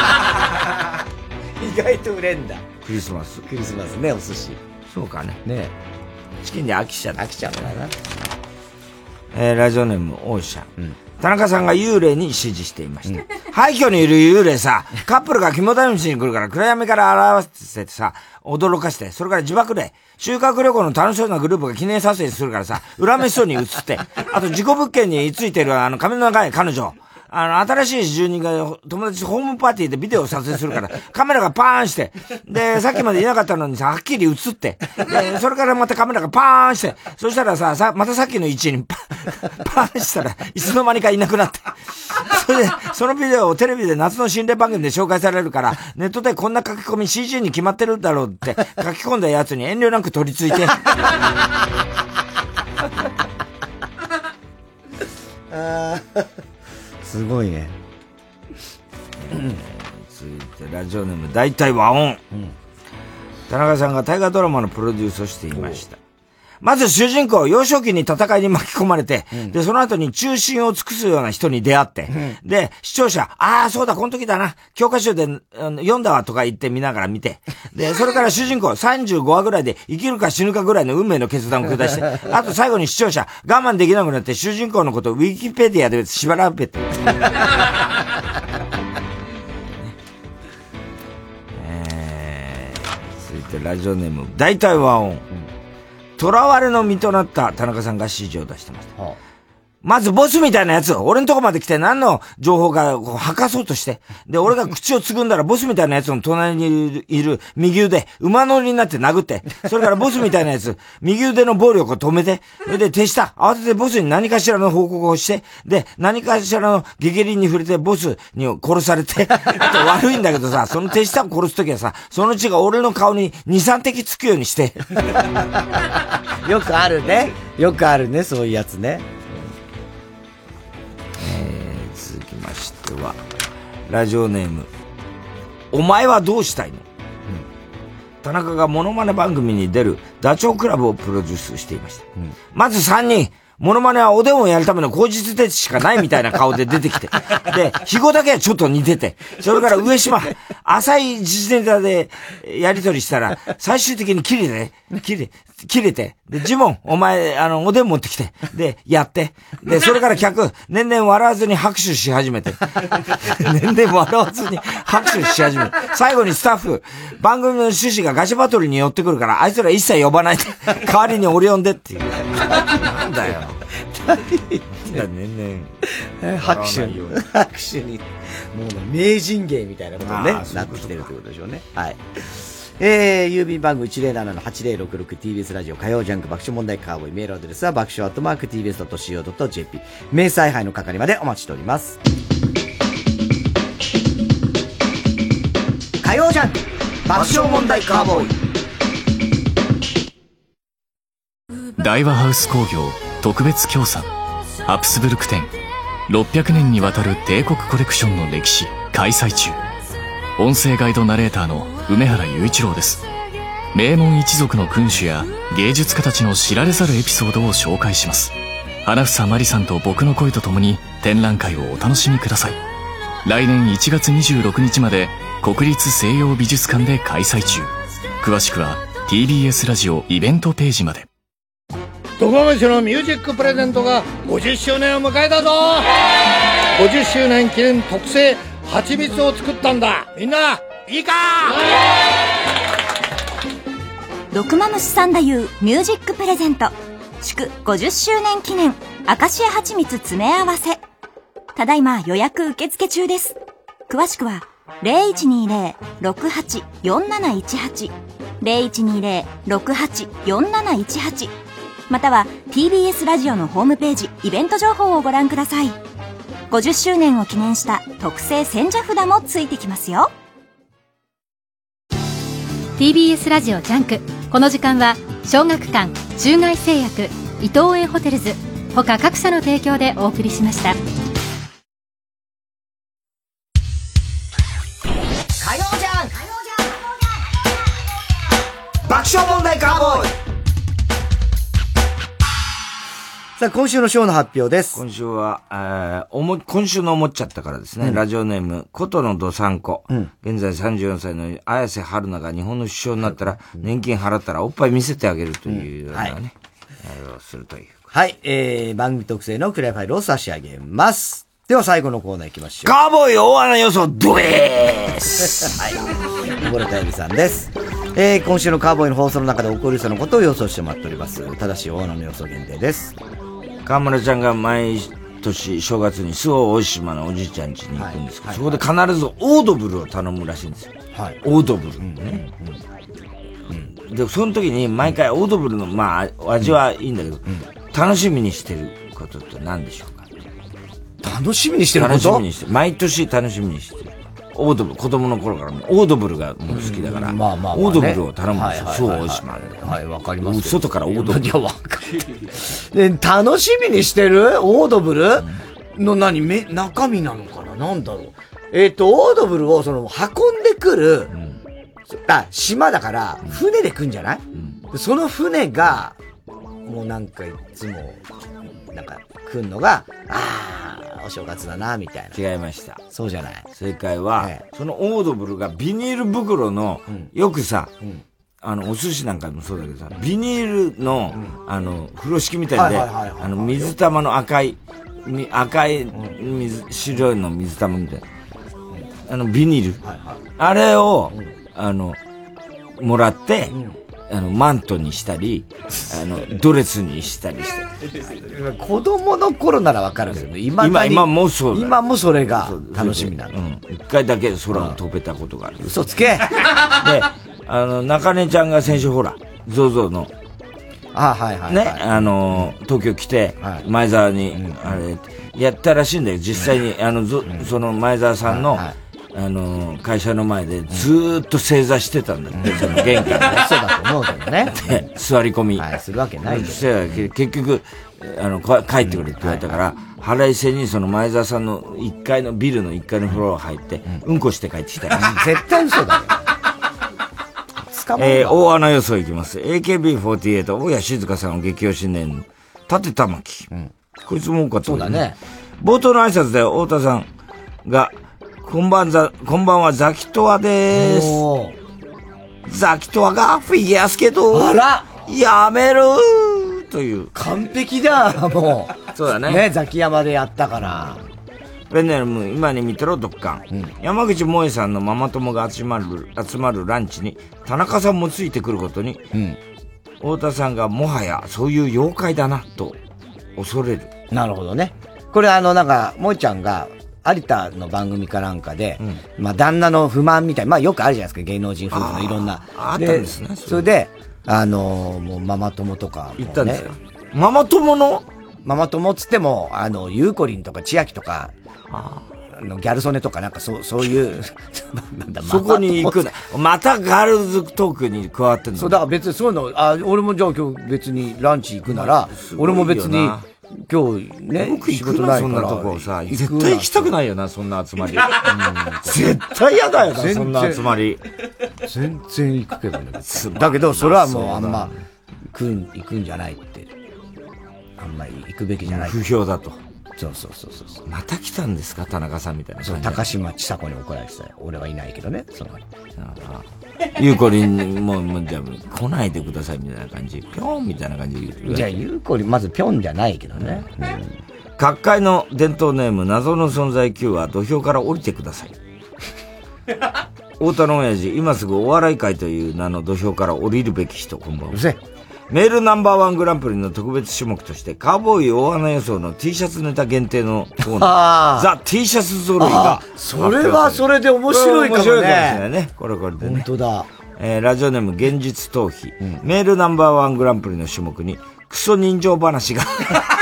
外と売れんだ。 クリスマス。 クリスマスね、お寿司。 そうかね。 ねチキンで飽きちゃう。 飽きちゃうからな。 えー、ラジオネーム、オーシャン。うん、田中さんが幽霊に指示していました。うん、廃墟にいる幽霊さ、カップルが肝試しに来るから暗闇から現せてさ、驚かして、それから自爆で、修学旅行の楽しそうなグループが記念撮影するからさ、恨めしそうに映って、あと事故物件についてるあの髪の長い彼女、あの、新しい住人が友達ホームパーティーでビデオを撮影するから、カメラがパーンして、で、さっきまでいなかったのにさ、はっきり映って、で、それからまたカメラがパーンして、そしたらさ、さ、またさっきの位置にパ、パーンしたらいつの間にかいなくなって。それで、そのビデオをテレビで夏の心霊番組で紹介されるから、ネットでこんな書き込み シージー に決まってるだろうって書き込んだやつに遠慮なく取り付いて。 あすごいね。 えー、続いてラジオネーム大体和音、うん、田中さんが大河ドラマのプロデュースをしていました。まず主人公、幼少期に戦いに巻き込まれて、うん、で、その後に中心を尽くすような人に出会って、うん、で、視聴者、ああ、そうだ、この時だな、教科書で読んだわとか言って見ながら見て、で、それから主人公、さんじゅうごわぐらいで生きるか死ぬかぐらいの運命の決断を下して、あと最後に視聴者、我慢できなくなって主人公のことをウィキペディアでしばらべて。えー、続いてラジオネーム、大体和音。囚われの身となった田中さんが指示を出してました。はあ、まずボスみたいなやつ、俺のとこまで来て何の情報かこう吐かそうとして。で、俺が口をつぐんだらボスみたいなやつの隣にいる右腕、馬乗りになって殴って、それからボスみたいなやつ、右腕の暴力を止めて、それで手下、慌ててボスに何かしらの報告をして、で、何かしらのゲゲリに触れてボスに殺されて、あと悪いんだけどさ、その手下を殺すときはさ、その血が俺の顔にに、さんてきつくようにして。 よくあるね。よくあるね、そういうやつね。 えー、続きましてはラジオネームお前はどうしたいの、うん、田中がモノマネ番組に出るダチョウ倶楽部をプロデュースしていました、うん、まずさんにんモノマネはおでんをやるための口実でしかないみたいな顔で出てきて。で、肥後だけはちょっと似てて。それから上島、浅い時事ネタでやりとりしたら、最終的に切れて、切れ、切れて。で、ジモン、お前、あの、おでん持ってきて。で、やって。で、それから客、年々笑わずに拍手し始めて。年々笑わずに拍手し始めて。最後にスタッフ、番組の趣旨がガチバトルに寄ってくるから、あいつら一切呼ばないで。代わりに俺呼んでっていう。なんだよ。年々 拍手に拍手にもう名人芸みたいなことに、ね、なってきてるということでしょうね。はい。えー、郵便番号 いちゼロななのはちゼロろくろく ティービーエス ラジオ火曜ジャンク爆笑問題カーボーイメールアドレスは爆笑アットマーク ティービーエスドットシーオードットジェーピー 名采配の係までお待ちしております。火曜ジャンク爆笑問題カーボーイ大和ハウス工業特別協賛アプスブルク店ろっぴゃくねんにわたる帝国コレクションの歴史開催中。音声ガイドナレーターの梅原雄一郎です。名門一族の君主や芸術家たちの知られざるエピソードを紹介します。花房まりさんと僕の声とともに展覧会をお楽しみください。来年いちがつにじゅうろくにちまで国立西洋美術館で開催中。詳しくは ティービーエス ラジオイベントページまで。 ドコモシのミュージックプレゼントがごじゅっしゅうねんを迎えたぞ。ごじゅっしゅうねん記念特製蜂蜜を作ったんだ。みんないいか。 毒マムシサンダユーミュージックプレゼント祝ごじゅっしゅうねん記念アカシア蜂蜜詰め合わせ。ただいま予約受付中です。詳しくは ゼロいちにゼロ ろくはち よんなないちはち ゼロいちにゼロ ろくはち よんなないちはちまたは ティービーエス ラジオのホームページイベント情報をご覧ください。ごじゅっしゅうねんを記念した特製千社札もついてきますよ。 ティービーエス ラジオジャンク。この時間は小学館、中外製薬、伊東園ホテルズ他各社の提供でお送りしました。 火曜じゃん爆笑問題カーボーイ。さあ、今週のショーの発表です。 今週は、えー、おも、今週の思っちゃったからですね、うん、ラジオネーム、琴のどさんこ、うん、現在さんじゅうよんさいの綾瀬はるなが日本の首相になったら、うん、年金払ったらおっぱい見せてあげるというようなね、うん、はい、あれをするという。はい、えー、番組特製のクリアファイルを差し上げます。では最後のコーナー行きましょう。カーボーイ大穴予想、ドエースはい。溺れたエビさんです。えー、今週のカーボーイの放送の中で起こりそうなことを予想してもらっております。ただし大穴の予想限定です。河村ちゃんが毎年正月に周防大島のおじいちゃん家に行くんですけど、はい、そこで必ずオードブルを頼むらしいんですよ。はい。オードブル。うんね。うんうん、で、その時に毎回オードブルの、まあ、味はいいんだけど、うんうん、楽しみにしてることって何でしょうか？楽しみにしてること？楽しみにしてる。毎年楽しみにしてる。オードブル、子供の頃からもオードブルがもう好きだから、うん、まあまあまあね、オードブルを頼むんですよ。周防大島で。はい、わかります。外からオードブル。いや、わかる。で、楽しみにしてるオードブルの何、め、中身なのかな？なんだろう。えっと、オードブルをその、運んでくる、うん、あ、島だから、船で来んじゃない？うん、その船が、もうなんかいつも、なんか来んのが、あー、お正月だな、みたいな。違いました。そうじゃない。正解は、ええ、そのオードブルがビニール袋の、うん、よくさ、うん、あの、お寿司なんかもそうだけどさ、ビニールの、うん、あの、風呂敷みたいで、あの、水玉の赤い、赤い水、白いの水玉みたいな。あの、ビニール。はいはい、あれを、うん、あの、もらって、うんあの、マントにしたり、あの、ドレスにしたりして。子供の頃ならわかるけど、今、今、今もそうだ。今もそれが楽しみなの。うん。一回だけ空を飛べたことがある。嘘つけで、あの、中根ちゃんが先週ほら、ゾゾの、あ、はいはい。ね、あの、東京来て、前澤に、あれ、やったらしいんだよ。実際に、あの、その前澤さんの、あの、会社の前でずーっと正座してたんだって、その玄関で。そうだと思うけどね。で、座り込み。はい、するわけないけど。結局、あの、帰ってくれって言われたから、腹いせにその前澤さんのいっかいのビルのいっかいのフロア入って、うんこして帰ってきたよ。絶対嘘だよ。えー、大穴予想いきます。エーケービーフォーティーエイト、大谷静香さんを激推し年の、立玉木。うん。こいつも多かった、ね。そうだね。冒頭の挨拶で太田さんが、こんばんざ、こんばんは、ザキトワでーす。ザキトワがフィギュアスケートあらやめるという。完璧だ、もう。そうだね。ね、ザキヤマでやったから。ペンネーム、今に見てろ、ドッカン。うん、山口萌さんのママ友が集まる、集まるランチに、田中さんもついてくることに、うん、太田さんがもはやそういう妖怪だな、と恐れる。なるほどね。これあの、なんか、萌ちゃんが、有田の番組かなんかで、うん、まあ旦那の不満みたいな、まあよくあるじゃないですか、芸能人夫婦のいろんな。あ, あったんですね。それ, それで、あのー、もうママ友とか、ね。言ったんですよ。ママ友のママ友っつっても、あの、ゆうこりんとか千秋とか、あのギャル曽根とかなんかそう、そういう、なんだ、そこに行くな。またガールズトークに加わってんの。そう、だから別にそういうの、あ、俺もじゃあ今日別にランチ行くなら、俺も別に、 今日ね、 よく行くな、そんなとこさ。絶行くな対行きたくないよな、そんな集まり。うん絶対嫌だよな、そんな集まり。 全然行くけどね。だけど、それはもうあんま、行くん、行くんじゃないって。あんまり行くべきじゃない。 不評だと。 そうそうそうそう。 また来たんですか、田中さんみたいな。 そう、高島千佐子に怒られてたよ。俺はいないけどね、その。 ゆうこりん、もう、もう、じゃあ、来ないでくださいみたいな感じ。ぴょんみたいな感じで。 じゃあ、ゆうこりん、まずぴょんじゃないけどね。うん。 各界の伝統ネーム、謎の存在 Q は土俵から降りてください。太田の親父、今すぐお笑い界という名の土俵から降りるべき人、こんばんは。 うせメールナンバーワングランプリの特別種目として、カーボーイ大穴予想の T シャツネタ限定のコーナー、ザ・ T シャツ揃いが。 それはそれで面白いかもね。 面白いかもしれないね。これこれでね。 本当だ。 えー、ラジオネーム現実逃避、うん。メールナンバーワングランプリの種目に、クソ人情話が。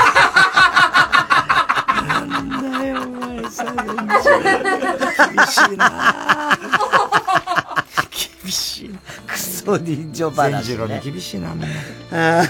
なんだよ、お前さ、厳しいな厳しいな。 クソ人情話、ね。 善次郎に厳しいな、みんな。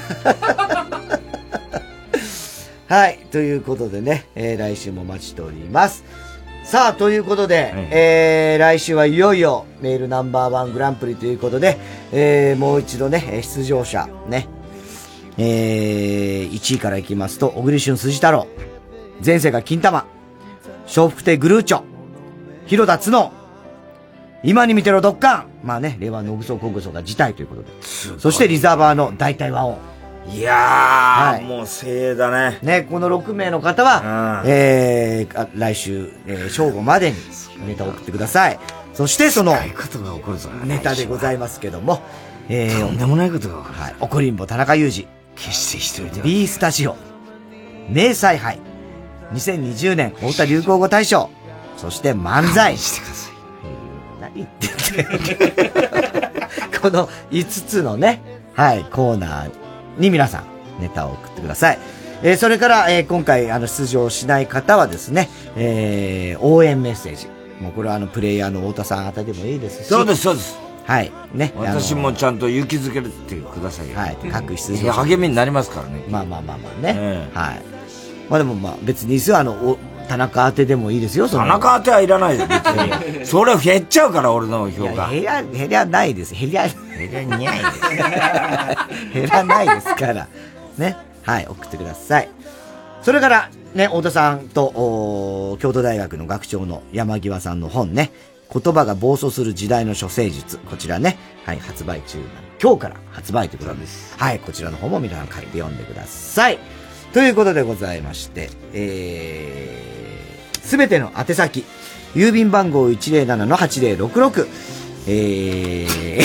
はい。ということでね、えー、来週もお待ちしております。さあ、ということで、はい、えー、来週はいよいよメールナンバーワングランプリということで、えー、もう一度ね、出場者、ね、えー、いちいからいきますと、小栗旬筋太郎、前世が金玉、笑福亭グルーチョ、広田つの、今に見てろドッカン、まあね、令和のぐそこぐそが辞退ということで、そしてリザーバーの大体和音。 いやー、はい、もう精鋭だね。 ね、このろくめいの方は、えー、来週、えー、正午までにネタを送ってください。そしてその、ネタでございますけども、 えー、とんでもないことが起こる。はい。怒りんぼ田中裕二。 決して一人では。 B スタジオ。名采配。にせんにじゅうねん太田流行語大賞。そして漫才。 してください。 何言ってんだよ。このいつつのね、はい、コーナーに皆さん、ネタを送ってください。えー、それから、えー、今回、あの、出場しない方はですね、えー、応援メッセージ。もうこれはあの、プレイヤーの太田さんあたりでもいいですし。 そうです、そうです。 はい。ね。 私もちゃんと勇気づけてくださいよ。 はい。各出場者。 励みになりますからね。 まあまあまあまあね。えー、はい。まあでもまあ、別にいいですよ。あの、お田中当てでもいいですよ、 その。田中当てはいらないよ、別に。それ減っちゃうから、俺の評価。 減りゃ、減りゃないです。減りゃ、 減りゃにゃいです。 減らないですから。ね。はい、送ってください。それから、ね、太田さんと、京都大学の学長の山際さんの本ね、言葉が暴走する時代の処世術。こちらね、はい、発売中。今日から発売ということです。はい、こちらの方も皆さん書いて読んでください。ということでございまして、えー、すべての宛先、郵便番号 いちゼロななのはちゼロろくろく、えー、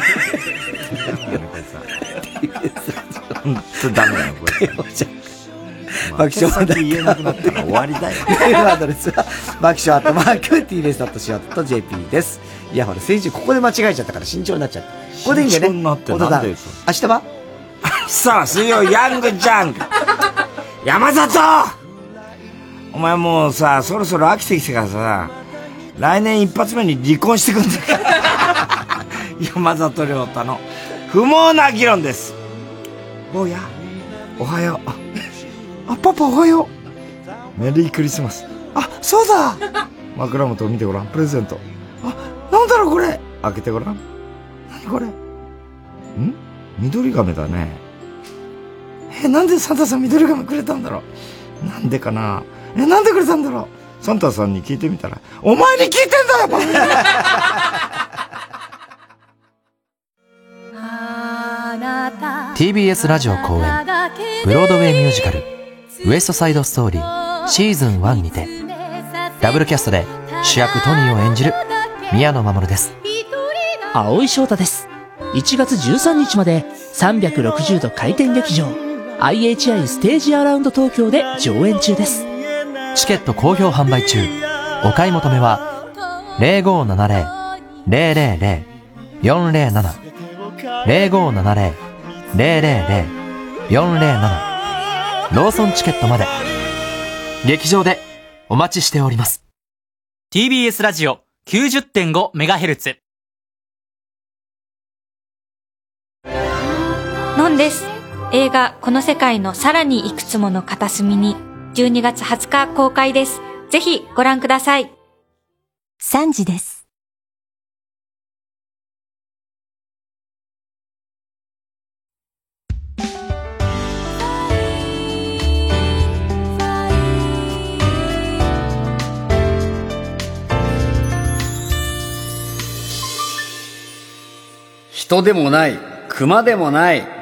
本当ダメだよ、これ。 爆笑問題。 言えなくなったら終わりだよ。 メールアドレスは、爆笑アットマーク ティービーエスドットシーオードットジェーピー です。いや、ほら、先週ここで間違えちゃったから慎重になっちゃった。ここでいいんだよね。 慎重になってなんでよ。 明日はさあ、水曜ヤングジャンク。山里お前もうさ、そろそろ飽きてきてからさ、来年一発目に離婚してくんだから。山里亮太の不毛な議論です。坊や、おはよう。あ、パパおはよう。メリークリスマス。あ、そうだ。枕元を見てごらん。プレゼント。あ、なんだろうこれ。開けてごらん。何これ。ん？緑亀だね。え、なんでサンタさん緑亀くれたんだろう。なんでかな。え、なんでくれたんだろう。サンタさんに聞いてみたら、お前に聞いてんだよ、バカ。ティービーエス ラジオ公演ブロードウェイミュージカルウエストサイドストーリーシーズンワンにてダブルキャストで主役トニーを演じる宮野真守です。 青井翔太です。いちがつじゅうさんにちまでさんびゃくろくじゅうど回転劇場 アイエイチアイ ステージアラウンド東京で上演中です。 チケット好評販売中。お買い求めは ゼロごーななゼロ ゼロゼロゼロ よんゼロなな ゼロごーななゼロ ゼロゼロゼロ よんゼロななローソンチケットまで。劇場でお待ちしております。 ティービーエス ラジオ きゅうじゅってんごメガヘルツ。 のんです。 映画この世界のさらにいくつもの片隅にじゅうにがつはつか公開です。ぜひご覧ください。 さんじです。 人でもない、熊でもない、